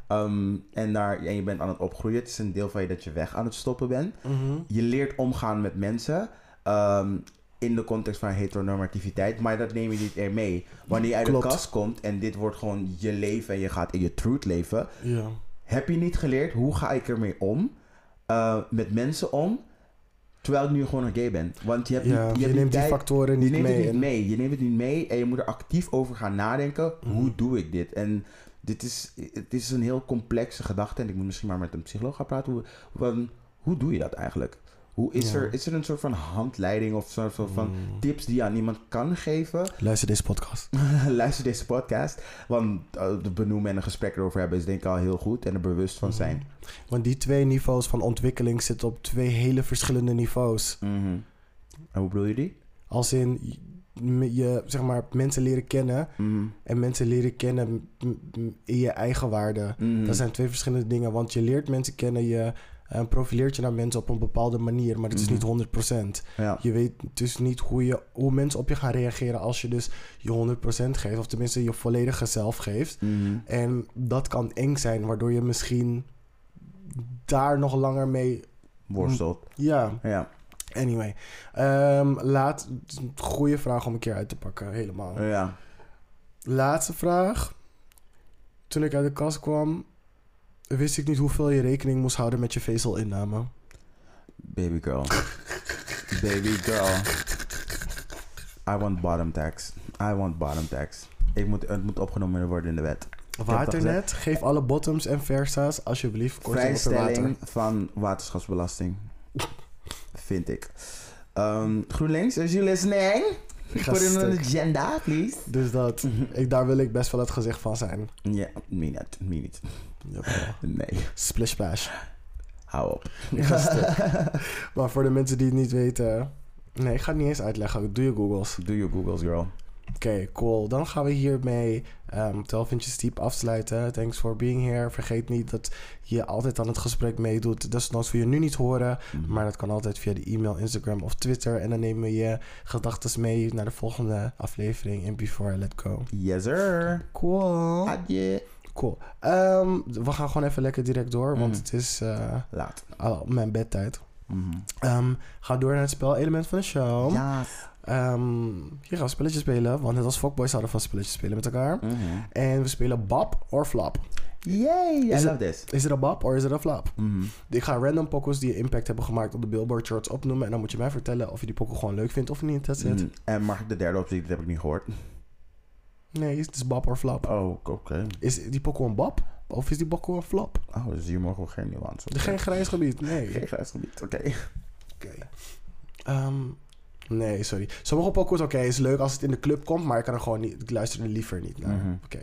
En je bent aan het opgroeien. Het is een deel van je dat je weg aan het stoppen bent. Je leert omgaan met mensen in de context van heteronormativiteit, maar dat neem je niet meer mee. Wanneer je uit de kast komt en dit wordt gewoon je leven en je gaat in je truth leven, heb je niet geleerd hoe ga ik ermee om, met mensen om, terwijl ik nu gewoon een gay ben. Want je neemt die factoren niet mee. Je neemt het niet mee en je moet er actief over gaan nadenken. Hoe doe ik dit? En het is een heel complexe gedachte. En ik moet misschien maar met een psycholoog gaan praten. Hoe doe je dat eigenlijk? Is er een soort van handleiding of soort van tips die je aan iemand kan geven? Luister deze podcast. Want het benoemen en een gesprek erover hebben is denk ik al heel goed. En er bewust van zijn. Want die 2 niveaus van ontwikkeling zitten op 2 hele verschillende niveaus. En hoe bedoel je die? Als in je zeg maar mensen leren kennen en mensen leren kennen in je eigen waarde. Dat zijn 2 verschillende dingen. Want je leert mensen kennen, je profileert je naar mensen op een bepaalde manier, maar het is niet 100%. Ja. Je weet dus niet hoe mensen op je gaan reageren als je dus je 100% geeft, of tenminste je volledige zelf geeft. En dat kan eng zijn, waardoor je misschien daar nog langer mee worstelt. Ja. Anyway. Goeie vraag om een keer uit te pakken, helemaal. Ja. Laatste vraag. Toen ik uit de kast kwam, wist ik niet hoeveel je rekening moest houden met je vezelinname. Baby girl. I want bottom tax. Het moet opgenomen worden in de wet. Waternet, geef alle bottoms en versa's alsjeblieft korting op water. Vrijstelling van waterschapsbelasting. Vind ik. GroenLinks, is you listening? Put it on the agenda, please. Dus daar wil ik best wel het gezicht van zijn. Ja, me niet. Nee. Splish splash. Hou op. Maar voor de mensen die het niet weten... Nee, ik ga het niet eens uitleggen. Doe je Googles. Doe je Googles, girl. Oké, cool. Dan gaan we hiermee 12 inches diep afsluiten. Thanks for being here. Vergeet niet dat je altijd aan het gesprek meedoet. Desnoods wil je nu niet horen. Maar dat kan altijd via de e-mail, Instagram of Twitter. En dan nemen we je gedachten mee naar de volgende aflevering in Before I Let Go. Yes, sir. Cool. Adieu. Cool. We gaan gewoon even lekker direct door. Want het is laat. Al mijn bedtijd. Ga door naar het spelelement van de show. Ja. Hier gaan we spelletjes spelen. Want net als fuckboys zouden van spelletjes spelen met elkaar. En we spelen bop or flop. Yay, I love this. Is het een bop or is het een flop? Ik ga random pokkels die impact hebben gemaakt op de Billboard charts opnoemen. En dan moet je mij vertellen of je die pokkel gewoon leuk vindt of niet. That's it. En mag ik de derde optie? Dat heb ik niet gehoord. Nee, het is bop or flop. Oh, oké. Is die pokkel een bop? Of is die pokkel een flop? Oh, dus hier mogen we geen nuance. Geen grijs gebied, nee. Geen grijs gebied, oké. Nee, sorry. Sommige pokkels, is leuk als het in de club komt, maar ik kan er gewoon niet. Ik luister er liever niet naar. Oké.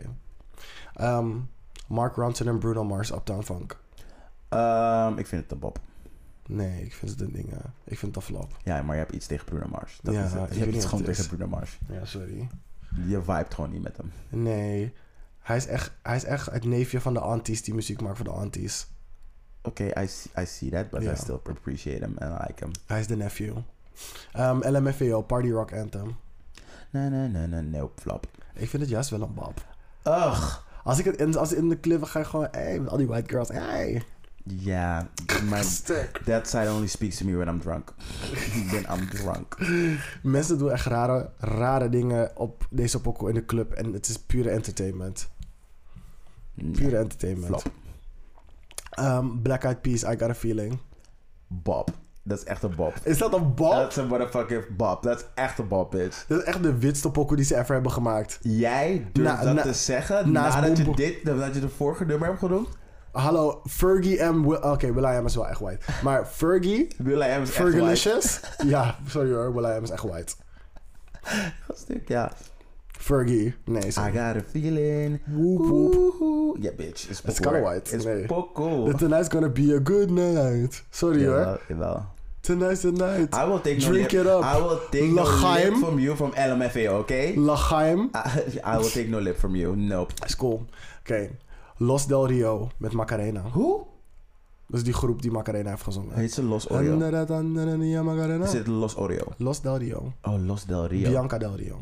Mark Ronson en Bruno Mars, Uptown Funk. Ik vind het een bop. Nee, ik vind het een ding. Ik vind het een flop. Ja, maar je hebt iets tegen Bruno Mars. Dat is het. Je hebt iets gewoon tegen Bruno Mars. Ja, sorry. Je vibet gewoon niet met hem. Nee. Hij is echt het neefje van de aunties die muziek maken voor de aunties. Oké, I see that, but I still appreciate him and I like him. Hij is de nephew. LMFAO, Party Rock Anthem. Nee, flop. Ik vind het juist wel een bop. Ugh. Als in de clip ga je gewoon, met al die white girls, Ja, maar that side only speaks to me when I'm drunk. I'm drunk. Mensen doen echt rare dingen op deze pokoe in de club en het is pure entertainment. Pure entertainment. Flop. Black Eyed Peas, I Got a Feeling. Bob. Dat is echt een bob. Is dat een bop? Dat is een motherfucking bob. Dat is echt een bob, bitch. Dat is echt de witste pokoe die ze ever hebben gemaakt. Jij durft dat te zeggen nadat je de vorige nummer hebt genoemd? Hallo, Fergie en... Oké, will.i.am is wel echt white. Maar Fergie... will.i.am is echt Fergalicious? Ja, sorry hoor, will.i.am is echt white. Dat stuk, ja. Fergie. Nee, sorry. I got a feeling. Woep woep. Yeah, bitch. It's It's kinda white. It's Nee. poco. Tonight's gonna be a good night. Sorry hoor. Jawel. Tonight's the night. I will take Drink no it lip. up. I will take L'chaim. no lip from you from LMFAO, okay? L'chaim. I will take no lip from you. Nope. Is cool. Oké. Los Del Rio met Macarena. Hoe? Dat is die groep die Macarena heeft gezongen. Heet ze Los Oreo? Is het Los Oreo? Los Del Rio. Oh, Los Del Rio. Bianca Del Rio.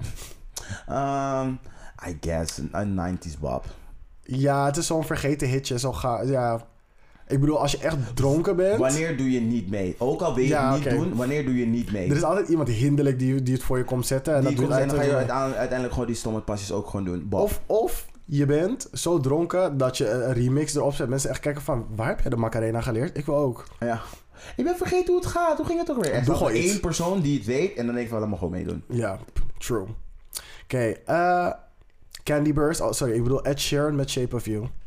I guess een 90s bop. Ja, het is zo'n vergeten hitje. Ja. Ik bedoel, als je echt dronken bent... Wanneer doe je niet mee? Ook al wil je het niet doen, wanneer doe je niet mee? Er is altijd iemand hinderlijk die het voor je komt zetten. En die dat komt en dan ga je uiteindelijk gewoon die stomme pasjes ook gewoon doen. Bop. Of je bent zo dronken dat je een remix erop zet. Mensen echt kijken van, waar heb jij de Macarena geleerd? Ik wil ook. Ja. Ik ben vergeten hoe het gaat. Hoe ging het ook weer? Er is gewoon één persoon die het weet en dan denk ik van, laat me gewoon meedoen. Ja, true. Oké, Candy Burst. Oh, sorry, ik bedoel Ed Sheeran met Shape of You.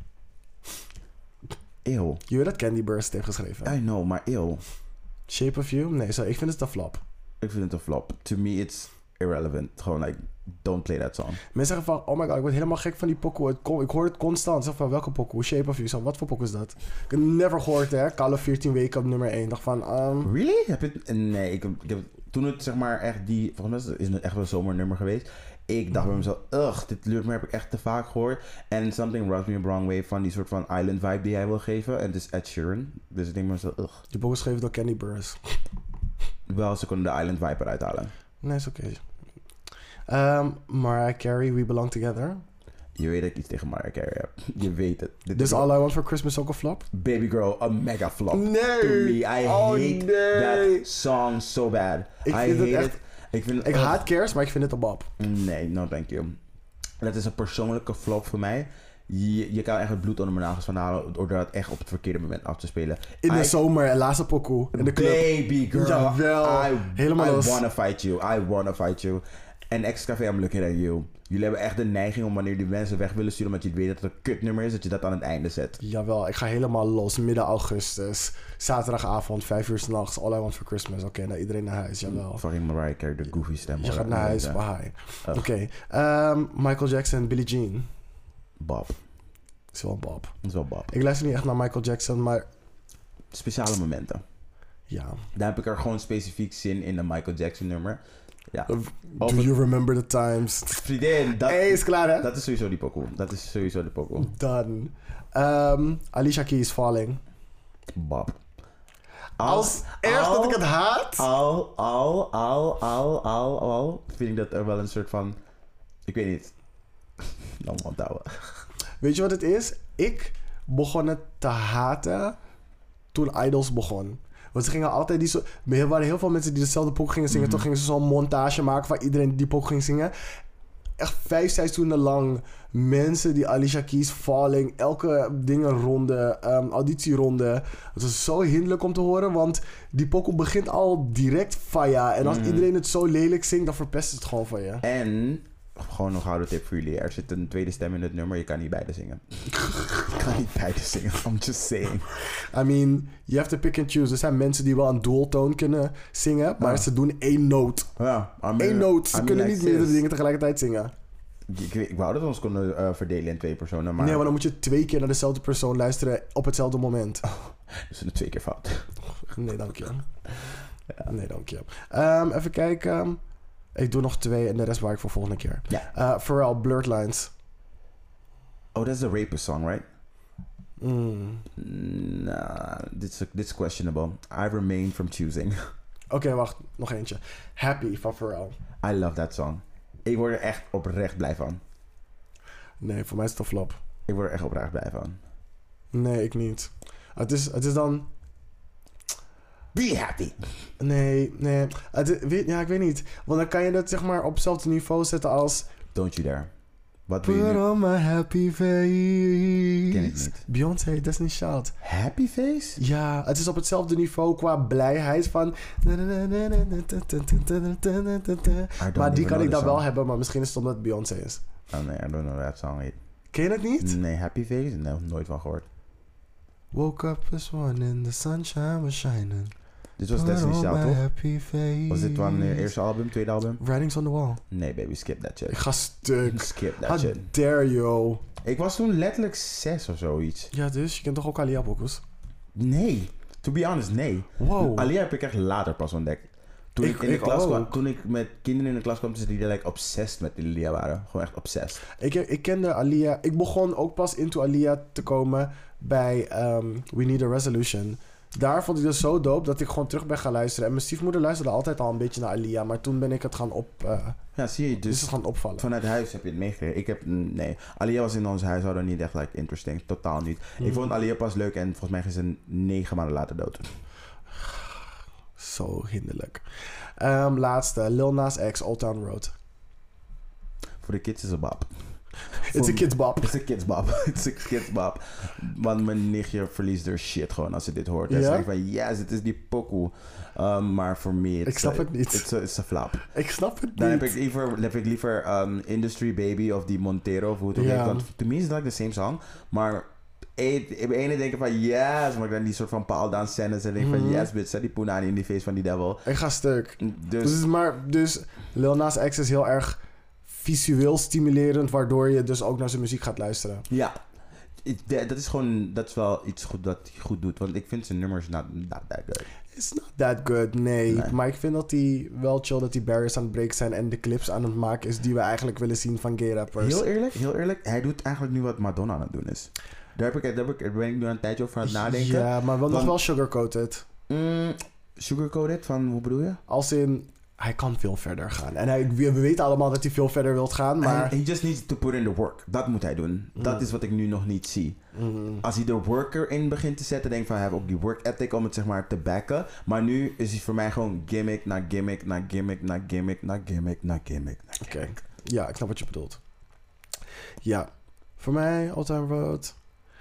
Eeuw. Je weet dat Candy Burst heeft geschreven? I know, maar eeuw. Shape of You? Nee, sorry, ik vind het een flop. Ik vind het een flop. To me, it's irrelevant. Gewoon like, don't play that song. Mensen zeggen van, oh my god, ik word helemaal gek van die pokoe. Ik hoor het constant. Zeg van, welke pokoe? Shape of You. Zo, wat voor pokoe is dat? Ik heb het never gehoord, hè. Kale 14 weken op nummer 1. Ik dacht van, Really? Heb je het? Nee, ik heb toen het zeg maar echt die... Volgens mij is het echt wel een zomernummer geweest. Ik dacht bij mezelf, dit nummer heb ik echt te vaak gehoord. En Something Rubs Me the Wrong Way van die soort van island vibe die hij wil geven. En het is Ed Sheeran. Dus ik denk bij mezelf, Die pokoe is geschreven door Candy Burst. Wel, ze konden de island vibe eruit halen. Nee, is oké. Mariah Carey, We Belong Together. Je weet dat ik iets tegen Mariah Carey heb. Je weet het. Dus All I Want For Christmas ook een flop? Baby Girl, a mega flop. Nee! To me, I hate that song so bad. Ik vind het echt... Ik haat kerst, maar ik vind het een bop. Nee, no thank you. Dat is een persoonlijke flop voor mij. Je kan echt het bloed onder mijn nagels van halen door dat echt op het verkeerde moment af te spelen. In de zomer, laatste pokoe, in de club. Baby girl, Jawel, helemaal I los. wanna fight you. En ex-café, I'm looking at you. Jullie hebben echt de neiging om wanneer die mensen weg willen sturen omdat je weet dat het een kutnummer is, dat je dat aan het einde zet. Jawel, ik ga helemaal los. Midden augustus. Zaterdagavond, 5 uur 's nachts. All I Want For Christmas. Oké, nou iedereen naar huis, jawel. Fucking Mariah Carey, de goofy stem. Je gaat naar huis, bye. Oké, Michael Jackson, Billie Jean. Bob. Is wel Bob. Dat is wel Bob. Ik luister niet echt naar Michael Jackson, maar... Speciale momenten. Ja. Daar heb ik er gewoon specifiek zin in, een Michael Jackson nummer. Ja. Do you remember the times? Vriendin, dat is klaar, hè? Dat is sowieso die pokoe. Done. Alicia Keys, Falling. Bob. Als erg dat ik het haat. Vind ik dat er wel een soort van... Ik weet niet. Lang onthouden. Weet je wat het is? Ik begon het te haten toen Idols begon. Want ze gingen altijd er waren heel veel mensen die dezelfde pokoe gingen zingen. Toch gingen ze zo'n montage maken van iedereen die pokoe ging zingen. Echt 5 seizoenen lang mensen die Alicia Keys, Falling, elke dingenronde, auditieronde. Het was zo hinderlijk om te horen, want die pokoe begint al direct faya. En als iedereen het zo lelijk zingt, dan verpest het gewoon van je. En... Gewoon nog gouden tip voor jullie. Er zit een tweede stem in het nummer. Je kan niet beide zingen. I'm just saying. I mean, you have to pick and choose. Er zijn mensen die wel een dual tone kunnen zingen. Maar ze doen 1 noot. Ja, Eén noot. Ze kunnen niet meerdere dingen tegelijkertijd zingen. Ik wou dat we ons konden verdelen in 2 personen. Maar... Nee, maar dan moet je 2 keer naar dezelfde persoon luisteren op hetzelfde moment. Dus het 2 keer fout. Nee, dank je. Ja. Nee, dank je. Even kijken. Ik doe nog 2 en de rest waar ik voor volgende keer. Ja. Pharrell, Blurred Lines. Oh, that's the rapist song, right? Mm. Nah, this is questionable. I remain from choosing. Oké, wacht. Nog eentje. Happy van Pharrell. I love that song. Ik word er echt oprecht blij van. Nee, voor mij is het een flop. Ik word er echt oprecht blij van. Nee, ik niet. Het is dan... Be happy. Nee. Ja, ik weet niet. Want dan kan je dat zeg maar op hetzelfde niveau zetten als... Don't you dare. Wat wil je Put nu? on my happy face. Ken ik niet. Beyoncé, Destiny's Child. Happy face? Ja, het is op hetzelfde niveau qua blijheid van... Maar die kan ik dan wel hebben, maar misschien is het omdat het Beyoncé is. Oh nee, I don't know that song. Ken je het niet? Nee, Happy Face? Nee, nooit van gehoord. Woke up this morning, the sunshine was shining. Dit was Destiny's Child, toch? Happy face. Was dit van het eerste album, tweede album? Writings on the Wall. Nee, baby, skip that shit. Ik ga stuk. Skip that How shit. dare you. Ik was toen letterlijk 6 of zoiets. Ja, dus je kent toch ook Alia Bokus? Nee. To be honest, nee. Wow. Alia heb ik echt later pas ontdekt. Toen Ik- ik in de ik klas ook. kwam, toen ik met kinderen in de klas kwam, dus die like obsessed met Alia waren. Gewoon echt obsessed. Ik kende Alia. Ik begon ook pas into Alia te komen bij We Need a Resolution. Daar vond ik dus zo dope dat ik gewoon terug ben gaan luisteren. En mijn stiefmoeder luisterde altijd al een beetje naar Alia. Maar toen ben ik het gaan Ja, zie je, dus dus het gaan opvallen. vanuit huis heb je het meegekregen. Ik heb, nee. Alia was in ons huishouden niet echt like interesting. Totaal niet. Ik vond Alia pas leuk en volgens mij is ze 9 maanden later dood. Zo hinderlijk. Laatste. Lil Nas X, Old Town Road. Voor de kids is het bab. It's a kids bop. It's a kids bab. It's a kids bab. Want mijn nichtje verliest haar shit gewoon als ze dit hoort. En Ja? ze denkt van, yes, het is die pokoe. Maar voor mij... Ik snap het niet. It's a flap. Ik snap het Dan niet. heb ik liever Industry Baby of die Montero of hoe het ook Ja. heet. Want to me is het like the same song. Maar ik ene denken van yes, maar ik dan die soort van paal down scènes en denk van yes bitch, zet die poenani in die face van die devil. Ik ga stuk. Dus Dus Lil Nas X is heel erg visueel stimulerend, waardoor je dus ook naar zijn muziek gaat luisteren. ja, dat is wel iets goed dat hij goed doet. Want ik vind zijn nummers not that good. It's not that good, nee. Nee. Maar ik vind dat hij wel chill dat die barriers aan het breken zijn en de clips aan het maken is die we eigenlijk willen zien van gay rappers. Heel eerlijk, hij doet eigenlijk nu wat Madonna aan het doen is. Daar ben ik nu een tijdje over aan het nadenken. Ja, maar wel nog Want- wel sugarcoated. Sugarcoated, van hoe bedoel je? Als in, hij kan veel verder gaan. En we weten allemaal dat hij veel verder wilt gaan, maar... He just needs to put in the work. Dat moet hij doen. Dat is wat ik nu nog niet zie. Als hij de work erin begint te zetten, denk ik van hij heeft ook die work ethic om het zeg maar te backen. Maar nu is hij voor mij gewoon gimmick na gimmick na gimmick na gimmick na gimmick na gimmick na Oké, gimmick. ja, ik snap wat je bedoelt. Ja, voor mij, Old Town Road.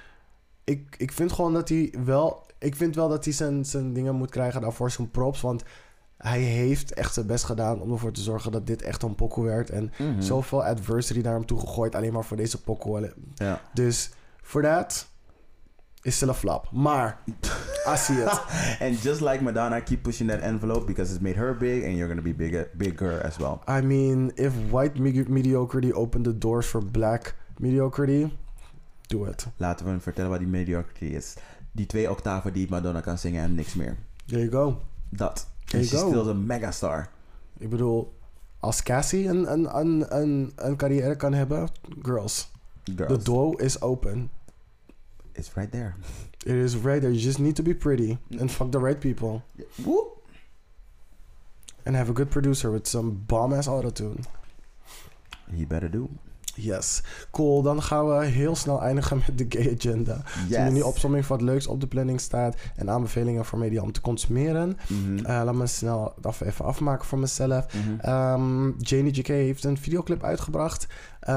Ik vind gewoon dat hij wel... Ik vind wel dat hij zijn dingen moet krijgen daarvoor zijn props, want hij heeft echt zijn best gedaan om ervoor te zorgen dat dit echt een pokoe werd. En zoveel adversity naar hem toe gegooid, alleen maar voor deze pokoe. Ja. Dus voor dat is still a flop. Maar, I see it. And just like Madonna, keep pushing that envelope because it's made her big and you're gonna be bigger as well. I mean, if white mediocrity opened the doors for black mediocrity, do it. Laten we hem vertellen wat die mediocrity is. Die 2 octaven die Madonna kan zingen en niks meer. There you go. Dat. There En you she's go. still a megastar. Ik bedoel, als Cassie een carrière kan hebben, girls. Girls. The door is open. It's right there. It is right there. You just need to be pretty and fuck the right people. Woep. And have a good producer with some bomb-ass autotune. He better do. Yes. Cool, dan gaan we heel snel eindigen met de gay agenda. Yes. Yes. Nu opsomming van wat leuks op de planning staat en aanbevelingen voor media om te consumeren. Laat me snel dat even afmaken voor mezelf. Janie JK heeft een videoclip uitgebracht.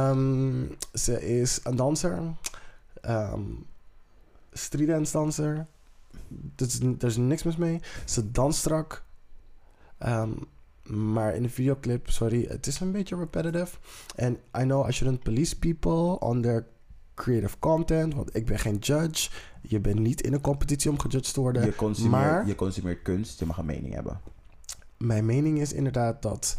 Ze is een danser. Streetdance danser. Er is niks mis mee. Ze danst strak. Maar in de videoclip, sorry, het is een beetje repetitive. And I know I shouldn't police people on their creative content, want ik ben geen judge. Je bent niet in een competitie om gejudged te worden. Je consumeert kunst, je mag een mening hebben. Mijn mening is inderdaad dat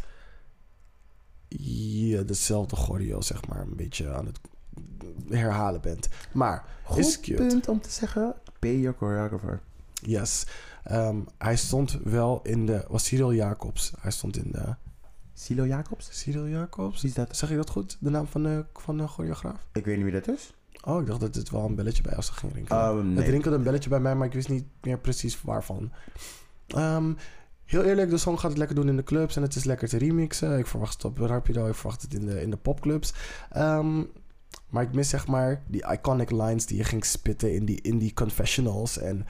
je dezelfde choreo, zeg maar, een beetje aan het herhalen bent. Maar, is Goed cute. punt om te zeggen, pay your choreographer. Yes. Hij stond wel in de... Was Cyril Jacobs. Hij stond in de... Silo Jacobs? Cyril Jacobs? Wie is dat? Zeg ik dat goed? De naam van de choreograaf? Ik weet niet wie dat is. Oh, ik dacht dat het wel een belletje bij ons ging rinkelen. Nee. Het rinkelde een belletje bij mij, maar ik wist niet meer precies waarvan. Heel eerlijk, de song gaat het lekker doen in de clubs en het is lekker te remixen. Ik verwacht het op Rapido, ik verwacht het in de popclubs. Maar ik mis zeg maar die iconic lines die je ging spitten in die confessionals. En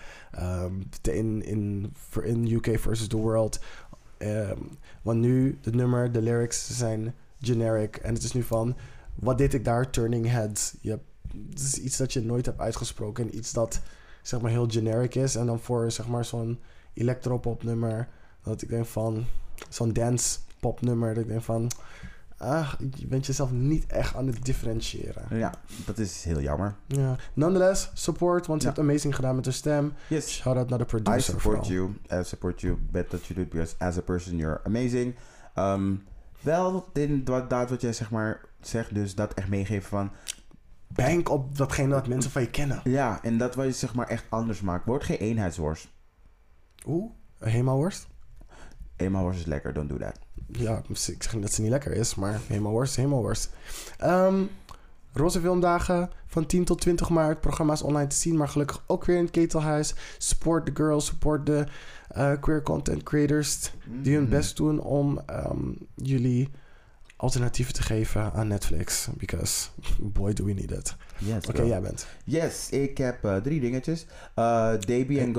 in UK versus the World. Want nu, het nummer, de lyrics zijn generic. En het is nu van, wat deed ik daar? Turning heads. Het is iets dat je nooit hebt uitgesproken. En iets dat zeg maar heel generic is. En dan voor zeg maar zo'n electropop nummer. Dat ik denk van, zo'n dance pop nummer. Dat ik denk van, je bent jezelf niet echt aan het differentiëren. Ja, dat is heel jammer. Ja. Nonetheless, support, want je hebt amazing gedaan met de stem. Yes. Shout-out naar de producer. I support you. Bet that you do it because as a person you're amazing. Wel, inderdaad wat jij zeg maar zegt, dus dat echt meegeven van... Bank op datgene wat mensen van je kennen. Ja, en dat wat je zeg maar echt anders maakt. Wordt geen eenheidsworst. Helemaal worst? Eenmaal worst is lekker, don't do that. Ja, ik zeg niet dat ze niet lekker is, maar helemaal worst, helemaal worst. Roze Filmdagen van 10 tot 20 maart. Programma's online te zien, maar gelukkig ook weer in het Ketelhuis. Support the girls, support de queer content creators die hun best doen om jullie alternatieven te geven aan Netflix. Because boy do we need it. Yes, Oké, jij bent. Yes, ik heb 3 dingetjes. Debbie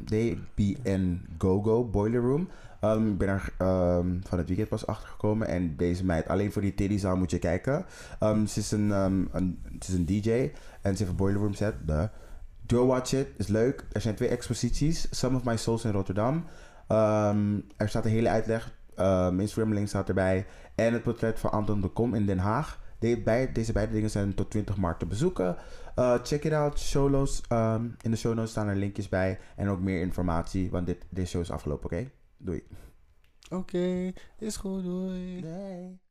Go-Go, Boiler Room. Ik ben er van het weekend pas achter gekomen. En deze meid, alleen voor die titties moet je kijken. Ze is een DJ en ze heeft een Boiler Room set. Go watch it, is leuk. Er zijn 2 exposities. Some of My Souls in Rotterdam. Er staat een hele uitleg. Instagram link staat erbij. En het portret van Anton de Kom in Den Haag. Deze beide dingen zijn tot 20 maart te bezoeken. Check it out. Showloos. In de show notes staan er linkjes bij. En ook meer informatie. Want deze show is afgelopen, oké? Doei. Oké, is goed, doei. Nee.